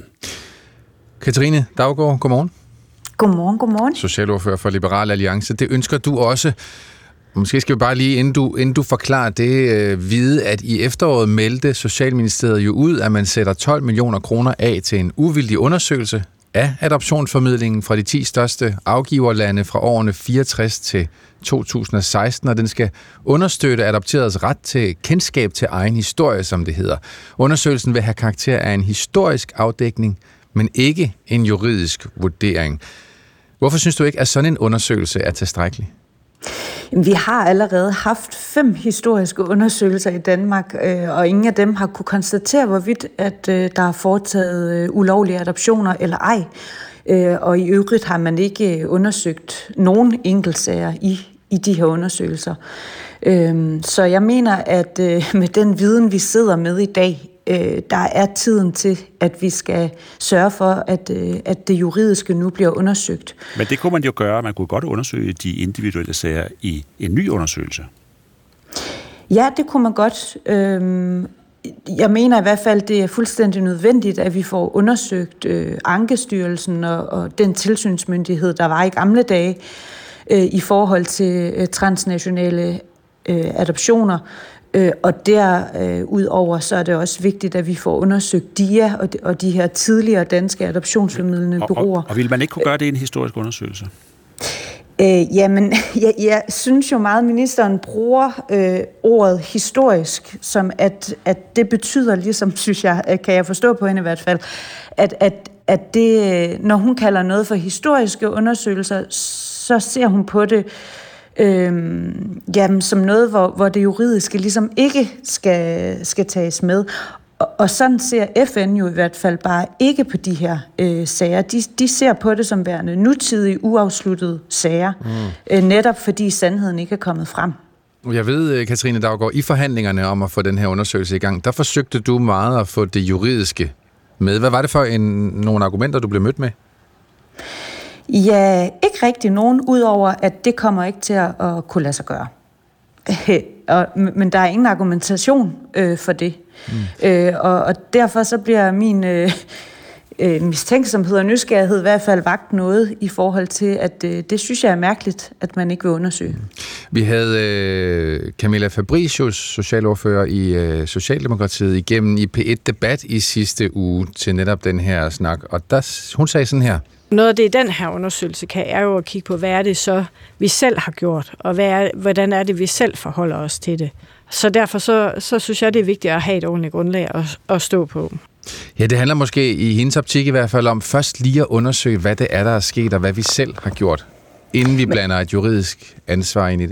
Katrine Daugaard, godmorgen. Godmorgen. Socialordfører for Liberal Alliance. Det ønsker du også. Måske skal vi bare lige, inden du forklarer det, vide, at i efteråret meldte Socialministeriet jo ud, at man sætter 12 millioner kroner af til en uvildig undersøgelse af adoptionsformidlingen fra de 10 største afgiverlande fra årene 64 til 2016, og den skal understøtte adopteredes ret til kendskab til egen historie, som det hedder. Undersøgelsen vil have karakter af en historisk afdækning, men ikke en juridisk vurdering. Hvorfor synes du ikke, at sådan en undersøgelse er tilstrækkelig? Vi har allerede haft 5 historiske undersøgelser i Danmark, og ingen af dem har kunne konstatere, hvorvidt at der er foretaget ulovlige adoptioner eller ej. Og i øvrigt har man ikke undersøgt nogen enkeltsager i de her undersøgelser. Så jeg mener, at med den viden, vi sidder med i dag, der er tiden til, at vi skal sørge for, at det juridiske nu bliver undersøgt. Men det kunne man jo gøre. Man kunne godt undersøge de individuelle sager i en ny undersøgelse. Ja, det kunne man godt. Jeg mener i hvert fald, det er fuldstændig nødvendigt, at vi får undersøgt Ankestyrelsen og den tilsynsmyndighed, der var i gamle dage i forhold til transnationale adoptioner. Og derudover så er det også vigtigt, at vi får undersøgt DIA og de her tidligere danske adoptionsformidlende bureauer. Og vil man ikke kunne gøre det i en historisk undersøgelse? Jamen, jeg synes jo meget, at ministeren bruger ordet historisk, som at det betyder ligesom, synes jeg, kan jeg forstå på hende i hvert fald, at det, når hun kalder noget for historiske undersøgelser, så ser hun på det som noget, hvor det juridiske ligesom ikke skal tages med. Og sådan ser FN jo i hvert fald bare ikke på de her sager. De ser på det som værende nutidige, uafsluttede sager, netop fordi sandheden ikke er kommet frem. Jeg ved, Katrine Daugaard, i forhandlingerne om at få den her undersøgelse i gang, der forsøgte du meget at få det juridiske med. Hvad var det for nogle argumenter, du blev mødt med? Ja, ikke rigtig nogen, udover at det kommer ikke til at kunne lade sig gøre. Men der er ingen argumentation for det. Og derfor så bliver min mistænksomhed og nysgerrighed i hvert fald vagt noget i forhold til, at det synes jeg er mærkeligt, at man ikke vil undersøge. Vi havde Camilla Fabricius, socialordfører i Socialdemokratiet, igennem i P1-debat i sidste uge til netop den her snak, og hun sagde sådan her. Noget af det, den her undersøgelse kan, er jo at kigge på, hvad er det så, vi selv har gjort, og hvordan er det, vi selv forholder os til det. Så derfor så synes jeg, det er vigtigt at have et ordentligt grundlag at stå på. Ja, det handler måske i hendes optik i hvert fald om først lige at undersøge, hvad det er, der er sket, og hvad vi selv har gjort, inden vi blander et juridisk ansvar ind i det.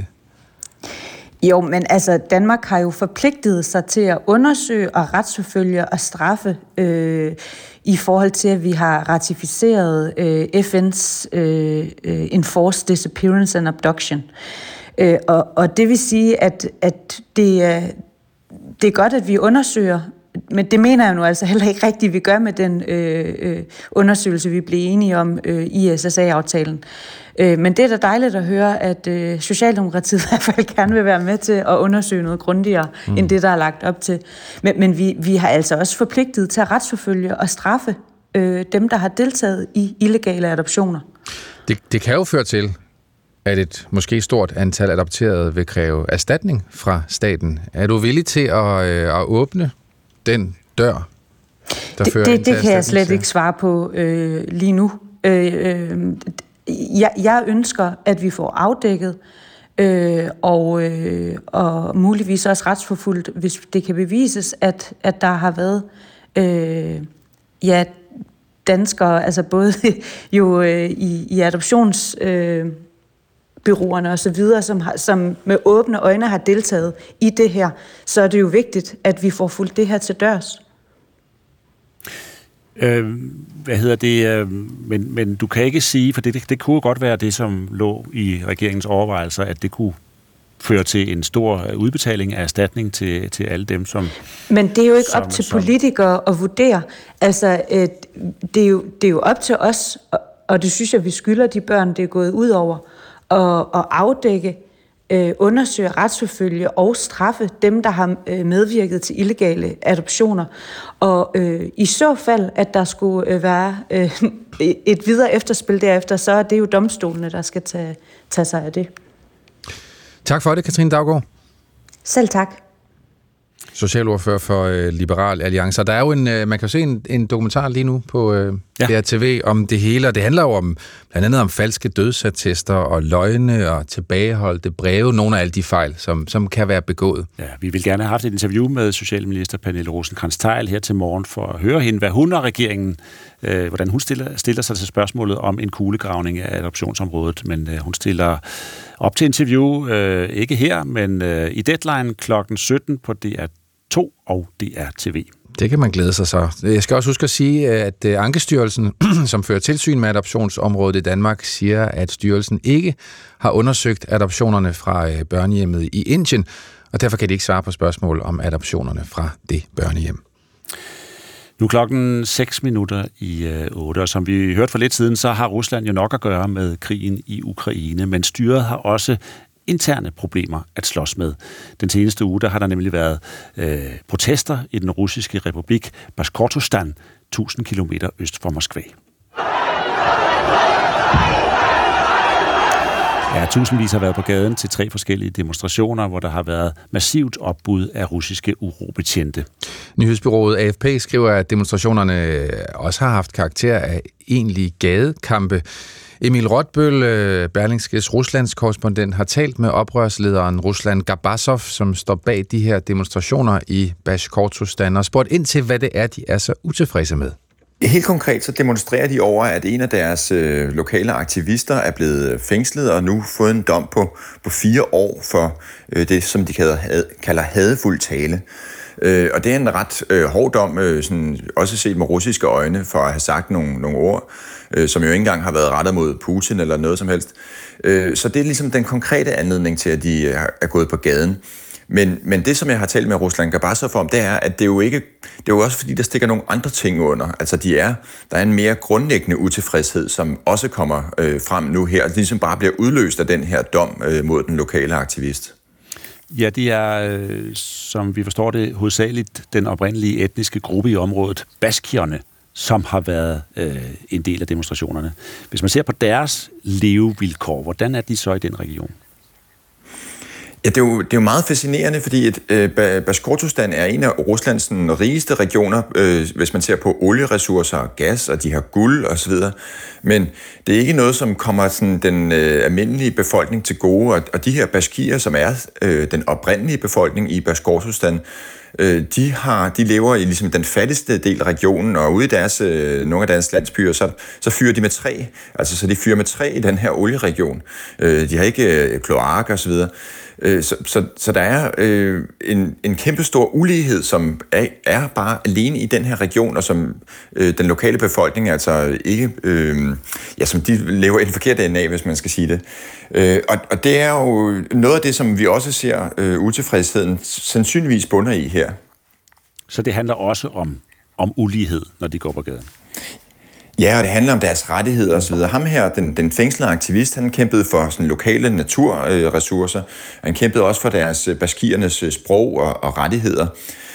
Jo, men altså, Danmark har jo forpligtet sig til at undersøge og retsforfølge og straffe i forhold til, at vi har ratificeret FN's Enforced Disappearance and Abduction. Og det vil sige, at det er godt, at vi undersøger, men det mener jeg nu altså heller ikke rigtigt, vi gør med den undersøgelse, vi blev enige om i SSA-aftalen. Men det er da dejligt at høre, at Socialdemokratiet i hvert fald gerne vil være med til at undersøge noget grundigere, end det, der er lagt op til. Men vi har altså også forpligtet til at retsforfølge og straffe dem, der har deltaget i illegale adoptioner. Det kan jo føre til, at et måske stort antal adopterede vil kræve erstatning fra staten. Er du villig til at åbne den dør, der fører ind til det kan jeg slet ikke svare på lige nu. Jeg ønsker, at vi får afdækket og muligvis også retsforfulgt, hvis det kan bevises, at der har været danskere, altså både jo i adoptionsbureauerne og så videre, som med åbne øjne har deltaget i det her, så er det jo vigtigt, at vi får fulgt det her til dørs. Men du kan ikke sige, for det kunne godt være det, som lå i regeringens overvejelser, at det kunne føre til en stor udbetaling af erstatning til alle dem, som... Men det er jo ikke op til politikere at vurdere. Altså, det er jo op til os, og det synes jeg, vi skylder de børn, det er gået ud over, at afdække, undersøge, retsforfølge og straffe dem, der har medvirket til illegale adoptioner. Og i så fald, at der skulle være et videre efterspil derefter, så er det jo domstolene, der skal tage sig af det. Tak for det, Katrine Daugaard. Selv tak. Socialordfører for Liberal Alliance. Der er jo man kan se en dokumentar lige nu på DRTV om det hele, og det handler jo om blandt andet om falske dødsattester og løgne og tilbageholdte breve, nogle af alle de fejl, som kan være begået. Ja, vi vil gerne have haft et interview med socialminister Pernille Rosenkrantz-Theil her til morgen for at høre hende, hvad hun og regeringen, hvordan hun stiller sig til spørgsmålet om en kulegravning af adoptionsområdet, men hun stiller op til interview, ikke her, men i Deadline klokken 17 på DR2 og DR TV. Det kan man glæde sig så. Jeg skal også huske at sige, at Ankestyrelsen, som fører tilsyn med adoptionsområdet i Danmark, siger, at styrelsen ikke har undersøgt adoptionerne fra børnehjemmet i Indien, og derfor kan de ikke svare på spørgsmål om adoptionerne fra det børnehjem. Nu klokken 6:06, og som vi hørte for lidt siden, så har Rusland jo nok at gøre med krigen i Ukraine, men styret har også interne problemer at slås med. Den seneste uge, der har der nemlig været protester i den russiske republik Bashkortostan, 1000 kilometer øst for Moskva. Ja, tusindvis har været på gaden til 3 forskellige demonstrationer, hvor der har været massivt opbud af russiske urobetjente. Nyhedsbureauet AFP skriver, at demonstrationerne også har haft karakter af egentlige gadekampe. Emil Rotbøl, Berlingskes Ruslands korrespondent, har talt med oprørslederen Ruslan Gabasov, som står bag de her demonstrationer i Bashkortostan, og spurgt ind til, hvad det er, de er så utilfredse med. Helt konkret så demonstrerer de over, at en af deres lokale aktivister er blevet fængslet og nu fået en dom på 4 år for det, som de kalder hadefuld tale. Og det er en ret hård dom, sådan, også set med russiske øjne, for at have sagt nogle ord, som jo ikke engang har været rettet mod Putin eller noget som helst. Så det er ligesom den konkrete anledning til, at de er gået på gaden. Men det, som jeg har talt med Ruslan Gabasov om, det er, at det er jo også fordi, der stikker nogle andre ting under. Altså, der er en mere grundlæggende utilfredshed, som også kommer frem nu her, ligesom bare bliver udløst af den her dom mod den lokale aktivist. Ja, det er, som vi forstår det, hovedsageligt den oprindelige etniske gruppe i området, baskierne, som har været en del af demonstrationerne. Hvis man ser på deres levevilkår, hvordan er de så i den region? Ja, det er jo meget fascinerende, fordi Bashkortostan er en af Ruslands rigeste regioner, hvis man ser på olieressourcer og gas, og de har guld osv. Men det er ikke noget, som kommer sådan den almindelige befolkning til gode, og de her bashkirer, som er den oprindelige befolkning i Bashkortostan, de lever i ligesom den fattigste del af regionen, og ude i nogle af deres landsbyer, så fyrer de med træ. Altså, så de fyrer med træ i den her olieregion. De har ikke kloak og så videre. Så der er en kæmpe stor ulighed, som er bare alene i den her region, og som den lokale befolkning altså ikke, som de lever i den forkerte ende af, hvis man skal sige det. Og det er jo noget af det, som vi også ser utilfredsheden sandsynligvis bunder i her. Så det handler også om ulighed, når de går på gaden? Ja, og det handler om deres rettigheder osv. Ham her, den fængslede aktivist, han kæmpede for sådan lokale naturressourcer. Han kæmpede også for deres bashkiernes sprog og rettigheder.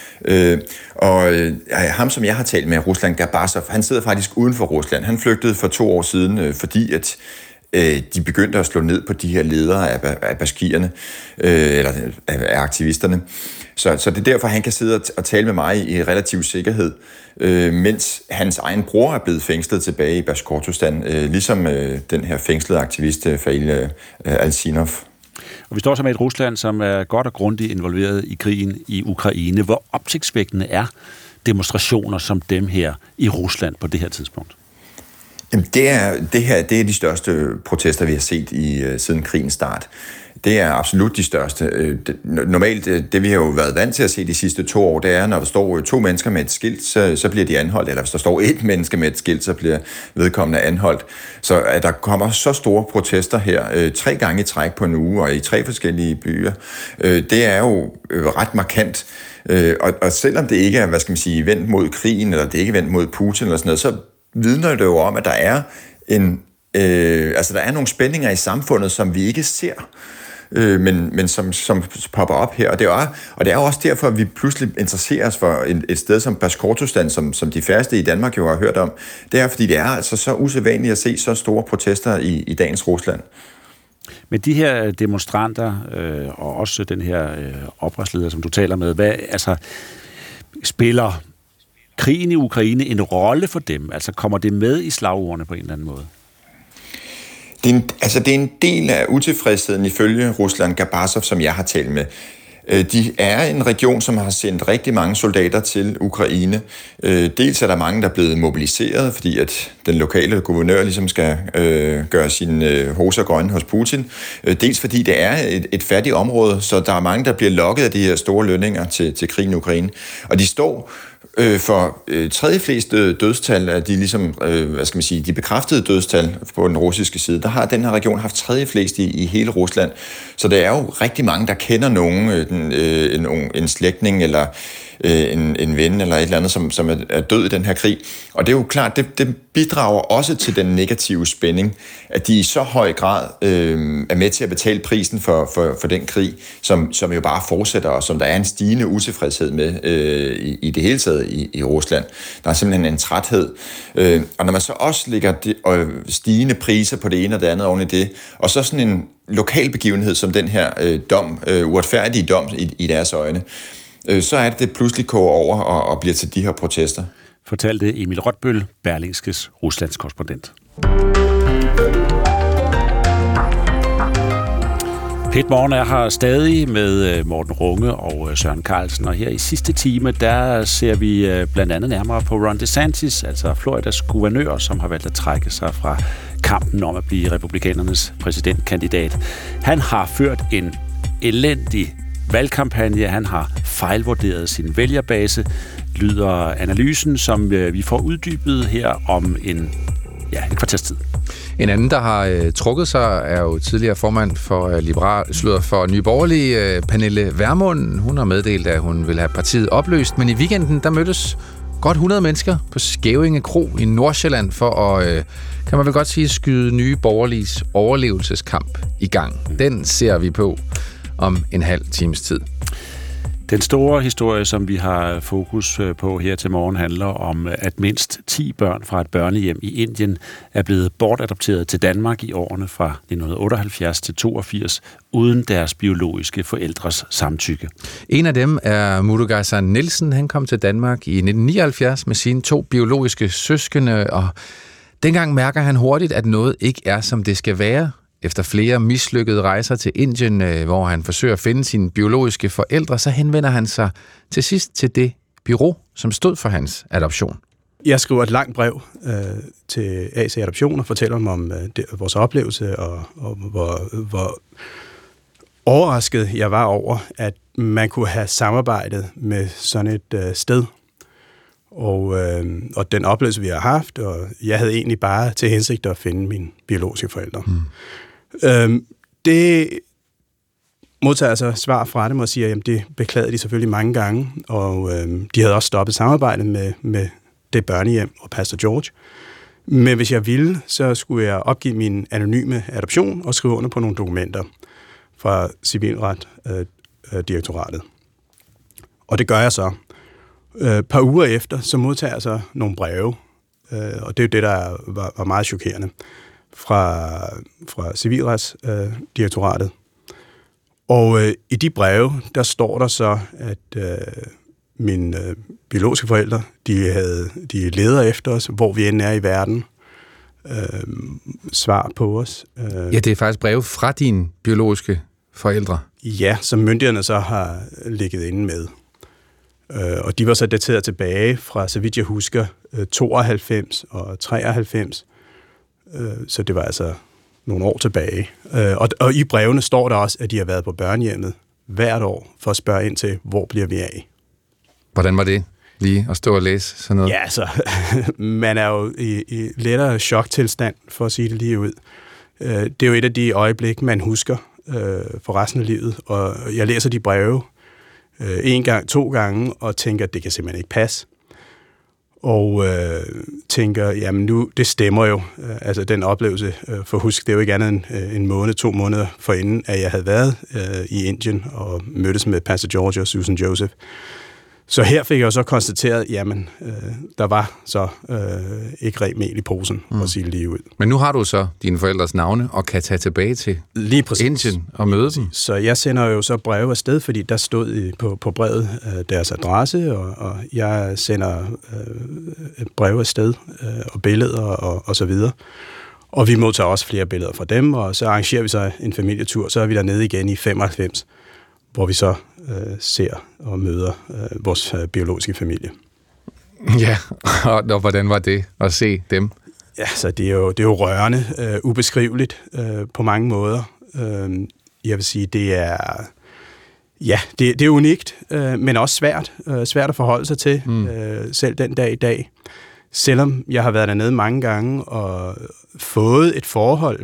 Ham, som jeg har talt med, Ruslan Gabasov, han sidder faktisk uden for Rusland. Han flygtede for 2 år siden, fordi at de begyndte at slå ned på de her ledere af bashkierne, eller af aktivisterne. Så det er derfor, han kan sidde og tale med mig i relativ sikkerhed, mens hans egen bror er blevet fængslet tilbage i Bashkortostan, ligesom den her fængslede aktivist, Fail Alsinov. Og vi står så med et Rusland, som er godt og grundigt involveret i krigen i Ukraine. Hvor opsigtsvækkende er demonstrationer som dem her i Rusland på det her tidspunkt? Jamen, det er de største protester, vi har set siden krigens start. Det er absolut de største. Normalt, det vi har jo været vant til at se de sidste 2 år, det er, når der står 2 mennesker med et skilt, så bliver de anholdt. Eller hvis der står 1 menneske med et skilt, så bliver vedkommende anholdt. Så at der kommer så store protester her, 3 gange i træk på en uge, og i 3 forskellige byer, det er jo ret markant. Og selvom det ikke er, vendt mod krigen, eller det ikke er vendt mod Putin, eller sådan noget, så vidner det jo om, at der er der er nogle spændinger i samfundet, som vi ikke ser, men som popper op her. Og det er jo også derfor, at vi pludselig interesserer os for et sted som Bashkortostan, som de færreste i Danmark jo har hørt om. Det er, fordi det er altså så usædvanligt at se så store protester i dagens Rusland. Men de her demonstranter, og også den her oprørsleder, som du taler med, spiller krigen i Ukraine en rolle for dem? Altså kommer det med i slagordene på en eller anden måde? Det er en del af utilfredsheden ifølge Ruslan Gabasov, som jeg har talt med. De er en region, som har sendt rigtig mange soldater til Ukraine. Dels er der mange, der er blevet mobiliseret, fordi at den lokale guvernør ligesom skal gøre sine hoser grønne hos Putin. Dels fordi det er et fattigt område, så der er mange, der bliver lokket af de her store lønninger til krigen i Ukraine. Og de står for tredje fleste dødstal af de ligesom, de bekræftede dødstal på den russiske side, der har den her region haft tredje flest i hele Rusland. Så der er jo rigtig mange, der kender nogen, en slægtning eller en ven eller et eller andet, som er død i den her krig. Og det er jo klart, det bidrager også til den negative spænding, at de i så høj grad er med til at betale prisen for den krig, som jo bare fortsætter, og som der er en stigende utilfredshed med i det hele taget i Rusland. Der er simpelthen en træthed. Og når man så også lægger stigende priser på det ene og det andet oven i det, og så sådan en lokal begivenhed som den her uretfærdige dom i deres øjne, så er det pludselig koger over og bliver til de her protester. Fortalte Emil Rotbøl, Berlingskes Ruslands korrespondent. Pet Morgen er her stadig med Morten Runge og Søren Carlsen, og her i sidste time, der ser vi blandt andet nærmere på Ron DeSantis, altså Floridas guvernør, som har valgt at trække sig fra kampen om at blive republikanernes præsidentkandidat. Han har ført en elendig valgkampagne, han har fejlvurderet sin vælgerbase, lyder analysen, som vi får uddybet her om en kvarters tid. En anden, der har trukket sig, er jo tidligere formand for Nye Borgerlige, Pernille Vermund. Hun har meddelt, at hun vil have partiet opløst, men i weekenden, der mødtes godt 100 mennesker på Skævinge Kro i Nordsjælland for at, kan man vel godt sige, skyde Nye Borgerliges overlevelseskamp i gang. Den ser vi på om en halv times tid. Den store historie, som vi har fokus på her til morgen, handler om, at mindst 10 børn fra et børnehjem i Indien er blevet bortadopteret til Danmark i årene fra 1978 til 82, uden deres biologiske forældres samtykke. En af dem er Murugasan Nielsen. Han kom til Danmark i 1979 med sine 2 biologiske søskende, og dengang mærker han hurtigt, at noget ikke er, som det skal være. Efter flere mislykkede rejser til Indien, hvor han forsøger at finde sine biologiske forældre, så henvender han sig til sidst til det bureau, som stod for hans adoption. Jeg skriver et langt brev til AC Adoption og fortæller dem om vores oplevelse, og hvor overrasket jeg var over, at man kunne have samarbejdet med sådan et sted. Og den oplevelse, vi har haft, og jeg havde egentlig bare til hensigt at finde mine biologiske forældre. Det modtager altså svar fra dem og siger, at det beklagede de selvfølgelig mange gange, og de havde også stoppet samarbejdet med det børnehjem og Pastor George. Men hvis jeg ville, så skulle jeg opgive min anonyme adoption og skrive under på nogle dokumenter fra Civilretdirektoratet. Og det gør jeg så. Et par uger efter, så modtager jeg så nogle breve, og det er jo det, der var meget chokerende, fra Civilretsdirektoratet. Og i de breve, der står der så, at mine biologiske forældre, de leder efter os, hvor vi end er i verden. Svar på os. Ja, det er faktisk breve fra dine biologiske forældre. Ja, som myndighederne så har ligget inde med. Og de var så dateret tilbage fra, så vidt jeg husker, 92 og 93. Så det var altså nogle år tilbage. Og i brevene står der også, at de har været på børnehjemmet hvert år for at spørge ind til, hvor bliver vi af. Hvordan var det lige at stå og læse sådan noget? Ja, altså, man er jo i lettere choktilstand, for at sige det lige ud. Det er jo et af de øjeblik, man husker for resten af livet. Og jeg læser de breve 1 gang, 2 gange, og tænker, at det kan simpelthen ikke passe. Og tænker, jamen nu, det stemmer jo. Altså den oplevelse, for husk, det er jo ikke andet end en måned, 2 måneder forinden, at jeg havde været i Indien og mødtes med Pastor George og Susan Joseph. Så her fik jeg jo så konstateret, jamen, der var så ikke rent mel i posen, at sige det lige ud. Men nu har du så dine forældres navne, og kan tage tilbage til Indien og møde dem. Så jeg sender jo så breve afsted, fordi der stod på brevet deres adresse, og jeg sender et brev afsted, og billeder og så videre. Og vi modtager også flere billeder fra dem, og så arrangerer vi så en familietur, så er vi dernede igen i 95, hvor vi så ser og møder vores biologiske familie. Ja, og hvordan var det at se dem? Ja, så det er jo rørende, ubeskriveligt på mange måder. Jeg vil sige, det er Ja, det er unikt, men også svært at forholde sig til, selv den dag i dag. Selvom jeg har været dernede mange gange og fået et forhold,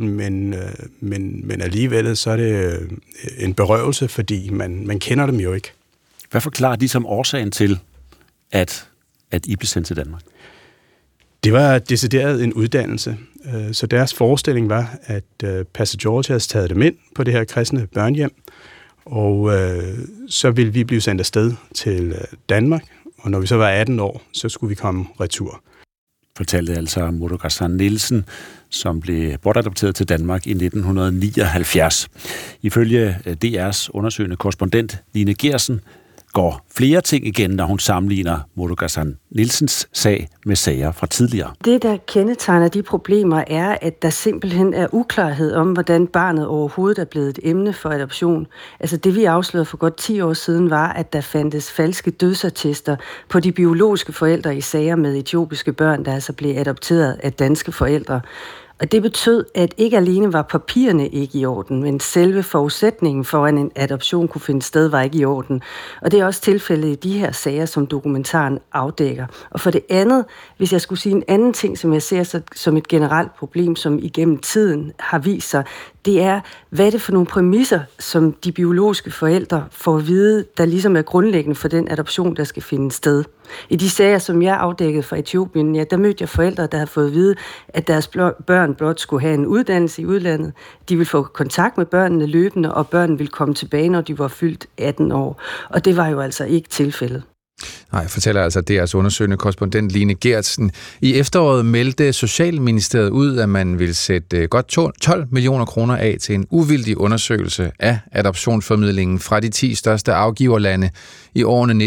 men alligevel så er det en berøvelse, fordi man kender dem jo ikke. Hvad forklarer de som årsagen til, at I blev sendt til Danmark? Det var decideret en uddannelse, så deres forestilling var, at Pastor George havde taget dem ind på det her kristne børnehjem, og så ville vi blive sendt afsted til Danmark, og når vi så var 18 år, så skulle vi komme retur. Fortalte altså Modogassan Nielsen, som blev bortadopteret til Danmark i 1979. Ifølge DR's undersøgende korrespondent Line Gersen går flere ting igen, når hun sammenligner Modogassan Nielsens sag med sager fra tidligere. Det, der kendetegner de problemer, er, at der simpelthen er uklarhed om, hvordan barnet overhovedet er blevet et emne for adoption. Altså det, vi afslørede for godt 10 år siden, var, at der fandtes falske dødsattester på de biologiske forældre i sager med etiopiske børn, der altså blev adopteret af danske forældre. Og det betød, at ikke alene var papirerne ikke i orden, men selve forudsætningen for, at en adoption kunne finde sted, var ikke i orden. Og det er også tilfældet i de her sager, som dokumentaren afdækker. Og for det andet, hvis jeg skulle sige en anden ting, som jeg ser som et generelt problem, som igennem tiden har vist sig, det er, hvad er det for nogle præmisser, som de biologiske forældre får at vide, der ligesom er grundlæggende for den adoption, der skal finde sted. I de sager, som jeg afdækkede fra Etiopien, ja, der mødte jeg forældre, der havde fået at vide, at deres børn blot skulle have en uddannelse i udlandet. De ville få kontakt med børnene løbende, og børnene ville komme tilbage, når de var fyldt 18 år. Og det var jo altså ikke tilfældet. Nej, fortæller altså DR's undersøgende korrespondent Line Gertsen. I efteråret meldte Socialministeriet ud, at man vil sætte godt 12 millioner kroner af til en uvildig undersøgelse af adoptionsformidlingen fra de 10 største afgiverlande i årene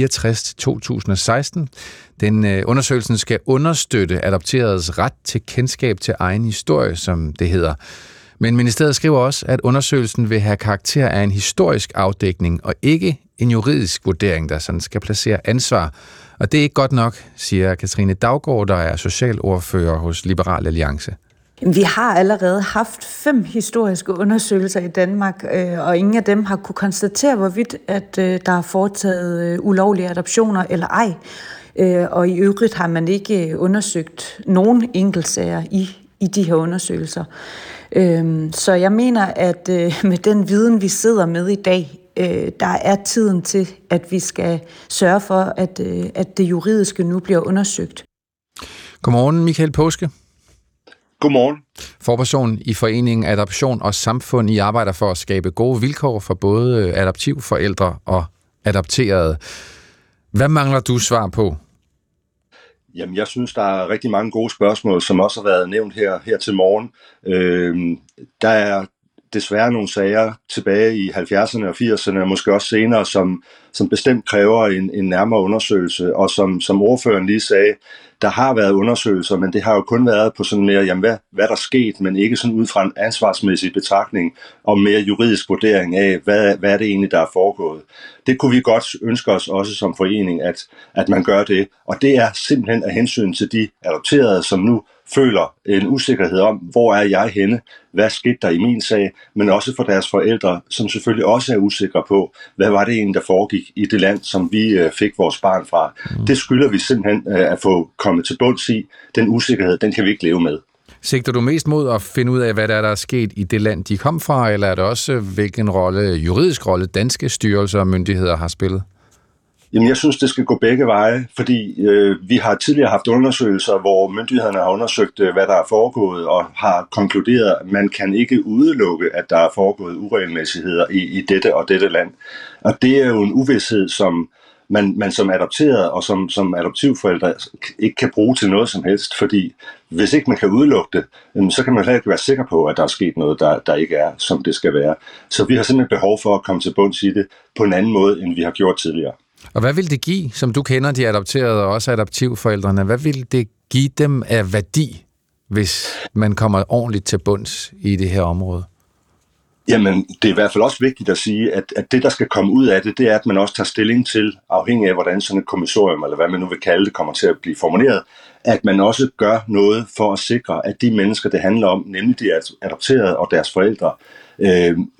1964-2016. Den undersøgelsen skal understøtte adopteredes ret til kendskab til egen historie, som det hedder. Men ministeriet skriver også, at undersøgelsen vil have karakter af en historisk afdækning og ikke en juridisk vurdering, der sådan skal placere ansvar. Og det er ikke godt nok, siger Katrine Daugaard, der er socialordfører hos Liberal Alliance. Vi har allerede haft 5 historiske undersøgelser i Danmark, og ingen af dem har kunne konstatere, hvorvidt at der er foretaget ulovlige adoptioner eller ej. Og i øvrigt har man ikke undersøgt nogen enkeltsager i de her undersøgelser. Så jeg mener, at med den viden, vi sidder med i dag, der er tiden til, at vi skal sørge for, at det juridiske nu bliver undersøgt. Godmorgen, Michael Påske. Godmorgen. Forperson i Foreningen Adoption og Samfund. I arbejder for at skabe gode vilkår for både adoptivforældre og adopterede. Hvad mangler du svar på? Jamen, jeg synes, der er rigtig mange gode spørgsmål, som også har været nævnt her til morgen. Der er desværre nogle sager tilbage i 70'erne og 80'erne, og måske også senere, som bestemt kræver en nærmere undersøgelse. Og som ordføreren lige sagde, der har været undersøgelser, men det har jo kun været på sådan mere, jamen hvad der er sket, men ikke sådan ud fra en ansvarsmæssig betragtning og mere juridisk vurdering af, hvad er det egentlig, der er foregået. Det kunne vi godt ønske os også som forening, at man gør det. Og det er simpelthen af hensyn til de adopterede, som nu føler en usikkerhed om, hvor er jeg henne, hvad skete der i min sag, men også for deres forældre, som selvfølgelig også er usikre på, hvad var det egentlig, der foregik i det land, som vi fik vores barn fra. Det skylder vi simpelthen at få kommet til bunds i. Den usikkerhed, den kan vi ikke leve med. Sigter du mest mod at finde ud af, hvad der er sket i det land, de kom fra, eller er det også, hvilken juridisk rolle danske styrelser og myndigheder har spillet? Jamen, jeg synes, det skal gå begge veje, fordi vi har tidligere haft undersøgelser, hvor myndighederne har undersøgt, hvad der er foregået, og har konkluderet, at man kan ikke udelukke, at der er foregået uregelmæssigheder i dette og dette land. Og det er jo en uvished, som man som adopteret og som adoptivforældre ikke kan bruge til noget som helst, fordi hvis ikke man kan udelukke det, så kan man heller ikke være sikker på, at der er sket noget, der ikke er, som det skal være. Så vi har simpelthen behov for at komme til bunds i det på en anden måde, end vi har gjort tidligere. Og hvad vil det give, som du kender de adopterede og også adoptivforældrene, hvad vil det give dem af værdi, hvis man kommer ordentligt til bunds i det her område? Jamen, det er i hvert fald også vigtigt at sige, at det, der skal komme ud af det, det er, at man også tager stilling til, afhængig af, hvordan sådan et kommissorium, eller hvad man nu vil kalde det, kommer til at blive formuleret, at man også gør noget for at sikre, at de mennesker, det handler om, nemlig de adopterede og deres forældre,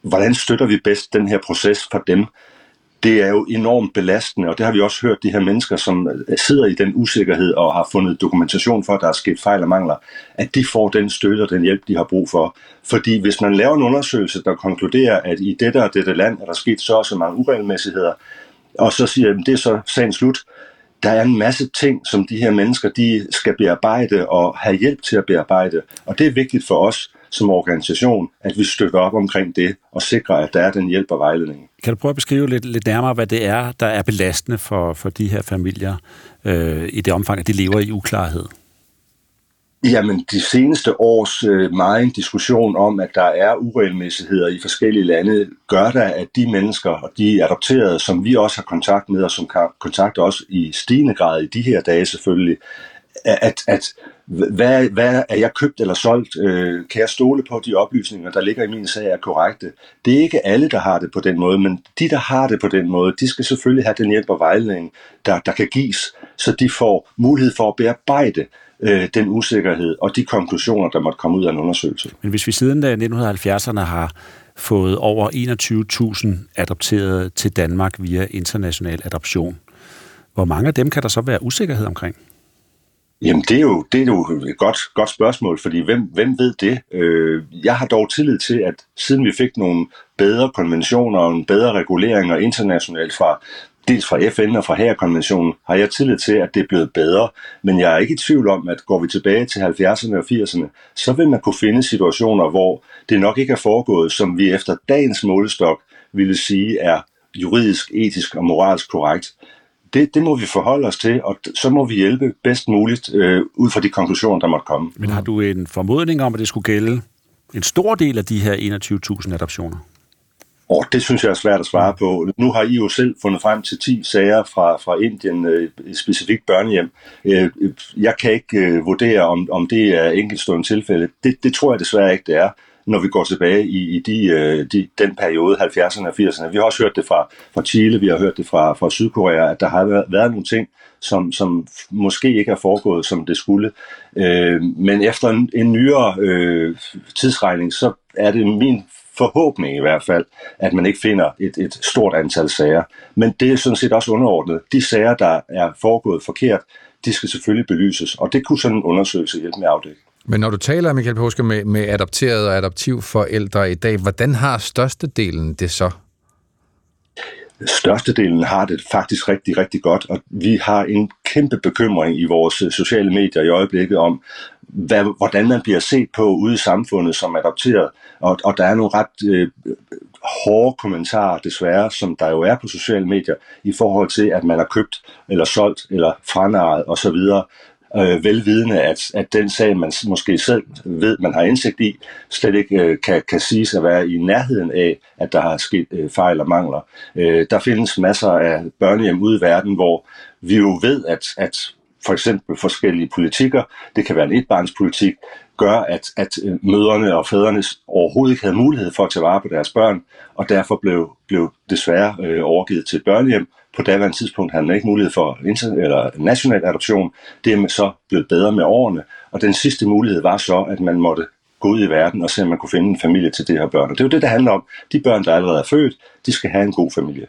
hvordan støtter vi bedst den her proces for dem? Det er jo enormt belastende, og det har vi også hørt de her mennesker, som sidder i den usikkerhed og har fundet dokumentation for, at der er sket fejl og mangler, at de får den støtte og den hjælp, de har brug for. Fordi hvis man laver en undersøgelse, der konkluderer, at i dette og dette land er der sket så og så mange uregelmæssigheder, og så siger, at det er så sagen slut, der er en masse ting, som de her mennesker de skal bearbejde og have hjælp til at bearbejde. Og det er vigtigt for os som organisation, at vi støtter op omkring det og sikrer, at der er den hjælp og vejledning. Kan du prøve at beskrive lidt nærmere, hvad det er, der er belastende for de her familier i det omfang, at de lever i uklarhed? Jamen, de seneste års meget diskussion om, at der er uregelmæssigheder i forskellige lande, gør da, at de mennesker og de adopterede, som vi også har kontakt med, og som kontakter os i stigende grad i de her dage selvfølgelig, at hvad er jeg købt eller solgt? Kan jeg stole på, de oplysninger, der ligger i min sag, er korrekte? Det er ikke alle, der har det på den måde, men de, der har det på den måde, de skal selvfølgelig have den hjælp og vejledning, der kan gives, så de får mulighed for at bearbejde den usikkerhed og de konklusioner, der måtte komme ud af en undersøgelse. Men hvis vi siden 1970'erne har fået over 21.000 adopteret til Danmark via international adoption, hvor mange af dem kan der så være usikkerhed omkring? Jamen, det er jo et godt spørgsmål, fordi hvem ved det? Jeg har dog tillid til, at siden vi fik nogle bedre konventioner og en bedre reguleringer internationalt dels fra FN og fra Haagerkonventionen, har jeg tillid til, at det er blevet bedre. Men jeg er ikke i tvivl om, at går vi tilbage til 70'erne og 80'erne, så vil man kunne finde situationer, hvor det nok ikke er foregået, som vi efter dagens målestok ville sige er juridisk, etisk og moralsk korrekt. Det må vi forholde os til, og så må vi hjælpe bedst muligt ud fra de konklusioner, der måtte komme. Men har du en formodning om, at det skulle gælde en stor del af de her 21.000 adoptioner? Det synes jeg er svært at svare på. Nu har I jo selv fundet frem til 10 sager fra Indien, et specifikt børnehjem. Jeg kan ikke vurdere, om det er enkeltstående tilfælde. Det tror jeg desværre ikke, det er, når vi går tilbage i den periode, 70'erne og 80'erne. Vi har også hørt det fra Chile, vi har hørt det fra Sydkorea, at der har været nogle ting, som måske ikke er foregået, som det skulle. Men efter en nyere tidsregning, så er det min forhåbning i hvert fald, at man ikke finder et stort antal sager. Men det er sådan set også underordnet. De sager, der er foregået forkert, de skal selvfølgelig belyses, og det kunne sådan en undersøgelse hjælpe med at afdække. Men når du taler, Michael Påske, med adopterede og adoptivforældre i dag, hvordan har størstedelen det så? Størstedelen har det faktisk rigtig, rigtig godt, og vi har en kæmpe bekymring i vores sociale medier i øjeblikket om, hvordan man bliver set på ude i samfundet som adopteret, og der er nogle ret hårde kommentarer desværre, som der jo er på sociale medier, i forhold til, at man har købt eller solgt eller franarret osv., velvidende, at den sag, man måske selv ved, man har indsigt i, slet ikke kan siges at være i nærheden af, at der har sket fejl og mangler. Der findes masser af børnehjem ude i verden, hvor vi jo ved, at for eksempel forskellige politikker, det kan være en etbarnspolitik, gør, at mødrene og fædrene overhovedet ikke havde mulighed for at tage vare på deres børn, og derfor blev desværre overgivet til et børnehjem. På daværende tidspunkt havde man ikke mulighed for eller national adoption. Det er så blevet bedre med årene, og den sidste mulighed var så, at man måtte gå ud i verden og se, om man kunne finde en familie til de her børn. Og det er jo det, der handler om. De børn, der allerede er født, de skal have en god familie.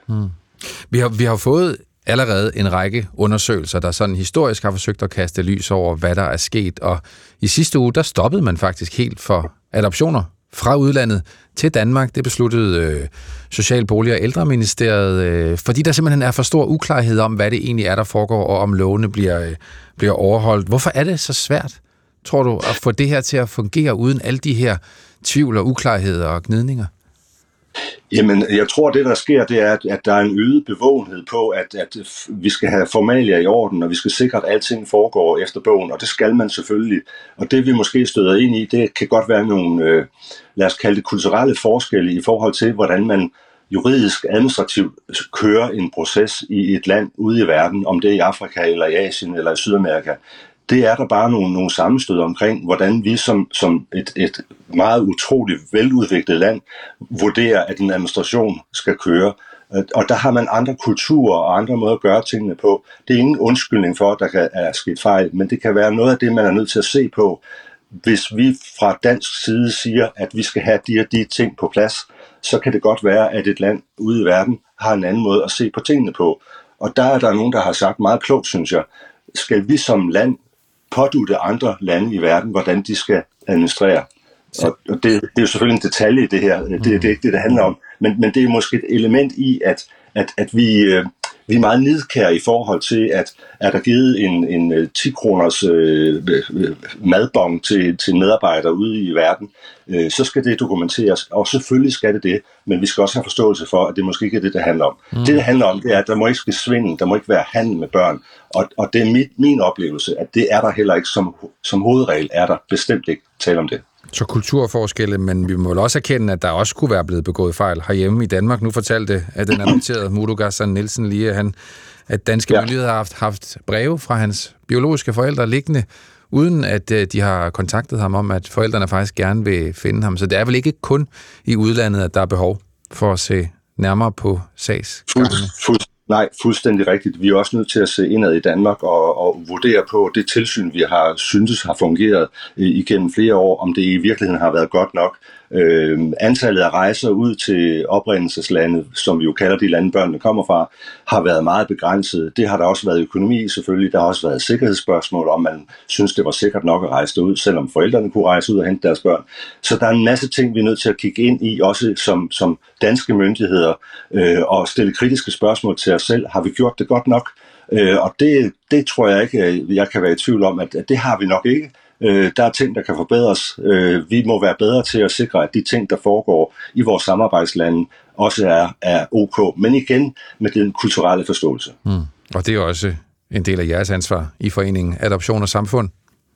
Vi har fået allerede en række undersøgelser, der sådan historisk har forsøgt at kaste lys over, hvad der er sket, og i sidste uge, der stoppede man faktisk helt for adoptioner fra udlandet til Danmark. Det besluttede Social-, Bolig- og Ældreministeriet, fordi der simpelthen er for stor uklarhed om, hvad det egentlig er, der foregår, og om lovene bliver overholdt. Hvorfor er det så svært, tror du, at få det her til at fungere uden alle de her tvivl og uklarheder og gnidninger? Jamen, jeg tror, det der sker, det er, at der er en øget bevågenhed på, at vi skal have formalier i orden, og vi skal sikre, at alting foregår efter bogen, og det skal man selvfølgelig. Og det vi måske støder ind i, det kan godt være nogle, lad os kalde det kulturelle forskelle i forhold til, hvordan man juridisk, administrativt kører en proces i et land ude i verden, om det er i Afrika, eller i Asien, eller i Sydamerika. Det er der bare nogle sammenstød omkring, hvordan vi som et meget utroligt veludviklet land vurderer, at en administration skal køre. Og der har man andre kulturer og andre måder at gøre tingene på. Det er ingen undskyldning for, at der er sket fejl, men det kan være noget af det, man er nødt til at se på. Hvis vi fra dansk side siger, at vi skal have de og de ting på plads, så kan det godt være, at et land ude i verden har en anden måde at se på tingene på. Og der er der nogen, der har sagt meget klogt, synes jeg, skal vi som land pådutte andre lande i verden, hvordan de skal administrere. Og det er jo selvfølgelig en detalje i det her, det er ikke det handler om, men det er måske et element i, at vi er meget nidkære i forhold til, at er der givet en 10 kroners madbon til en medarbejder ude i verden, så skal det dokumenteres, og selvfølgelig skal det, men vi skal også have forståelse for, at det måske ikke er det handler om. Det handler om, det er, at der må ikke ske svindel, der må ikke være handel med børn, og det er min oplevelse, at det er der heller ikke som hovedregel, er der bestemt ikke tale om det. Så kulturforskelle, men vi må vel også erkende, at der også kunne være blevet begået fejl herhjemme i Danmark. Nu fortalte at den adopterede Muruga Nielsen lige, at danske myndigheder har haft breve fra hans biologiske forældre liggende, uden at de har kontaktet ham om, at forældrene faktisk gerne vil finde ham. Så det er vel ikke kun i udlandet, at der er behov for at se nærmere på sagsgangene? Nej, fuldstændig rigtigt. Vi er også nødt til at se indad i Danmark og vurdere på det tilsyn, vi har syntes har fungeret igennem flere år, om det i virkeligheden har været godt nok. Antallet af rejser ud til oprindelseslande, som vi jo kalder de lande, børnene kommer fra, har været meget begrænset. Det har der også været økonomi selvfølgelig. Der har også været sikkerhedsspørgsmål, om man synes, det var sikkert nok at rejse ud, selvom forældrene kunne rejse ud og hente deres børn. Så der er en masse ting, vi er nødt til at kigge ind i, også som danske myndigheder, og stille kritiske spørgsmål til os selv. Har vi gjort det godt nok? Og det tror jeg ikke, jeg kan være i tvivl om, at det har vi nok ikke. Der er ting, der kan forbedres. Vi må være bedre til at sikre, at de ting, der foregår i vores samarbejdslande, også er ok. Men igen med den kulturelle forståelse. Og det er også en del af jeres ansvar i foreningen Adoption og Samfund.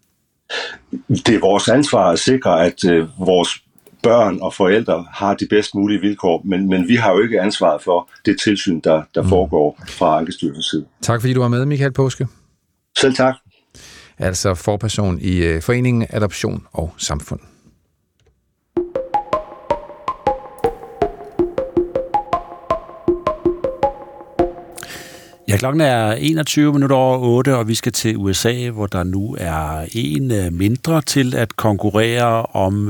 Det er vores ansvar at sikre, at vores børn og forældre har de bedst mulige vilkår, men vi har jo ikke ansvaret for det tilsyn, der foregår fra Ankestyrelsens side. Tak fordi du var med, Michael Påske. Selv tak. Altså forperson i foreningen Adoption og Samfund. Ja, klokken er 21 minutter over 8, og vi skal til USA, hvor der nu er en mindre til at konkurrere om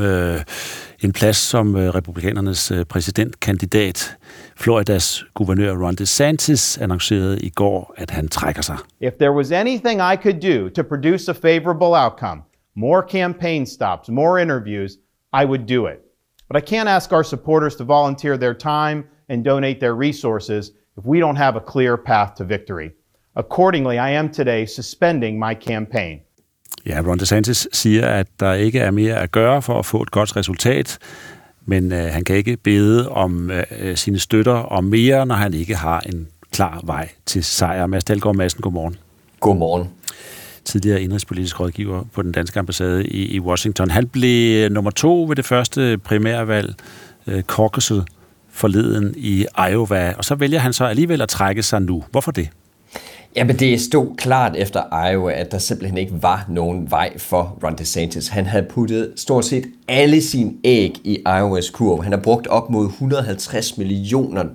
en plads som republikanernes præsidentkandidat. Floridas guvernør Ron DeSantis annoncerede i går, at han trækker sig. If there was anything I could do to produce a favorable outcome, more campaign stops, more interviews, I would do it. But I can't ask our supporters to volunteer their time and donate their resources if we don't have a clear path to victory. Accordingly, I am today suspending my campaign. Ja, Ron DeSantis siger, at der ikke er mere at gøre for at få et godt resultat, men han kan ikke bede om sine støtter om mere, når han ikke har en klar vej til sejr. Mads Dalgaard Madsen, godmorgen. Godmorgen. Tidligere indrigspolitisk rådgiver på den danske ambassade i Washington. Han blev nummer 2 ved det første primærvalg, caucuset forleden i Iowa, og så vælger han så alligevel at trække sig nu. Hvorfor det? Jamen, det stod klart efter Iowa, at der simpelthen ikke var nogen vej for Ron DeSantis. Han havde puttet stort set alle sine æg i Iowas kurv. Han har brugt op mod $150 millioner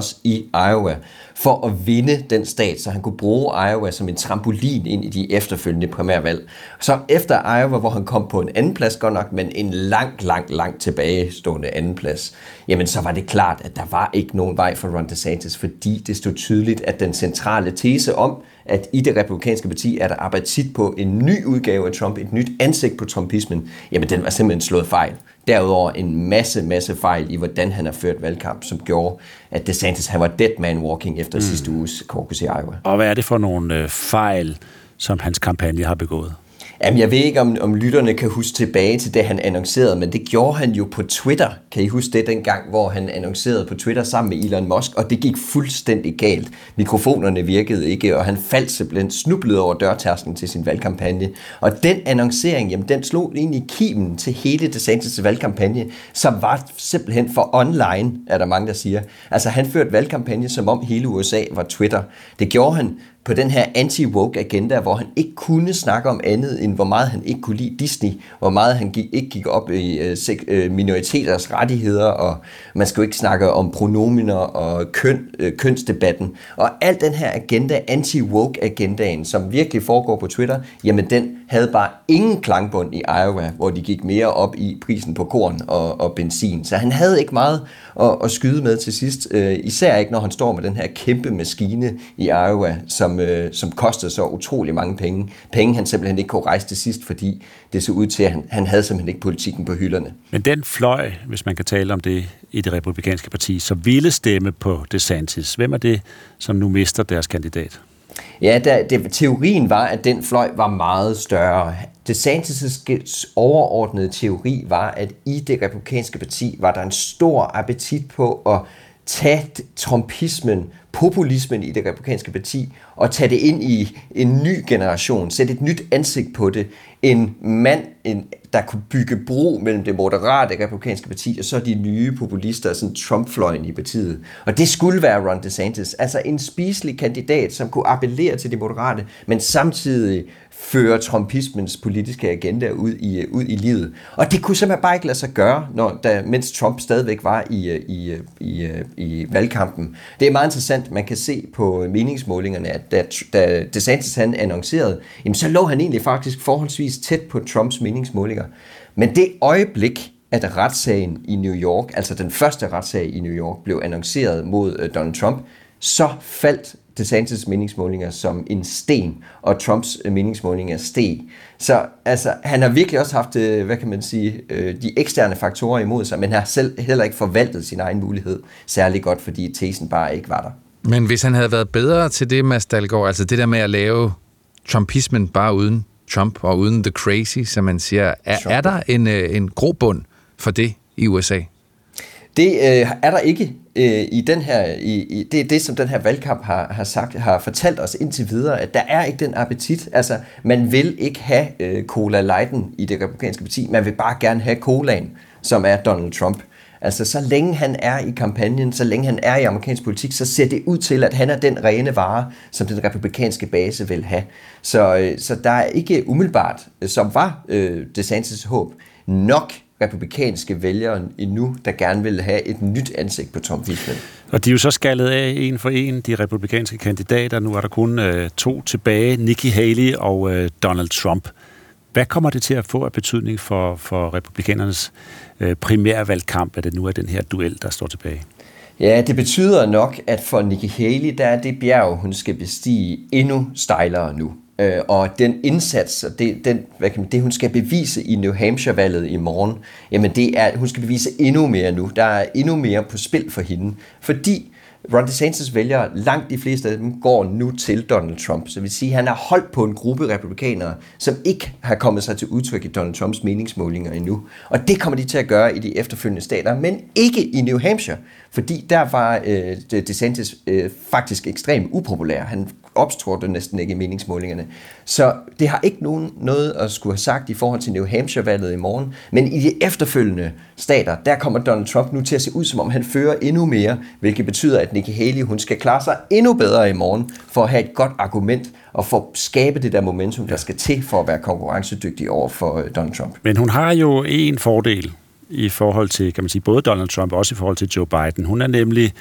i Iowa for at vinde den stat, så han kunne bruge Iowa som en trampolin ind i de efterfølgende primærvalg. Så efter Iowa, hvor han kom på en anden plads godt nok, men en langt tilbagestående anden plads, jamen så var det klart, at der var ikke nogen vej for Ron DeSantis, fordi det stod tydeligt, at den centrale tese om, at i det republikanske parti er der appetit på en ny udgave af Trump, et nyt ansigt på trumpismen, jamen den var simpelthen slået fejl. Derudover en masse fejl i, hvordan han har ført valgkamp, som gjorde, at DeSantis han var dead man walking efter sidste uges caucus i Iowa. Og hvad er det for nogle fejl, som hans kampagne har begået? Jamen, jeg ved ikke, om lytterne kan huske tilbage til det, han annoncerede, men det gjorde han jo på Twitter. Kan I huske det dengang, hvor han annoncerede på Twitter sammen med Elon Musk, og det gik fuldstændig galt. Mikrofonerne virkede ikke, og han faldt simpelthen snublet over dørtærsken til sin valgkampagne. Og den annoncering, jamen, den slog egentlig kimen til hele DeSantis' valgkampagne, som var simpelthen for online, er der mange, der siger. Altså, han førte valgkampagne, som om hele USA var Twitter. Det gjorde han på den her anti-woke agenda, hvor han ikke kunne snakke om andet, end hvor meget han ikke kunne lide Disney, hvor meget han ikke gik op i minoriteters rettigheder, og man skulle ikke snakke om pronominer og kønsdebatten. Og al den her agenda, anti-woke-agendaen, som virkelig foregår på Twitter, jamen den havde bare ingen klangbund i Iowa, hvor de gik mere op i prisen på korn og benzin. Så han havde ikke meget at skyde med til sidst, især ikke når han står med den her kæmpe maskine i Iowa, som kostede så utrolig mange penge. Penge han simpelthen ikke kunne rejse til sidst, fordi det så ud til, at han havde simpelthen ikke politikken på hylderne. Men den fløj, hvis man kan tale om det i det republikanske parti, så ville stemme på DeSantis. Hvem er det, som nu mister deres kandidat? Ja, teorien var, at den fløj var meget større. DeSantis' overordnede teori var, at i det republikanske parti var der en stor appetit på at tage trumpismen, populismen i det republikanske parti og tage det ind i en ny generation, sætte et nyt ansigt på det. En mand, der kunne bygge bro mellem det moderate republikanske parti og så de nye populister, sådan Trump-fløjen i partiet. Og det skulle være Ron DeSantis, altså en spiselig kandidat, som kunne appellere til de moderate, men samtidig føre trumpismens politiske agenda ud i livet. Og det kunne simpelthen bare ikke lade sig gøre, mens Trump stadigvæk var i valgkampen. Det er meget interessant, man kan se på meningsmålingerne, at da DeSantis han annoncerede, jamen så lå han egentlig faktisk forholdsvis tæt på Trumps meningsmålinger. Men det øjeblik, at retssagen i New York, altså den første retssag i New York, blev annonceret mod Donald Trump, så faldt DeSantis meningsmålinger som en sten, og Trumps meningsmålinger steg. Så altså, han har virkelig også haft, hvad kan man sige, de eksterne faktorer imod sig, men har selv heller ikke forvaltet sin egen mulighed særlig godt, fordi tesen bare ikke var der. Men hvis han havde været bedre til det, Mads Dalgaard, altså det der med at lave trumpismen bare uden Trump og uden the crazy, som man siger, er der en grobund for det i USA? Det er der ikke i den her. Det er det, som den her valgkamp har fortalt os indtil videre, at der er ikke den appetit. Altså, man vil ikke have Cola Lighten i det republikanske parti. Man vil bare gerne have colaen, som er Donald Trump. Altså, så længe han er i kampagnen, så længe han er i amerikansk politik, så ser det ud til, at han er den rene vare, som den republikanske base vil have. Så der er ikke umiddelbart, som var DeSantis' håb, nok republikanske vælgere endnu, der gerne vil have et nyt ansigt på trumpismen. Og de er jo så skaldet af en for en, de republikanske kandidater. Nu er der kun 2 tilbage, Nikki Haley og Donald Trump. Hvad kommer det til at få af betydning for republikanernes primærvalgkamp, at det nu er den her duel, der står tilbage? Ja, det betyder nok, at for Nikki Haley, der er det bjerg, hun skal bestige endnu stejlere nu. Og den indsats, det hun skal bevise i New Hampshire-valget i morgen, jamen det er, hun skal bevise endnu mere nu. Der er endnu mere på spil for hende, fordi Ron DeSantis vælgere, langt de fleste af dem, går nu til Donald Trump. Så det vil sige, at han har holdt på en gruppe republikanere, som ikke har kommet sig til udtryk i Donald Trumps meningsmålinger endnu. Og det kommer de til at gøre i de efterfølgende stater, men ikke i New Hampshire, fordi der var DeSantis faktisk ekstremt upopulær. Han opstrådte næsten ikke i meningsmålingerne. Så det har ikke noget at skulle have sagt i forhold til New Hampshire-valget i morgen, men i de efterfølgende stater, der kommer Donald Trump nu til at se ud, som om han fører endnu mere, hvilket betyder, at Nikki Haley, hun skal klare sig endnu bedre i morgen, for at have et godt argument, og for at skabe det der momentum, der skal til for at være konkurrencedygtig over for Donald Trump. Men hun har jo en fordel i forhold til, kan man sige, både Donald Trump og også i forhold til Joe Biden. Hun er nemlig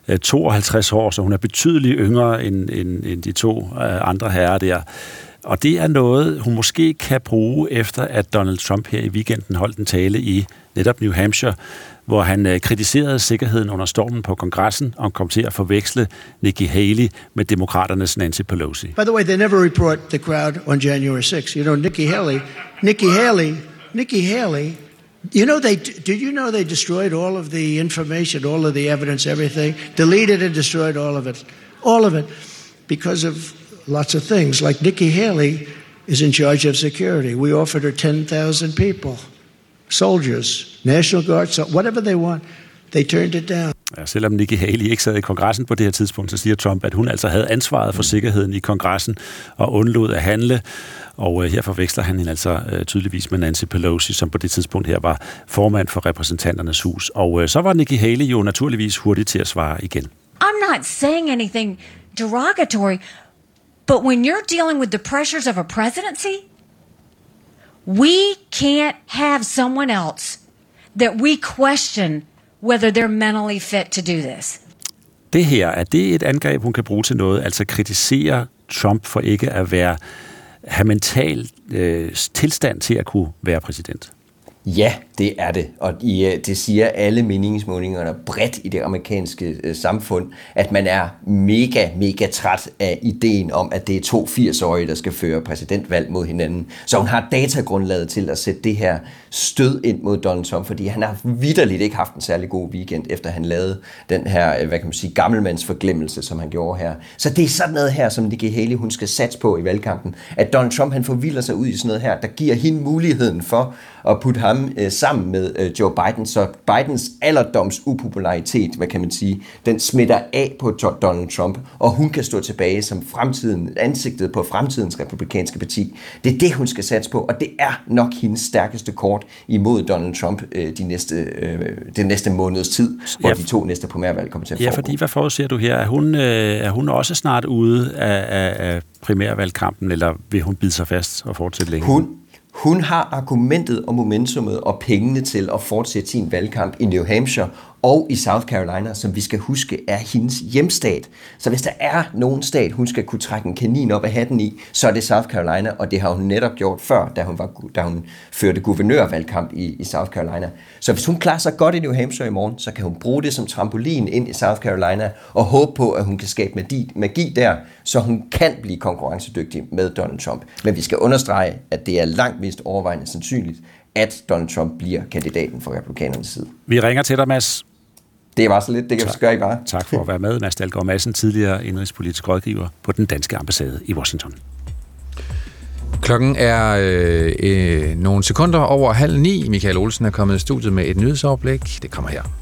52 år, så hun er betydeligt yngre end de 2 andre herrer der. Og det er noget, hun måske kan bruge efter, at Donald Trump her i weekenden holdt en tale i netop New Hampshire, hvor han kritiserede sikkerheden under stormen på kongressen og kom til at forveksle Nikki Haley med demokraternes Nancy Pelosi. By the way, they never report the crowd on January 6th. You know, Nikki Haley, did you know they destroyed all of the information, all of the evidence, everything? Deleted and destroyed all of it. All of it. Because of lots of things. Like Nikki Haley is in charge of security. We offered her 10,000 people. Soldiers, National Guard, so whatever they want. They turned it down. Ja, selvom Nikki Haley ikke sad i kongressen på det her tidspunkt, så siger Trump, at hun altså havde ansvaret for sikkerheden i kongressen og undlod at handle. Og her forveksler han hende altså tydeligvis med Nancy Pelosi, som på det tidspunkt her var formand for repræsentanternes hus. Og så var Nikki Haley jo naturligvis hurtig til at svare igen. I'm not saying anything derogatory. But when you're dealing with the pressures of a presidency, we can't have someone else that we question whether they're mentally fit to do this. Det her, er det et angreb, hun kan bruge til noget? Altså kritisere Trump for ikke at have mental tilstand til at kunne være præsident? Ja, det er det, og det siger alle meningsmålingerne bredt i det amerikanske samfund, at man er mega træt af ideen om, at det er 2 80-årige, der skal føre præsidentvalg mod hinanden. Så hun har datagrundlaget til at sætte det her stød ind mod Donald Trump, fordi han har vitterligt ikke haft en særlig god weekend, efter han lavede den her, hvad kan man sige, gammelmandsforglemmelse, som han gjorde her. Så det er sådan noget her, som Nikki Haley, hun skal satse på i valgkampen, at Donald Trump, han forvilder sig ud i sådan noget her, der giver hende muligheden for at putte ham sammen med Joe Biden, så Bidens alderdoms upopularitet, hvad kan man sige, den smitter af på Donald Trump, og hun kan stå tilbage som ansigtet på fremtidens republikanske parti. Det er det, hun skal satse på, og det er nok hendes stærkeste kort imod Donald Trump den næste måneds tid, hvor de 2 næste primærvalg kommer til at foregå. Ja, fordi hvad forudser du her? Er hun også snart ude af primærvalgkampen, eller vil hun bide sig fast og fortsætte længe? Hun har argumentet og momentummet og pengene til at fortsætte sin valgkamp i New Hampshire og i South Carolina, som vi skal huske er hendes hjemstat. Så hvis der er nogen stat, hun skal kunne trække en kanin op af hatten i, så er det South Carolina, og det har hun netop gjort før, da hun førte guvernørvalgkamp i South Carolina. Så hvis hun klarer sig godt i New Hampshire i morgen, så kan hun bruge det som trampolin ind i South Carolina og håbe på, at hun kan skabe magi der, så hun kan blive konkurrencedygtig med Donald Trump. Men vi skal understrege, at det er langt mest overvejende sandsynligt, at Donald Trump bliver kandidaten for republikanernes side. Vi ringer til dig, Mads. Det var så lidt, det kan vi gøre i bare. Tak for at være med, Mads Dalgaard Madsen, tidligere indrigspolitisk rådgiver på den danske ambassade i Washington. Klokken er nogle sekunder over 8:30. Michael Olsen er kommet i studiet med et nyhedsoverblik. Det kommer her.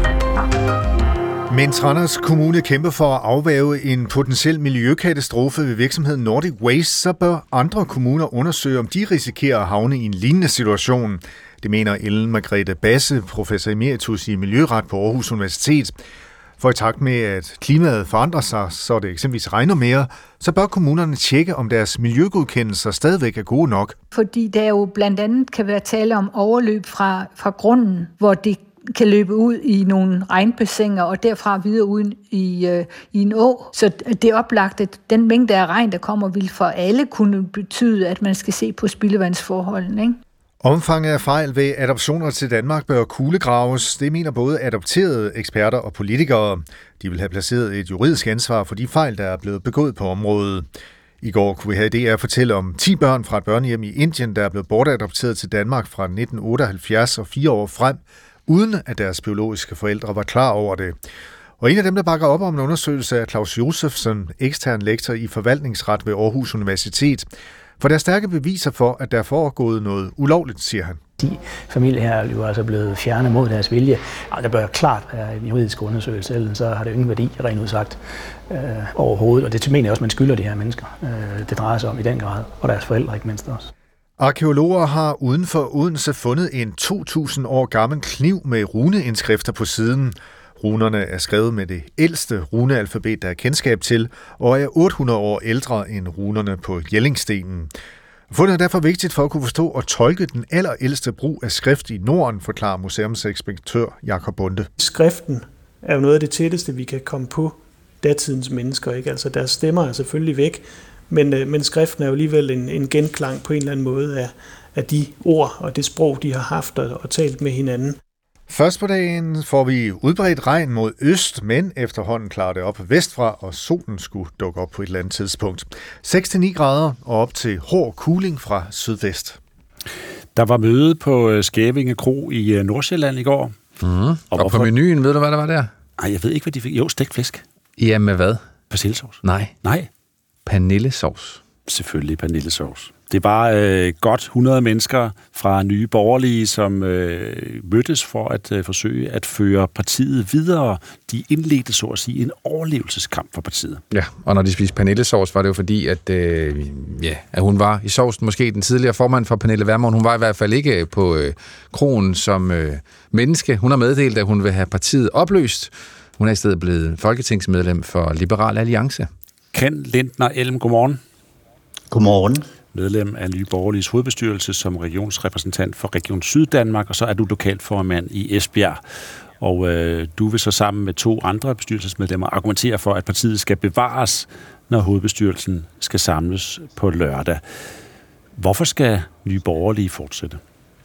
Mens Randers Kommune kæmper for at afværge en potentiel miljøkatastrofe ved virksomheden Nordic Waste, så bør andre kommuner undersøge, om de risikerer at havne i en lignende situation. Det mener Ellen Margrethe Basse, professor emeritus i miljøret på Aarhus Universitet. For i takt med, at klimaet forandrer sig, så det eksempelvis regner mere, så bør kommunerne tjekke, om deres miljøgodkendelser stadigvæk er gode nok. Fordi der jo blandt andet kan være tale om overløb fra grunden, hvor det kan løbe ud i nogle regnbassiner og derfra videre ud i en å. Så det er oplagt, at den mængde af regn, der kommer, vil for alle kunne betyde, at man skal se på spildevandsforholdene, ikke? Omfanget af fejl ved adoptioner til Danmark bør kuglegraves. Det mener både adopterede eksperter og politikere. De vil have placeret et juridisk ansvar for de fejl, der er blevet begået på området. I går kunne vi have DR fortælle om 10 børn fra et børnehjem i Indien, der er blevet bortadopteret til Danmark fra 1978 og 4 år frem, uden at deres biologiske forældre var klar over det. Og en af dem, der bakker op om en undersøgelse, er Claus Josefsen, ekstern lektor i forvaltningsret ved Aarhus Universitet. For der er stærke beviser for, at der er foregået noget ulovligt, siger han. De familier her er jo altså blevet fjernet mod deres vilje. Der bør klart være en juridisk undersøgelse, ellers så har det ingen værdi, rent udsagt, overhovedet. Og det mener jeg også, man skylder de her mennesker. Det drejer sig om i den grad, og deres forældre ikke mindst også. Arkæologer har uden for Odense fundet en 2.000 år gammel kniv med runeindskrifter på siden. Runerne er skrevet med det ældste runealfabet, der er kendskab til, og er 800 år ældre end runerne på Jellingstenen. Fundet er derfor vigtigt for at kunne forstå og tolke den allerældste brug af skrift i Norden, forklarer museumsinspektør Jakob Bunde. Skriften er jo noget af det tætteste, vi kan komme på datidens mennesker, ikke? Altså deres stemmer er selvfølgelig væk, men skriften er jo alligevel en genklang på en eller anden måde af de ord og det sprog, de har haft og talt med hinanden. Først på dagen får vi udbredt regn mod øst, men efterhånden klarer det op vestfra, og solen skulle dukke op på et eller andet tidspunkt. 6-9 grader og op til hård kuling fra sydvest. Der var møde på Skævinge Kro i Nordsjælland i går. Og på menuen, ved du, hvad der var der? Nej, jeg ved ikke, hvad de fik. Jo, stegt fisk. Ja, med hvad? Persillesauce. Nej. Pernillesauce. Selvfølgelig pernillesauce. Det var godt 100 mennesker fra Nye Borgerlige, som mødtes for at forsøge at føre partiet videre. De indledte, så at sige, en overlevelseskamp for partiet. Ja, og når de spiste pernillesauce, var det jo fordi, at hun var i sovsen. Måske den tidligere formand for Pernille Vermund. Hun var i hvert fald ikke på kronen som menneske. Hun har meddelt, at hun vil have partiet opløst. Hun er i stedet blevet folketingsmedlem for Liberal Alliance. Ken Lindner Elm, godmorgen. Godmorgen. Medlem af Nye Borgerliges hovedbestyrelse som regionsrepræsentant for Region Syddanmark, og så er du lokalformand i Esbjerg. Og du vil så sammen med 2 andre bestyrelsesmedlemmer argumentere for, at partiet skal bevares, når hovedbestyrelsen skal samles på lørdag. Hvorfor skal Nye Borgerlige fortsætte?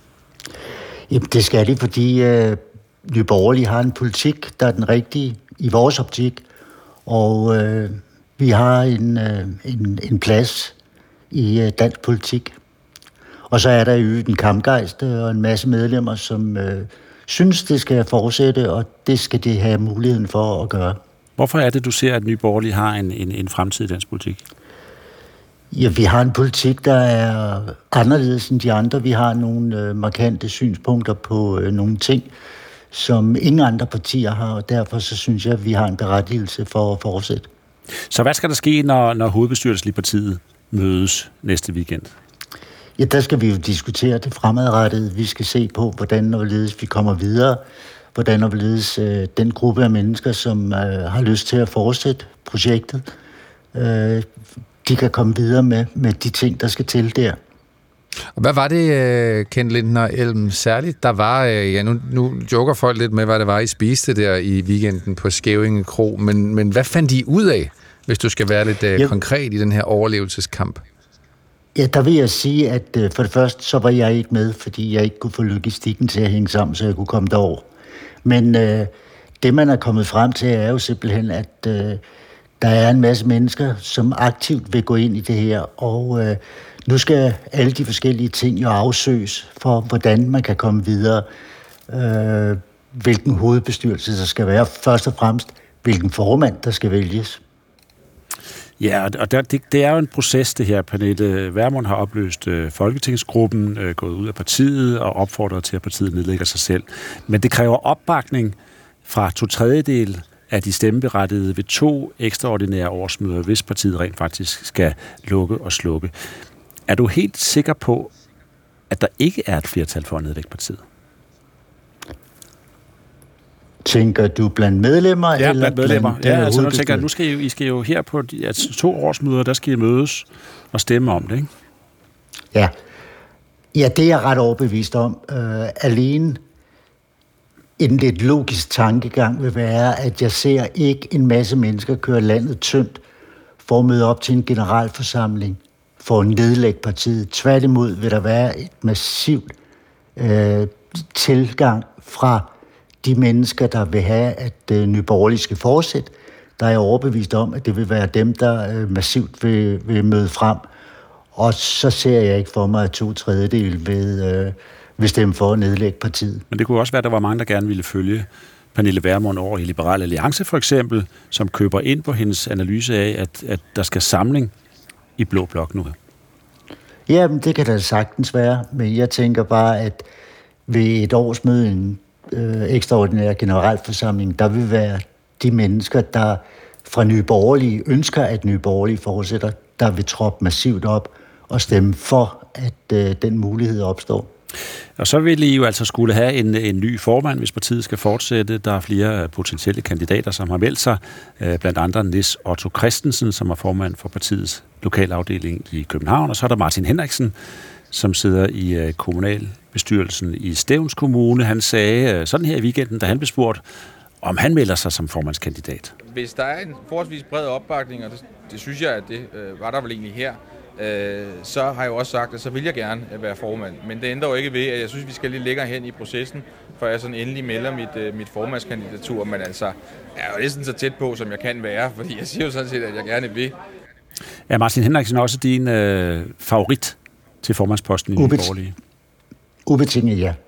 Jamen, det skal det, fordi Nye Borgerlige har en politik, der er den rigtige i vores optik, og vi har en plads i dansk politik. Og så er der jo en kampgejst og en masse medlemmer, som synes, det skal fortsætte, og det skal det have muligheden for at gøre. Hvorfor er det, du ser, at Nye Borgerlige har en fremtid i dansk politik? Ja, vi har en politik, der er anderledes end de andre. Vi har nogle markante synspunkter på nogle ting, som ingen andre partier har, og derfor så synes jeg, at vi har en berettigelse for at fortsætte. Så hvad skal der ske, når hovedbestyrelsen i partiet mødes næste weekend? Ja, der skal vi jo diskutere det fremadrettet. Vi skal se på, hvordan og hvorledes vi kommer videre. Hvordan og hvorledes den gruppe af mennesker, som har lyst til at fortsætte projektet, de kan komme videre med de ting, der skal til der. Og hvad var det, Ken Lindner Elm, særligt? Der var, nu joker folk lidt med, hvad det var, I spiste der i weekenden på Skævinge Kro, men hvad fandt I ud af, hvis du skal være lidt konkret i den her overlevelseskamp? Ja, der vil jeg sige, at for det første, så var jeg ikke med, fordi jeg ikke kunne få logistikken til at hænge sammen, så jeg kunne komme derover. Men det, man er kommet frem til, er jo simpelthen, at der er en masse mennesker, som aktivt vil gå ind i det her, og nu skal alle de forskellige ting jo afsøges for, hvordan man kan komme videre. Hvilken hovedbestyrelse der skal være. Først og fremmest, hvilken formand der skal vælges. Ja, og det er jo en proces, det her. Pernille Vermund har opløst Folketingsgruppen, gået ud af partiet og opfordret til, at partiet nedlægger sig selv. Men det kræver opbakning fra 2/3 af de stemmeberettigede ved 2 ekstraordinære årsmøder, hvis partiet rent faktisk skal lukke og slukke. Er du helt sikker på, at der ikke er et flertal for at nedlægge partiet? Tænker du blandt medlemmer? Ja, eller blandt medlemmer. Ja, altså nu tænker jeg, nu skal I jo her på 2 årsmøder, der skal I mødes og stemme om det, ikke? Ja, det er jeg ret overbevist om. Alene en lidt logisk tankegang vil være, at jeg ser ikke en masse mennesker køre landet tyndt for at møde op til en generalforsamling for at nedlægge partiet. Tværtimod vil der være et massivt tilgang fra de mennesker, der vil have, at Nye Borgerlige skal fortsætte. Der er jeg overbevist om, at det vil være dem, der massivt vil møde frem. Og så ser jeg ikke for mig, at 2/3 vil stemme for at nedlægge partiet. Men det kunne også være, at der var mange, der gerne ville følge Pernille Vermund over i Liberal Alliance for eksempel, som køber ind på hendes analyse af, at der skal samling i Blå Blok nu. Jamen, det kan da sagtens være, men jeg tænker bare, at ved et årsmøde, en ekstraordinær generalforsamling, der vil være de mennesker, der fra Nye Borgerlige ønsker, at Nye Borgerlige fortsætter, der vil troppe massivt op og stemme for, at den mulighed opstår. Og så vil I jo altså skulle have en ny formand, hvis partiet skal fortsætte. Der er flere potentielle kandidater, som har meldt sig. Blandt andre Nis Otto Christensen, som er formand for partiets lokalafdeling i København. Og så er der Martin Henriksen, som sidder i kommunalbestyrelsen i Stevns Kommune. Han sagde sådan her i weekenden, da han blev spurgt, om han melder sig som formandskandidat. Hvis der er en forholdsvis bred opbakning, og det synes jeg, at det var der vel egentlig her, så har jeg jo også sagt, at så vil jeg gerne være formand. Men det ændrer jo ikke ved, at jeg synes, vi skal lige længere hen i processen, for jeg sådan endelig melder mit formandskandidatur. Men altså, jeg er jo næsten så tæt på, som jeg kan være, fordi jeg siger jo sådan set, at jeg gerne vil. Er Martin Henriksen også din favorit til formandsposten i Nye Borgerlige? Ubetinget, ja.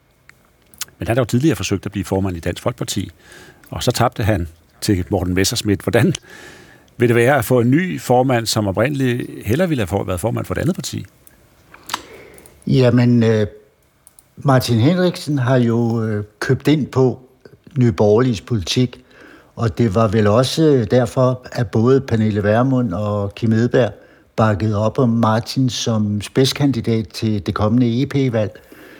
Men han har jo tidligere forsøgt at blive formand i Dansk Folkeparti, og så tabte han til Morten Messerschmidt. Hvordan vil det være at få en ny formand, som oprindeligt hellere ville have været formand for et andet parti? Jamen, Martin Henriksen har jo købt ind på Nye Borgerliges politik, og det var vel også derfor, at både Pernille Vermund og Kim Edberg bakkede op om Martin som spidskandidat til det kommende EP-valg.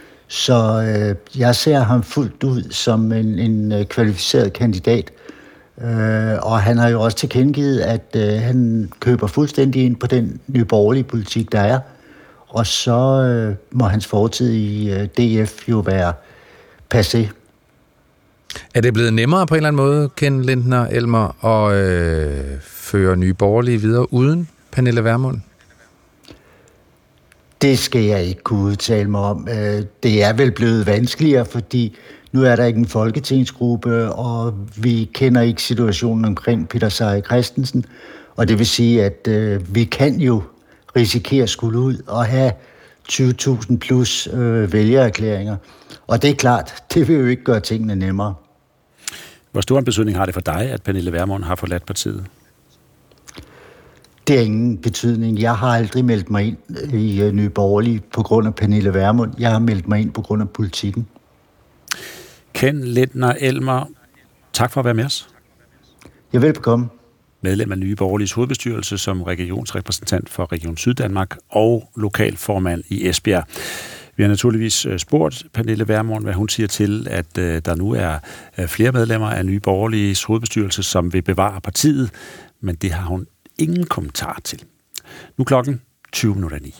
Så jeg ser ham fuldt ud som en kvalificeret kandidat Og han har jo også tilkendegivet, at han køber fuldstændig ind på den nye borgerlige politik, der er. Og så må hans fortid i DF jo være passé. Er det blevet nemmere på en eller anden måde, Ken Lindner Elmer, at føre Nye Borgerlige videre uden Pernille Vermund? Det skal jeg ikke kunne udtale mig om. Det er vel blevet vanskeligere, fordi nu er der ikke en folketingsgruppe, og vi kender ikke situationen omkring Peter Seier Christensen. Og det vil sige, at vi kan jo risikere at skulle ud og have 20.000 plus vælgererklæringer. Og det er klart, det vil jo ikke gøre tingene nemmere. Hvor stor en betydning har det for dig, at Pernille Vermund har forladt partiet? Det er ingen betydning. Jeg har aldrig meldt mig ind i Nye Borgerlige på grund af Pernille Vermund. Jeg har meldt mig ind på grund af politikken. Ken Lindner Elmer, tak for at være med os. Jeg er velbekomme. Medlem af Nye Borgerliges hovedbestyrelse som regionsrepræsentant for Region Syddanmark og lokalformand i Esbjerg. Vi har naturligvis spurgt Pernille Vermund, hvad hun siger til, at der nu er flere medlemmer af Nye Borgerliges hovedbestyrelse, som vil bevare partiet, men det har hun ingen kommentar til. Nu klokken 20:09.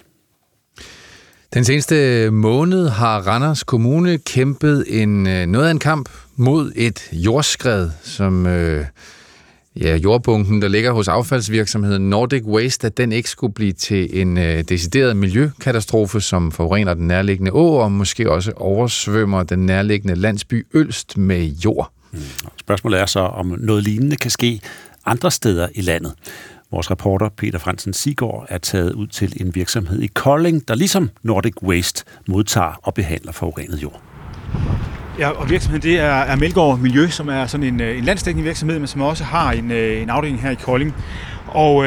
Den seneste måned har Randers Kommune kæmpet noget af en kamp mod et jordskred, som jordbunken, der ligger hos affaldsvirksomheden Nordic Waste, at den ikke skulle blive til en decideret miljøkatastrofe, som forurener den nærliggende å, og måske også oversvømmer den nærliggende landsby Ølst med jord. Spørgsmålet er så, om noget lignende kan ske andre steder i landet. Vores reporter Peter Fransen Sigård er taget ud til en virksomhed i Kolding, der ligesom Nordic Waste modtager og behandler forurenet jord. Ja, og virksomheden det er Melgaard Miljø, som er sådan en landsdækkende virksomhed, men som også har en afdeling her i Kolding. Og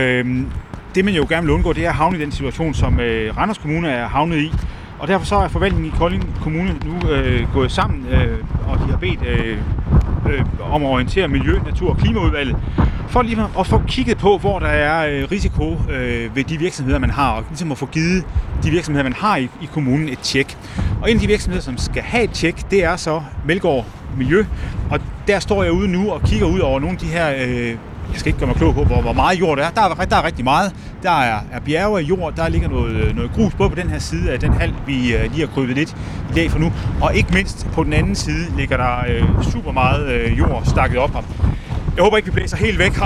det man jo gerne vil undgå, det er at havne i den situation, som Randers Kommune er havnet i. Og derfor så er forvaltningen i Kolding Kommune nu gået sammen, og de har bedt om at orientere Miljø-, Natur- og Klimaudvalget, for lige at få kigget på, hvor der er risiko ved de virksomheder, man har, og ligesom at få givet de virksomheder, man har i kommunen, et tjek. Og en af de virksomheder, som skal have et tjek, det er så Melgaard Miljø, og der står jeg ude nu og kigger ud over nogle af de her, jeg skal ikke gøre mig klog på, hvor meget jord der er. Der er rigtig meget. Der er bjerge af jord, der ligger noget grus, både på den her side af den hal, vi lige har krybet lidt i dag for nu, og ikke mindst på den anden side ligger der super meget jord stakket op her. Jeg håber ikke, vi blæser helt væk her,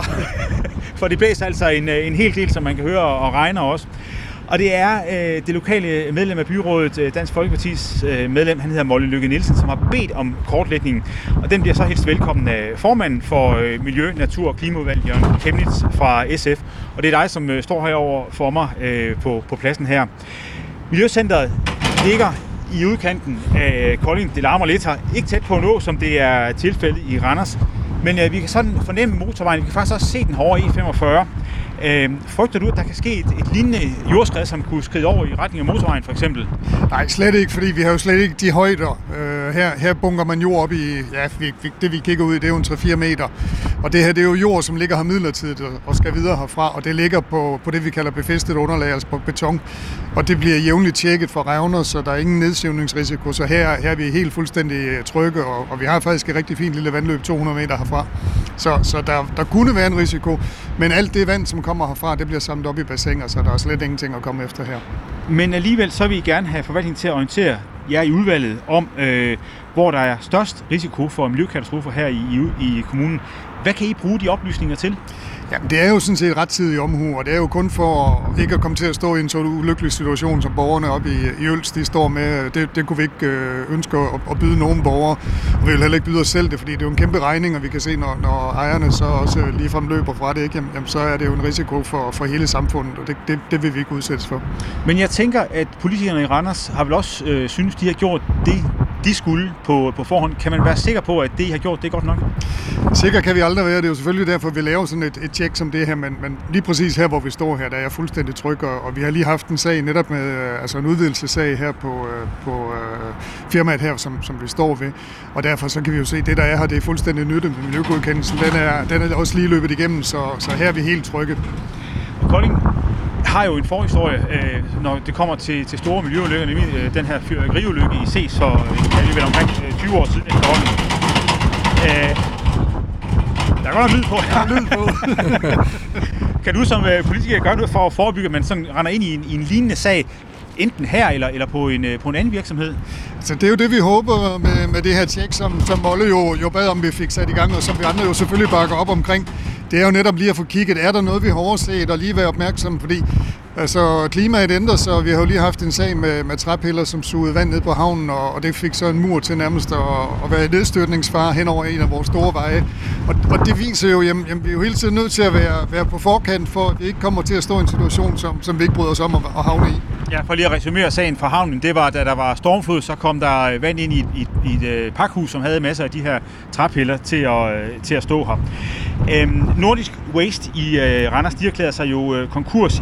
for det blæser altså en hel del, som man kan høre og regner også. Og det er det lokale medlem af byrådet, Dansk Folkepartis medlem, han hedder Molly Lykke Nielsen, som har bedt om kortlægningen. Og den bliver så helt velkommen af formanden for Miljø-, Natur- og Klimaudvalget, Jørgen Kemnitz fra SF. Og det er dig, som står herovre for mig på pladsen her. Miljøcenteret ligger i udkanten af Kolding. Det larmer lidt her. Ikke tæt på en å, som det er tilfældet i Randers. Men vi kan sådan fornemme motorvejen. Vi kan faktisk også se den hårde E45. Frygter du, at der kan ske et lignende jordskred, som kunne skride over i retning af motorvejen for eksempel? Nej, slet ikke, fordi vi har jo slet ikke de højder. Her bunker man jord op i, det vi kigger ud i, det er jo en 3-4 meter. Og det her, det er jo jord, som ligger her midlertidigt og skal videre herfra, og det ligger på det, vi kalder befæstet underlag, altså på beton. Og det bliver jævnligt tjekket for revner, så der er ingen nedsivningsrisiko. Så her er vi helt fuldstændig trygge, og vi har faktisk et rigtig fint lille vandløb 200 meter herfra. Så der kunne være en risiko, men alt det vand, som kommer herfra, det bliver samlet op i bassiner, så der er slet ingenting at komme efter her. Men alligevel så vil I gerne have forvaltningen til at orientere jer i udvalget om, hvor der er størst risiko for miljøkatastrofer her i kommunen. Hvad kan I bruge de oplysninger til? Jamen, det er jo sådan set rettidig omhu, og det er jo kun for ikke at komme til at stå i en så ulykkelig situation, som borgerne oppe i Ølst, de står med. Det kunne vi ikke ønske at byde nogen borgere, og vi vil heller ikke byde os selv det, fordi det er jo en kæmpe regning, og vi kan se, når ejerne så også ligefrem løber fra det, ikke? Jamen, så er det jo en risiko for hele samfundet, og det vil vi ikke udsættes for. Men jeg tænker, at politikerne i Randers har vel også synes, de har gjort det, de skulle på forhånd. Kan man være sikker på, at det, I har gjort, det er godt nok? Sikker kan vi aldrig være. Det er jo selvfølgelig derfor, vi laver sådan et tjek som det her, men lige præcis her, hvor vi står her, der er jeg fuldstændig tryg, og vi har lige haft en sag netop med, altså en udvidelsessag her på firmaet her, som vi står ved, og derfor så kan vi jo se, at det der er her, det er fuldstændig nyttigt med miljøgodkendelsen. Den er også lige løbet igennem, så her er vi helt trygge. Kolding har jo en forhistorie, når det kommer til store miljøulykker, nemlig den her fyrværkeriulykke i ses for alligevel omkring 20 år siden efterhånden. Der går der lyd på. Kan du som politiker gøre noget for at forebygge, at man sådan render ind i en lignende sag, enten her eller på en anden virksomhed? Så det er jo det, vi håber med det her tjek, som Molle jo bad om, vi fik sat i gang, og som vi andre jo selvfølgelig bakker op omkring. Det er jo netop lige at få kigget, er der noget, vi har overset, og lige være opmærksom, fordi altså, klimaet ændrer sig, og vi har jo lige haft en sag med træpiller, som sugede vand ned på havnen, og det fik så en mur til nærmest at være i nedstyrtningsfare hen over en af vores store veje. Og det viser jo, jamen vi er jo hele tiden nødt til at være på forkant, for at vi ikke kommer til at stå i en situation, som vi ikke bryder os om at havne i. Ja, for lige at resumere sagen fra havnen, det var, da der var stormflod, så kom der vand ind i et pakhus, som havde masser af de her træpiller til at stå her. Nordic Waste i Randers, de erklærede sig jo konkurs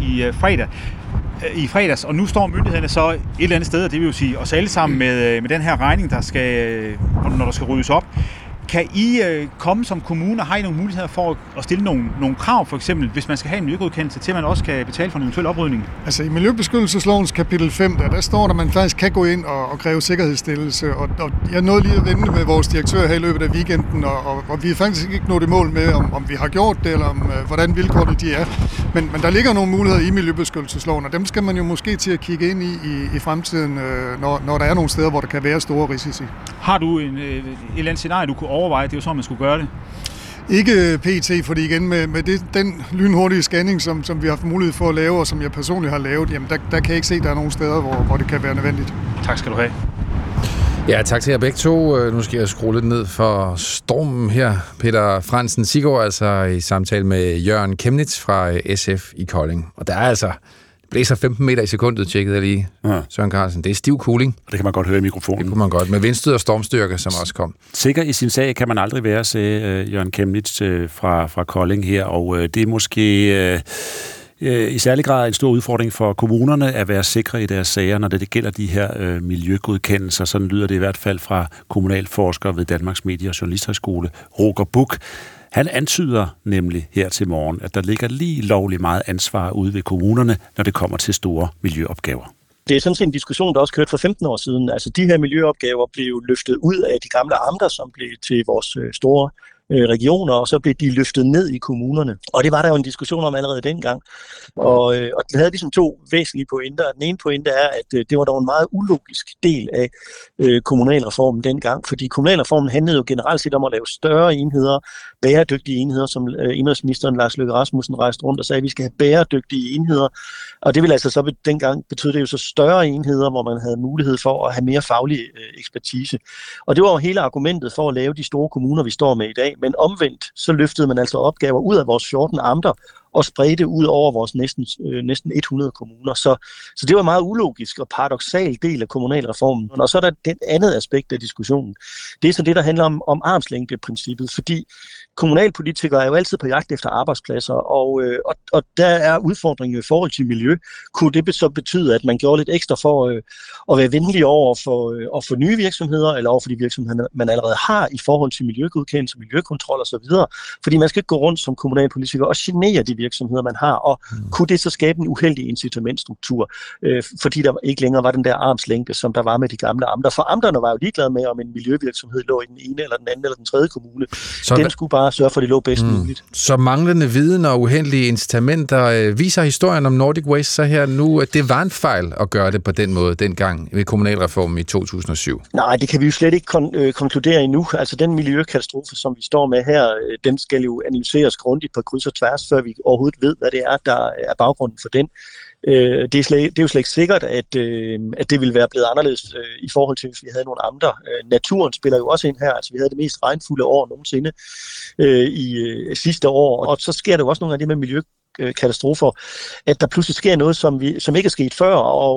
i fredags, og nu står myndighederne så et eller andet sted, og det vil jo sige os alle sammen med den her regning, når der skal ryddes op. Kan I komme som kommune, har I nogle muligheder for at stille nogle krav, for eksempel, hvis man skal have en miljøgodkendelse, til man også kan betale for en eventuel oprydning? Altså i Miljøbeskyttelseslovens kapitel 5, der står der, man faktisk kan gå ind og kræve sikkerhedsstillelse, og jeg nåede lige at vente med vores direktør her i løbet af weekenden, og vi er faktisk ikke nået i mål med, om vi har gjort det, eller hvordan vilkårene de er. Men der ligger nogle muligheder i Miljøbeskyttelsesloven, og dem skal man jo måske til at kigge ind i fremtiden, når der er nogle steder, hvor der kan være store risici. Har du et eller andet scenarie, du kunne overveje, det er jo sådan, man skulle gøre det? Ikke PT, fordi igen med den lynhurtige scanning, som vi har haft mulighed for at lave, og som jeg personligt har lavet, jamen der kan jeg ikke se, at der er nogen steder, hvor det kan være nødvendigt. Tak skal du have. Ja, tak til jer begge to. Nu skal jeg skrue lidt ned for stormen her. Peter Frandsen Siggaard, altså i samtale med Jørgen Kemnitz fra SF i Kolding. Og der er altså blæser 15 meter i sekundet, tjekkede jeg lige. Ja. Søren Carlsen. Det er stiv cooling. Det kan man godt høre i mikrofonen. Det kunne man godt. Med vindstød og stormstyrke, som også kom. Sikker i sin sag kan man aldrig være, sagde Jørgen Kemnitz fra Kolding her. Og det er måske i særlig grad en stor udfordring for kommunerne at være sikre i deres sager, når det gælder de her miljøgodkendelser. Sådan lyder det i hvert fald fra kommunalforsker ved Danmarks Medie- og Journalisthøjskole, Roger Buch. Han antyder nemlig her til morgen, at der ligger lige lovligt meget ansvar ude ved kommunerne, når det kommer til store miljøopgaver. Det er sådan set en diskussion, der også kørte for 15 år siden. Altså de her miljøopgaver blev løftet ud af de gamle amter, som blev til vores store regioner, og så blev de løftet ned i kommunerne. Og det var der jo en diskussion om allerede dengang. Og det havde ligesom to væsentlige pointer. Den ene pointe er, at det var dog en meget ulogisk del af kommunalreformen dengang, fordi kommunalreformen handlede jo generelt set om at lave større enheder, bæredygtige enheder, som indenrigsministeren Lars Løkke Rasmussen rejste rundt og sagde, at vi skal have bæredygtige enheder. Og det ville altså så dengang betyde det jo så større enheder, hvor man havde mulighed for at have mere faglig ekspertise. Og det var jo hele argumentet for at lave de store kommuner, vi står med i dag. Men omvendt, så løftede man altså opgaver ud af vores 14 amter og spredte ud over vores næsten 100 kommuner. Så det var en meget ulogisk og paradoksal del af kommunalreformen. Og så er der den andet aspekt af diskussionen. Det er så det, der handler om armslængdeprincippet, fordi kommunalpolitikere er jo altid på jagt efter arbejdspladser, og der er udfordringen i forhold til miljø. Kunne det så betyde, at man gjorde lidt ekstra for at være venlig over for nye virksomheder, eller over for de virksomheder, man allerede har i forhold til miljøgodkendelse, miljøkontrol osv., fordi man skal ikke gå rundt som kommunalpolitiker og genere de virksomheder, man har, og kunne det så skabe en uheldig incitamentstruktur, fordi der ikke længere var den der armslængde, som der var med de gamle amter. For amterne var jo ligeglade med, om en miljøvirksomhed lå i den ene, eller den anden, eller den tredje kommune. Den skulle bare sørge for, at det lå bedst muligt. Så manglende viden og uheldige incitamenter viser historien om Nordic Waste så her nu, at det var en fejl at gøre det på den måde dengang ved kommunalreformen i 2007? Nej, det kan vi jo slet ikke konkludere endnu. Altså den miljøkatastrofe, som vi står med her, den skal jo analyseres grundigt på kryds og tværs, før vi overhovedet ved, hvad det er, der er baggrunden for den. Det er jo slet ikke sikkert, at det ville være blevet anderledes i forhold til, hvis vi havde nogle amter. Naturen spiller jo også ind her. Altså, vi havde det mest regnfulde år nogensinde i sidste år. Og så sker der jo også nogle af det med miljøkatastrofer, at der pludselig sker noget, som ikke er sket før,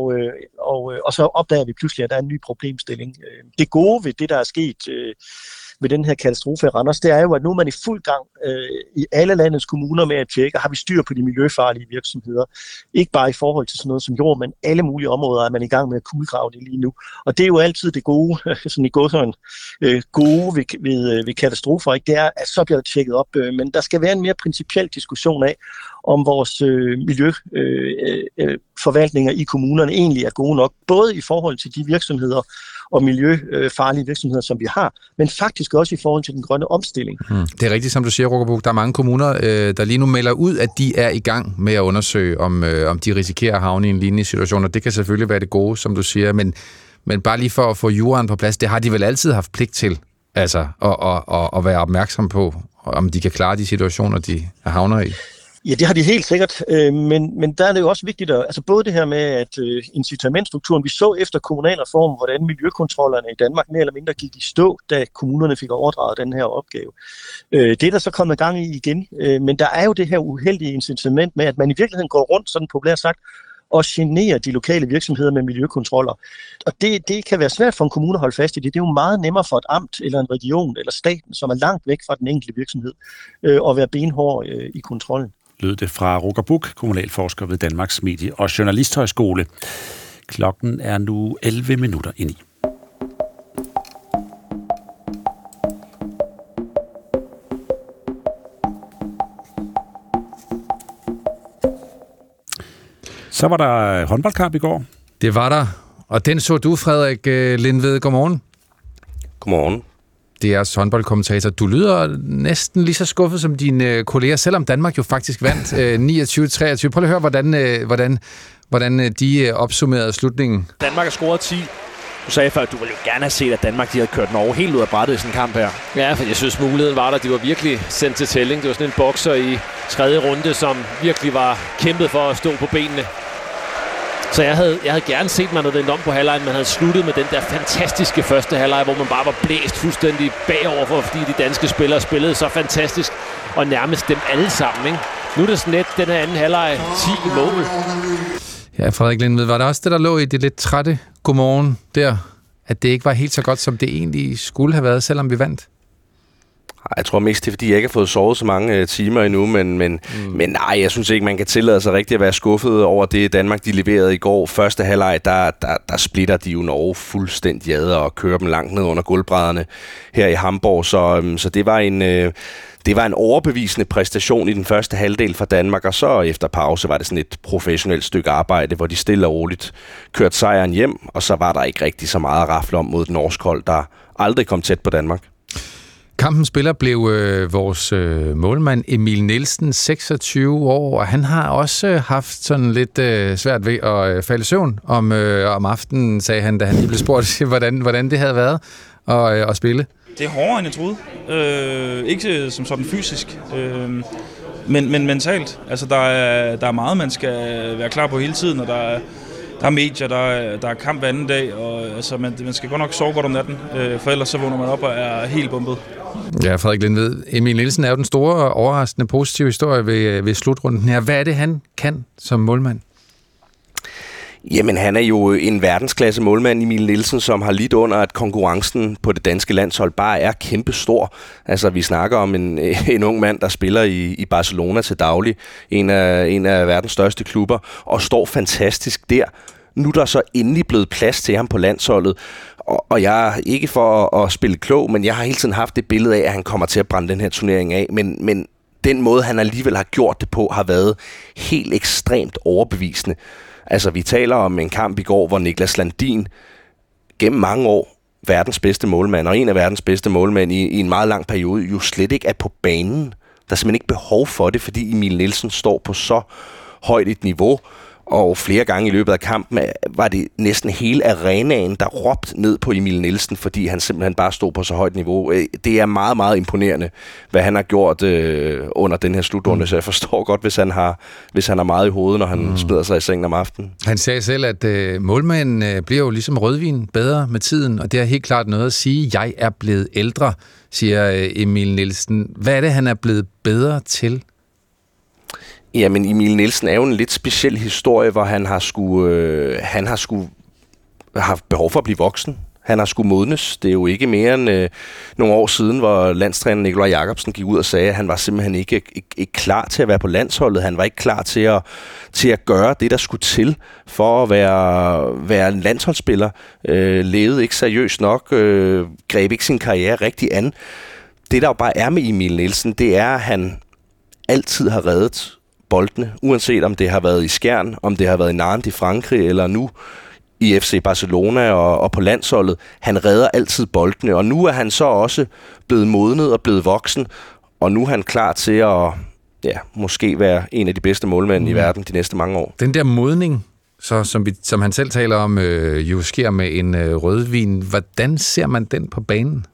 og så opdager vi pludselig, at der er en ny problemstilling. Det gode ved det, der er sket ved den her katastrofe i Randers, det er jo, at nu er man i fuld gang i alle landets kommuner med at tjekke, har vi styr på de miljøfarlige virksomheder. Ikke bare i forhold til sådan noget som jord, men alle mulige områder er man i gang med at kuglegrave det lige nu. Og det er jo altid det gode, sådan i gåseøjne, gode ved katastrofer, ikke? Det er, at så bliver det tjekket op. Men der skal være en mere principiel diskussion af, om vores miljøforvaltninger i kommunerne egentlig er gode nok, både i forhold til de virksomheder og miljøfarlige virksomheder, som vi har, men faktisk også i forhold til den grønne omstilling. Det er rigtigt, som du siger, Roger Buch. Der er mange kommuner, der lige nu melder ud, at de er i gang med at undersøge, om de risikerer at havne i en lignende situation, og det kan selvfølgelig være det gode, som du siger, men bare lige for at få juraen på plads, det har de vel altid haft pligt til, altså at være opmærksom på, om de kan klare de situationer, de havner i. Ja, det har de helt sikkert, men der er det jo også vigtigt, altså både det her med, at incitamentstrukturen, vi så efter kommunalreformen, hvordan miljøkontrollerne i Danmark mere eller mindre gik i stå, da kommunerne fik overdraget den her opgave. Det er der så kommet gang i igen, men der er jo det her uheldige incitament med, at man i virkeligheden går rundt, sådan populært sagt, og generer de lokale virksomheder med miljøkontroller. Og det kan være svært for en kommune at holde fast i det. Det er jo meget nemmere for et amt, eller en region, eller staten, som er langt væk fra den enkelte virksomhed, at være benhård i kontrollen. Lød det fra Roger Buch, kommunalforsker ved Danmarks Medie- og Journalisthøjskole. Klokken er nu 11 minutter ind i. Så var der håndboldkamp i går. Det var der, og den så du, Frederik Lindved. Godmorgen. Godmorgen. DR's håndboldkommentator. Du lyder næsten lige så skuffet som dine kolleger, selvom Danmark jo faktisk vandt 29-23. Prøv at høre, hvordan de opsummerede slutningen. Danmark har scoret 10. Du sagde før, at du ville jo gerne have set, at Danmark de havde kørt Norge helt ud af brættet i sådan en kamp her. Ja, for jeg synes, muligheden var der. De var virkelig sendt til tælling. Det var sådan en bokser i tredje runde, som virkelig var kæmpet for at stå på benene. Så jeg havde gerne set, man havde vendt om på halvlejen. Man havde sluttet med den der fantastiske første halvleg, hvor man bare var blæst fuldstændig bagover, fordi de danske spillere spillede så fantastisk, og nærmest dem alle sammen, ikke? Nu er det sådan lidt, den her anden halvleg, 10 mål. Ja, Frederik Lindved, var der også det, der lå i det lidt trætte godmorgen der, at det ikke var helt så godt, som det egentlig skulle have været, selvom vi vandt? Jeg tror mest, det er, fordi jeg ikke har fået sovet så mange timer endnu, men nej, jeg synes ikke, man kan tillade sig rigtig at være skuffet over det, Danmark de leverede i går. Første halvleg, der splitter de jo Norge fuldstændig ad og kører dem langt ned under gulvbrædderne her i Hamburg, så det var en overbevisende præstation i den første halvdel for Danmark, og så efter pause var det sådan et professionelt stykke arbejde, hvor de stille og roligt kørte sejren hjem, og så var der ikke rigtig så meget at rafle om mod et norsk hold, der aldrig kom tæt på Danmark. Kampens spiller blev vores målmand Emil Nielsen, 26 år, og han har også haft sådan lidt svært ved at falde i søvn om aftenen, sagde han, da han lige blev spurgt, hvordan det havde været at spille. Det er hårdere, end jeg troede. Ikke som sådan fysisk, men mentalt. Altså, der er meget, man skal være klar på hele tiden, og der er medier, der er kamp hver anden dag, og altså, man skal godt nok sove godt om natten, for ellers så vågner man op og er helt bumpet. Ja, Frederik Lindved. Emil Nielsen er jo den store, overraskende, positive historie ved slutrunden her. Hvad er det, han kan som målmand? Jamen, han er jo en verdensklasse målmand, Emil Nielsen, som har lidt under, at konkurrencen på det danske landshold bare er kæmpestor. Altså, vi snakker om en ung mand, der spiller i Barcelona til daglig, en af verdens største klubber, og står fantastisk der. Nu er der så endelig blevet plads til ham på landsholdet, og jeg er ikke for at spille klog, men jeg har hele tiden haft det billede af, at han kommer til at brænde den her turnering af, men den måde, han alligevel har gjort det på, har været helt ekstremt overbevisende. Altså, vi taler om en kamp i går, hvor Niklas Landin gennem mange år, verdens bedste målmand, og en af verdens bedste målmænd i en meget lang periode, jo slet ikke er på banen. Der er simpelthen ikke behov for det, fordi Emil Nielsen står på så højt et niveau, og flere gange i løbet af kampen var det næsten hele arenaen, der råbte ned på Emil Nielsen, fordi han simpelthen bare stod på så højt niveau. Det er meget, meget imponerende, hvad han har gjort under den her slutrunde, så jeg forstår godt, hvis han har meget i hovedet, når han smider sig i sengen om aftenen. Han sagde selv, at målmanden bliver jo ligesom rødvin bedre med tiden, og det er helt klart noget at sige. Jeg er blevet ældre, siger Emil Nielsen. Hvad er det, han er blevet bedre til? Jamen, Emil Nielsen er jo en lidt speciel historie, hvor han har haft behov for at blive voksen. Han har skulle modnes. Det er jo ikke mere end nogle år siden, hvor landstræner Nikolaj Jakobsen gik ud og sagde, at han var simpelthen ikke klar til at være på landsholdet. Han var ikke klar til at gøre det, der skulle til for at være en landsholdsspiller. Levede ikke seriøst nok, greb ikke sin karriere rigtig an. Det, der jo bare er med Emil Nielsen, det er, at han altid har reddet boldene, uanset om det har været i Skjern, om det har været i Nantes i Frankrig, eller nu i FC Barcelona og på landsholdet. Han redder altid boldene, og nu er han så også blevet modnet og blevet voksen, og nu er han klar til at måske være en af de bedste målmænd i verden de næste mange år. Den der modning, så, som han selv taler om, jo sker med en rødvin. Hvordan ser man den på banen?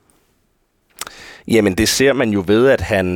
Jamen, det ser man jo ved, at han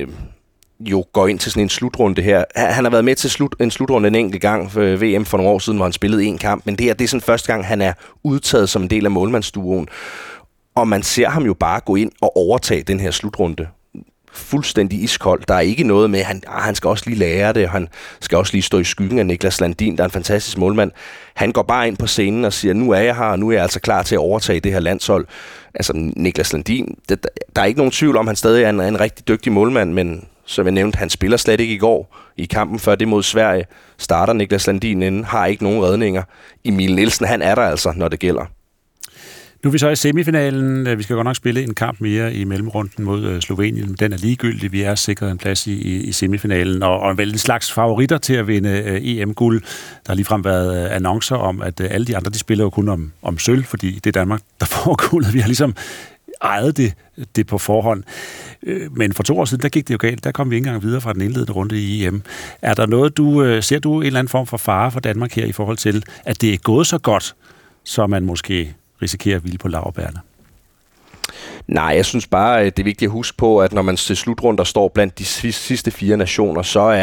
jo går ind til sådan en slutrunde her. Han har været med til en slutrunde en enkelt gang for VM for nogle år siden, hvor han spillede en kamp, men det er sådan første gang, han er udtaget som en del af målmandsduoen. Og man ser ham jo bare gå ind og overtage den her slutrunde. Fuldstændig iskold. Der er ikke noget med, han skal også lige lære det, og han skal også lige stå i skyggen af Niklas Landin, der er en fantastisk målmand. Han går bare ind på scenen og siger, nu er jeg her, og nu er jeg altså klar til at overtage det her landshold. Altså Niklas Landin, der er ikke nogen tvivl om, han stadig er en rigtig dygtig målmand, men som jeg nævnte, han spiller slet ikke i går i kampen før det mod Sverige. Starter Niklas Landin inden, har ikke nogen redninger. Emil Nielsen, han er der altså, når det gælder. Nu er vi så i semifinalen. Vi skal godt nok spille en kamp mere i mellemrunden mod Slovenien, men den er ligegyldig. Vi er sikret en plads i semifinalen, og vel en slags favoritter til at vinde EM-guld. Der har ligefrem været annoncer om, at alle de andre, de spiller jo kun om sølv, fordi det er Danmark, der får guldet. Vi har ligesom ejet det på forhånd. Men for 2 år siden, der gik det jo galt. Der kom vi ikke engang videre fra den indledende runde i EM. Er der noget, ser du en eller anden form for fare for Danmark her i forhold til, at det er gået så godt, så man måske risikerer at hvile på laurbærrene? Nej, jeg synes bare, det er vigtigt at huske på, at når man til slutrunder står blandt de sidste 4 nationer,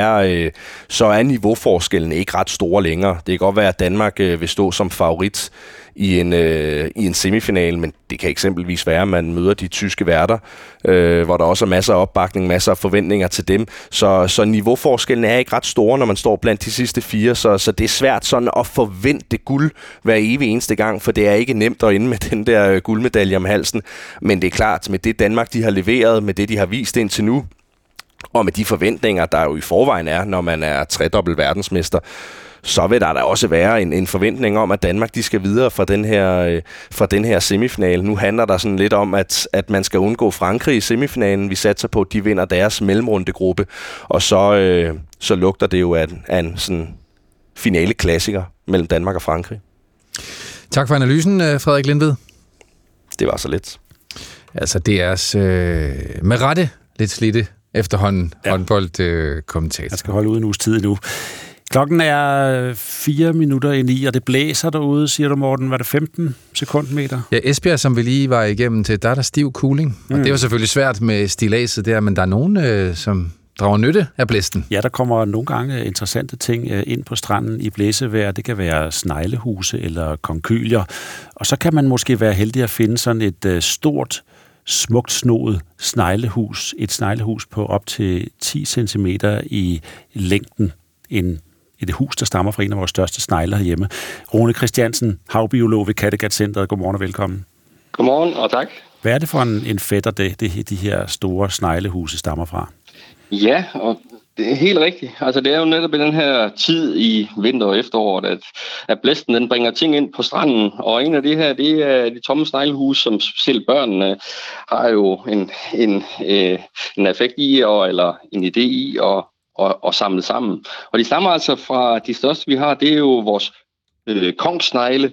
så er niveauforskellen ikke ret store længere. Det kan godt være, at Danmark vil stå som favorit i en semifinal, men det kan eksempelvis være, at man møder de tyske værter, hvor der også er masser af opbakning, masser af forventninger til dem. Så niveauforskellen er ikke ret store, når man står blandt de sidste 4, så det er svært sådan at forvente guld hver evig eneste gang, for det er ikke nemt at ende med den der guldmedalje om halsen. Men det er klart, med det Danmark, de har leveret, med det, de har vist indtil nu, og med de forventninger, der jo i forvejen er, når man er tredobbelt verdensmester, så vil der da også være en forventning om, at Danmark de skal videre fra den her semifinale. Nu handler der sådan lidt om, at man skal undgå Frankrig i semifinalen. Vi satser på, at de vinder deres mellemrundegruppe, og så lugter det jo af en sådan finale klassiker mellem Danmark og Frankrig. Tak for analysen, Frederik Lindved. Det var så lidt. Altså, det er med rette lidt slidte efterhånden håndboldkommentator. Jeg skal holde ud en uges tid nu. Klokken er 4:04, og det blæser derude, siger du, Morten. Var det 15 sekundmeter? Ja, Esbjerg, som vi lige var igennem til, der er der stiv cooling. Og det er jo selvfølgelig svært med stiladset der, men der er nogen, som drager nytte af blæsten. Ja, der kommer nogle gange interessante ting ind på stranden i blæsevejr. Det kan være sneglehuse eller konkylier. Og så kan man måske være heldig at finde sådan et stort, smukt snoet sneglehus. Et sneglehus på op til 10 cm i længden. Et hus, der stammer fra en af vores største snegler herhjemme. Rune Christiansen, havbiolog ved Kattegat-centret. Godmorgen og velkommen. Godmorgen og tak. Hvad er det for en fætter, de her store sneglehuse stammer fra? Ja, og det er helt rigtigt. Altså, det er jo netop i den her tid i vinter og efteråret, at blæsten den bringer ting ind på stranden. Og en af de her, det er de tomme sneglehuse, som selv børnene har jo en effekt i, eller en idé i, og samlet sammen. Og de stammer altså fra de største, vi har, det er jo vores kongsnegle.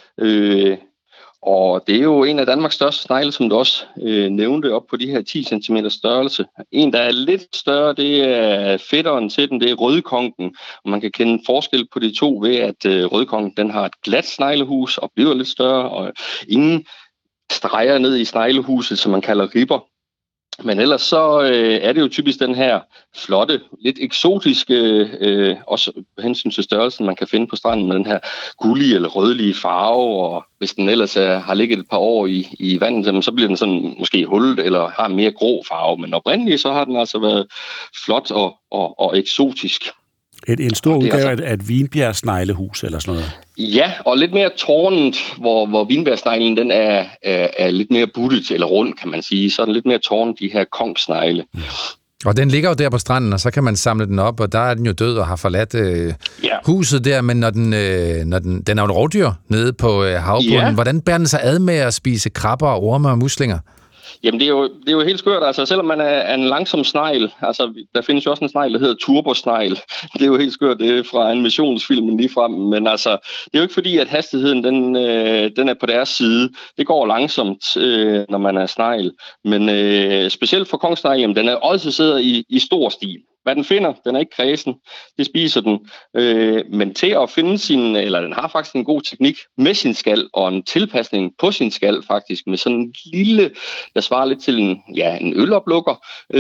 Og det er jo en af Danmarks største snegle, som du også nævnte, op på de her 10 cm størrelse. En, der er lidt større, det er fætteren til den, det er rødkongen. Og man kan kende forskel på de to ved, at rødkongen den har et glat sneglehus og bliver lidt større, og ingen streger ned i sneglehuset, som man kalder ribber. Men ellers så er det jo typisk den her flotte, lidt eksotiske, også på hensyn til størrelsen, man kan finde på stranden med den her gullige eller rødlige farve, og hvis den ellers har ligget et par år i vandet, så bliver den sådan måske hullet eller har en mere grå farve. Men oprindeligt så har den altså været flot og eksotisk. En stor udgave af et vinbjergsneglehus eller sådan noget? Ja, og lidt mere tårnet, hvor vinbjergsneglen den er lidt mere buttet eller rund, kan man sige. Så er den lidt mere tårnet, de her kongsnegle. Og den ligger jo der på stranden, og så kan man samle den op, og der er den jo død og har forladt huset der. Men når den er jo et rovdyr nede på havbunden, hvordan bærer den sig ad med at spise krabber, orme og muslinger? Jamen, det er jo helt skørt. Altså, selvom man er en langsom snegl, altså, der findes jo også en snegl, der hedder turbosnegl. Det er jo helt skørt, det er fra animationsfilmen lige frem. Men altså, det er jo ikke fordi, at hastigheden, den er på deres side. Det går langsomt, når man er snegl. Men specielt for kongsnegl, jamen, den er også sidder i stor stil. Hvad den finder, den er ikke kredsen, det spiser den. Men til at finde den har faktisk en god teknik med sin skal, og en tilpasning på sin skal faktisk, med sådan en lille, der svarer lidt til en øloplukker,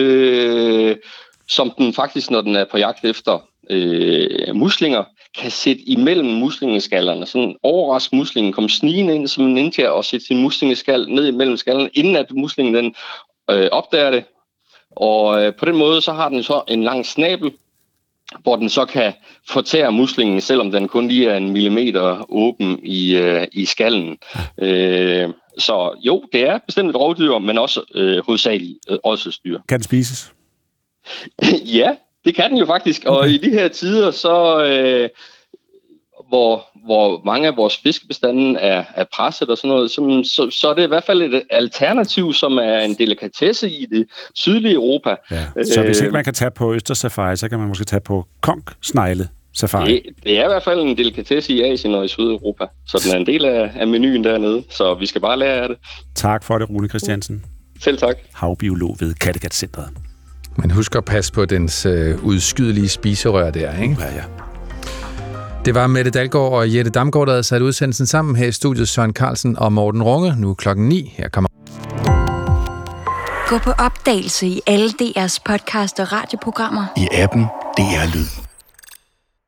som den faktisk, når den er på jagt efter muslinger, kan sætte imellem muslingeskallerne. Sådan en overrask muslingen kom snigende ind som en ninja og sætte sin muslingeskal ned imellem skallerne, inden at muslingen den opdager det. Og på den måde, så har den så en lang snabel, hvor den så kan fortære muslingen, selvom den kun lige er 1 millimeter åben i skallen. Så jo, det er bestemt et rovdyr, men også hovedsageligt ådselsdyr. Kan den spises? Ja, det kan den jo faktisk. Og i de her tider, så hvor mange af vores fiskebestanden er presset og sådan noget, så er det i hvert fald et alternativ, som er en delikatesse i det sydlige Europa. Ja. Så hvis ikke man kan tage på østersafari, så kan man måske tage på konksnegle-safari. Det er i hvert fald en delikatesse i Asien og i Sydeuropa, så den er en del af menuen dernede, så vi skal bare lære af det. Tak for det, Rune Christiansen. Selv tak. Havbiolog ved Kattegat-centret. Men husk at passe på dens udskydelige spiserør der, ikke? Ja. Det var Mette Dalgaard og Jette Damgaard, der havde sat udsendelsen sammen her i studiet. Søren Carlsen og Morten Runge. Nu 9:00. Her kommer. Gå på opdagelse i alle DR's podcast og radioprogrammer. I appen DR Lyd.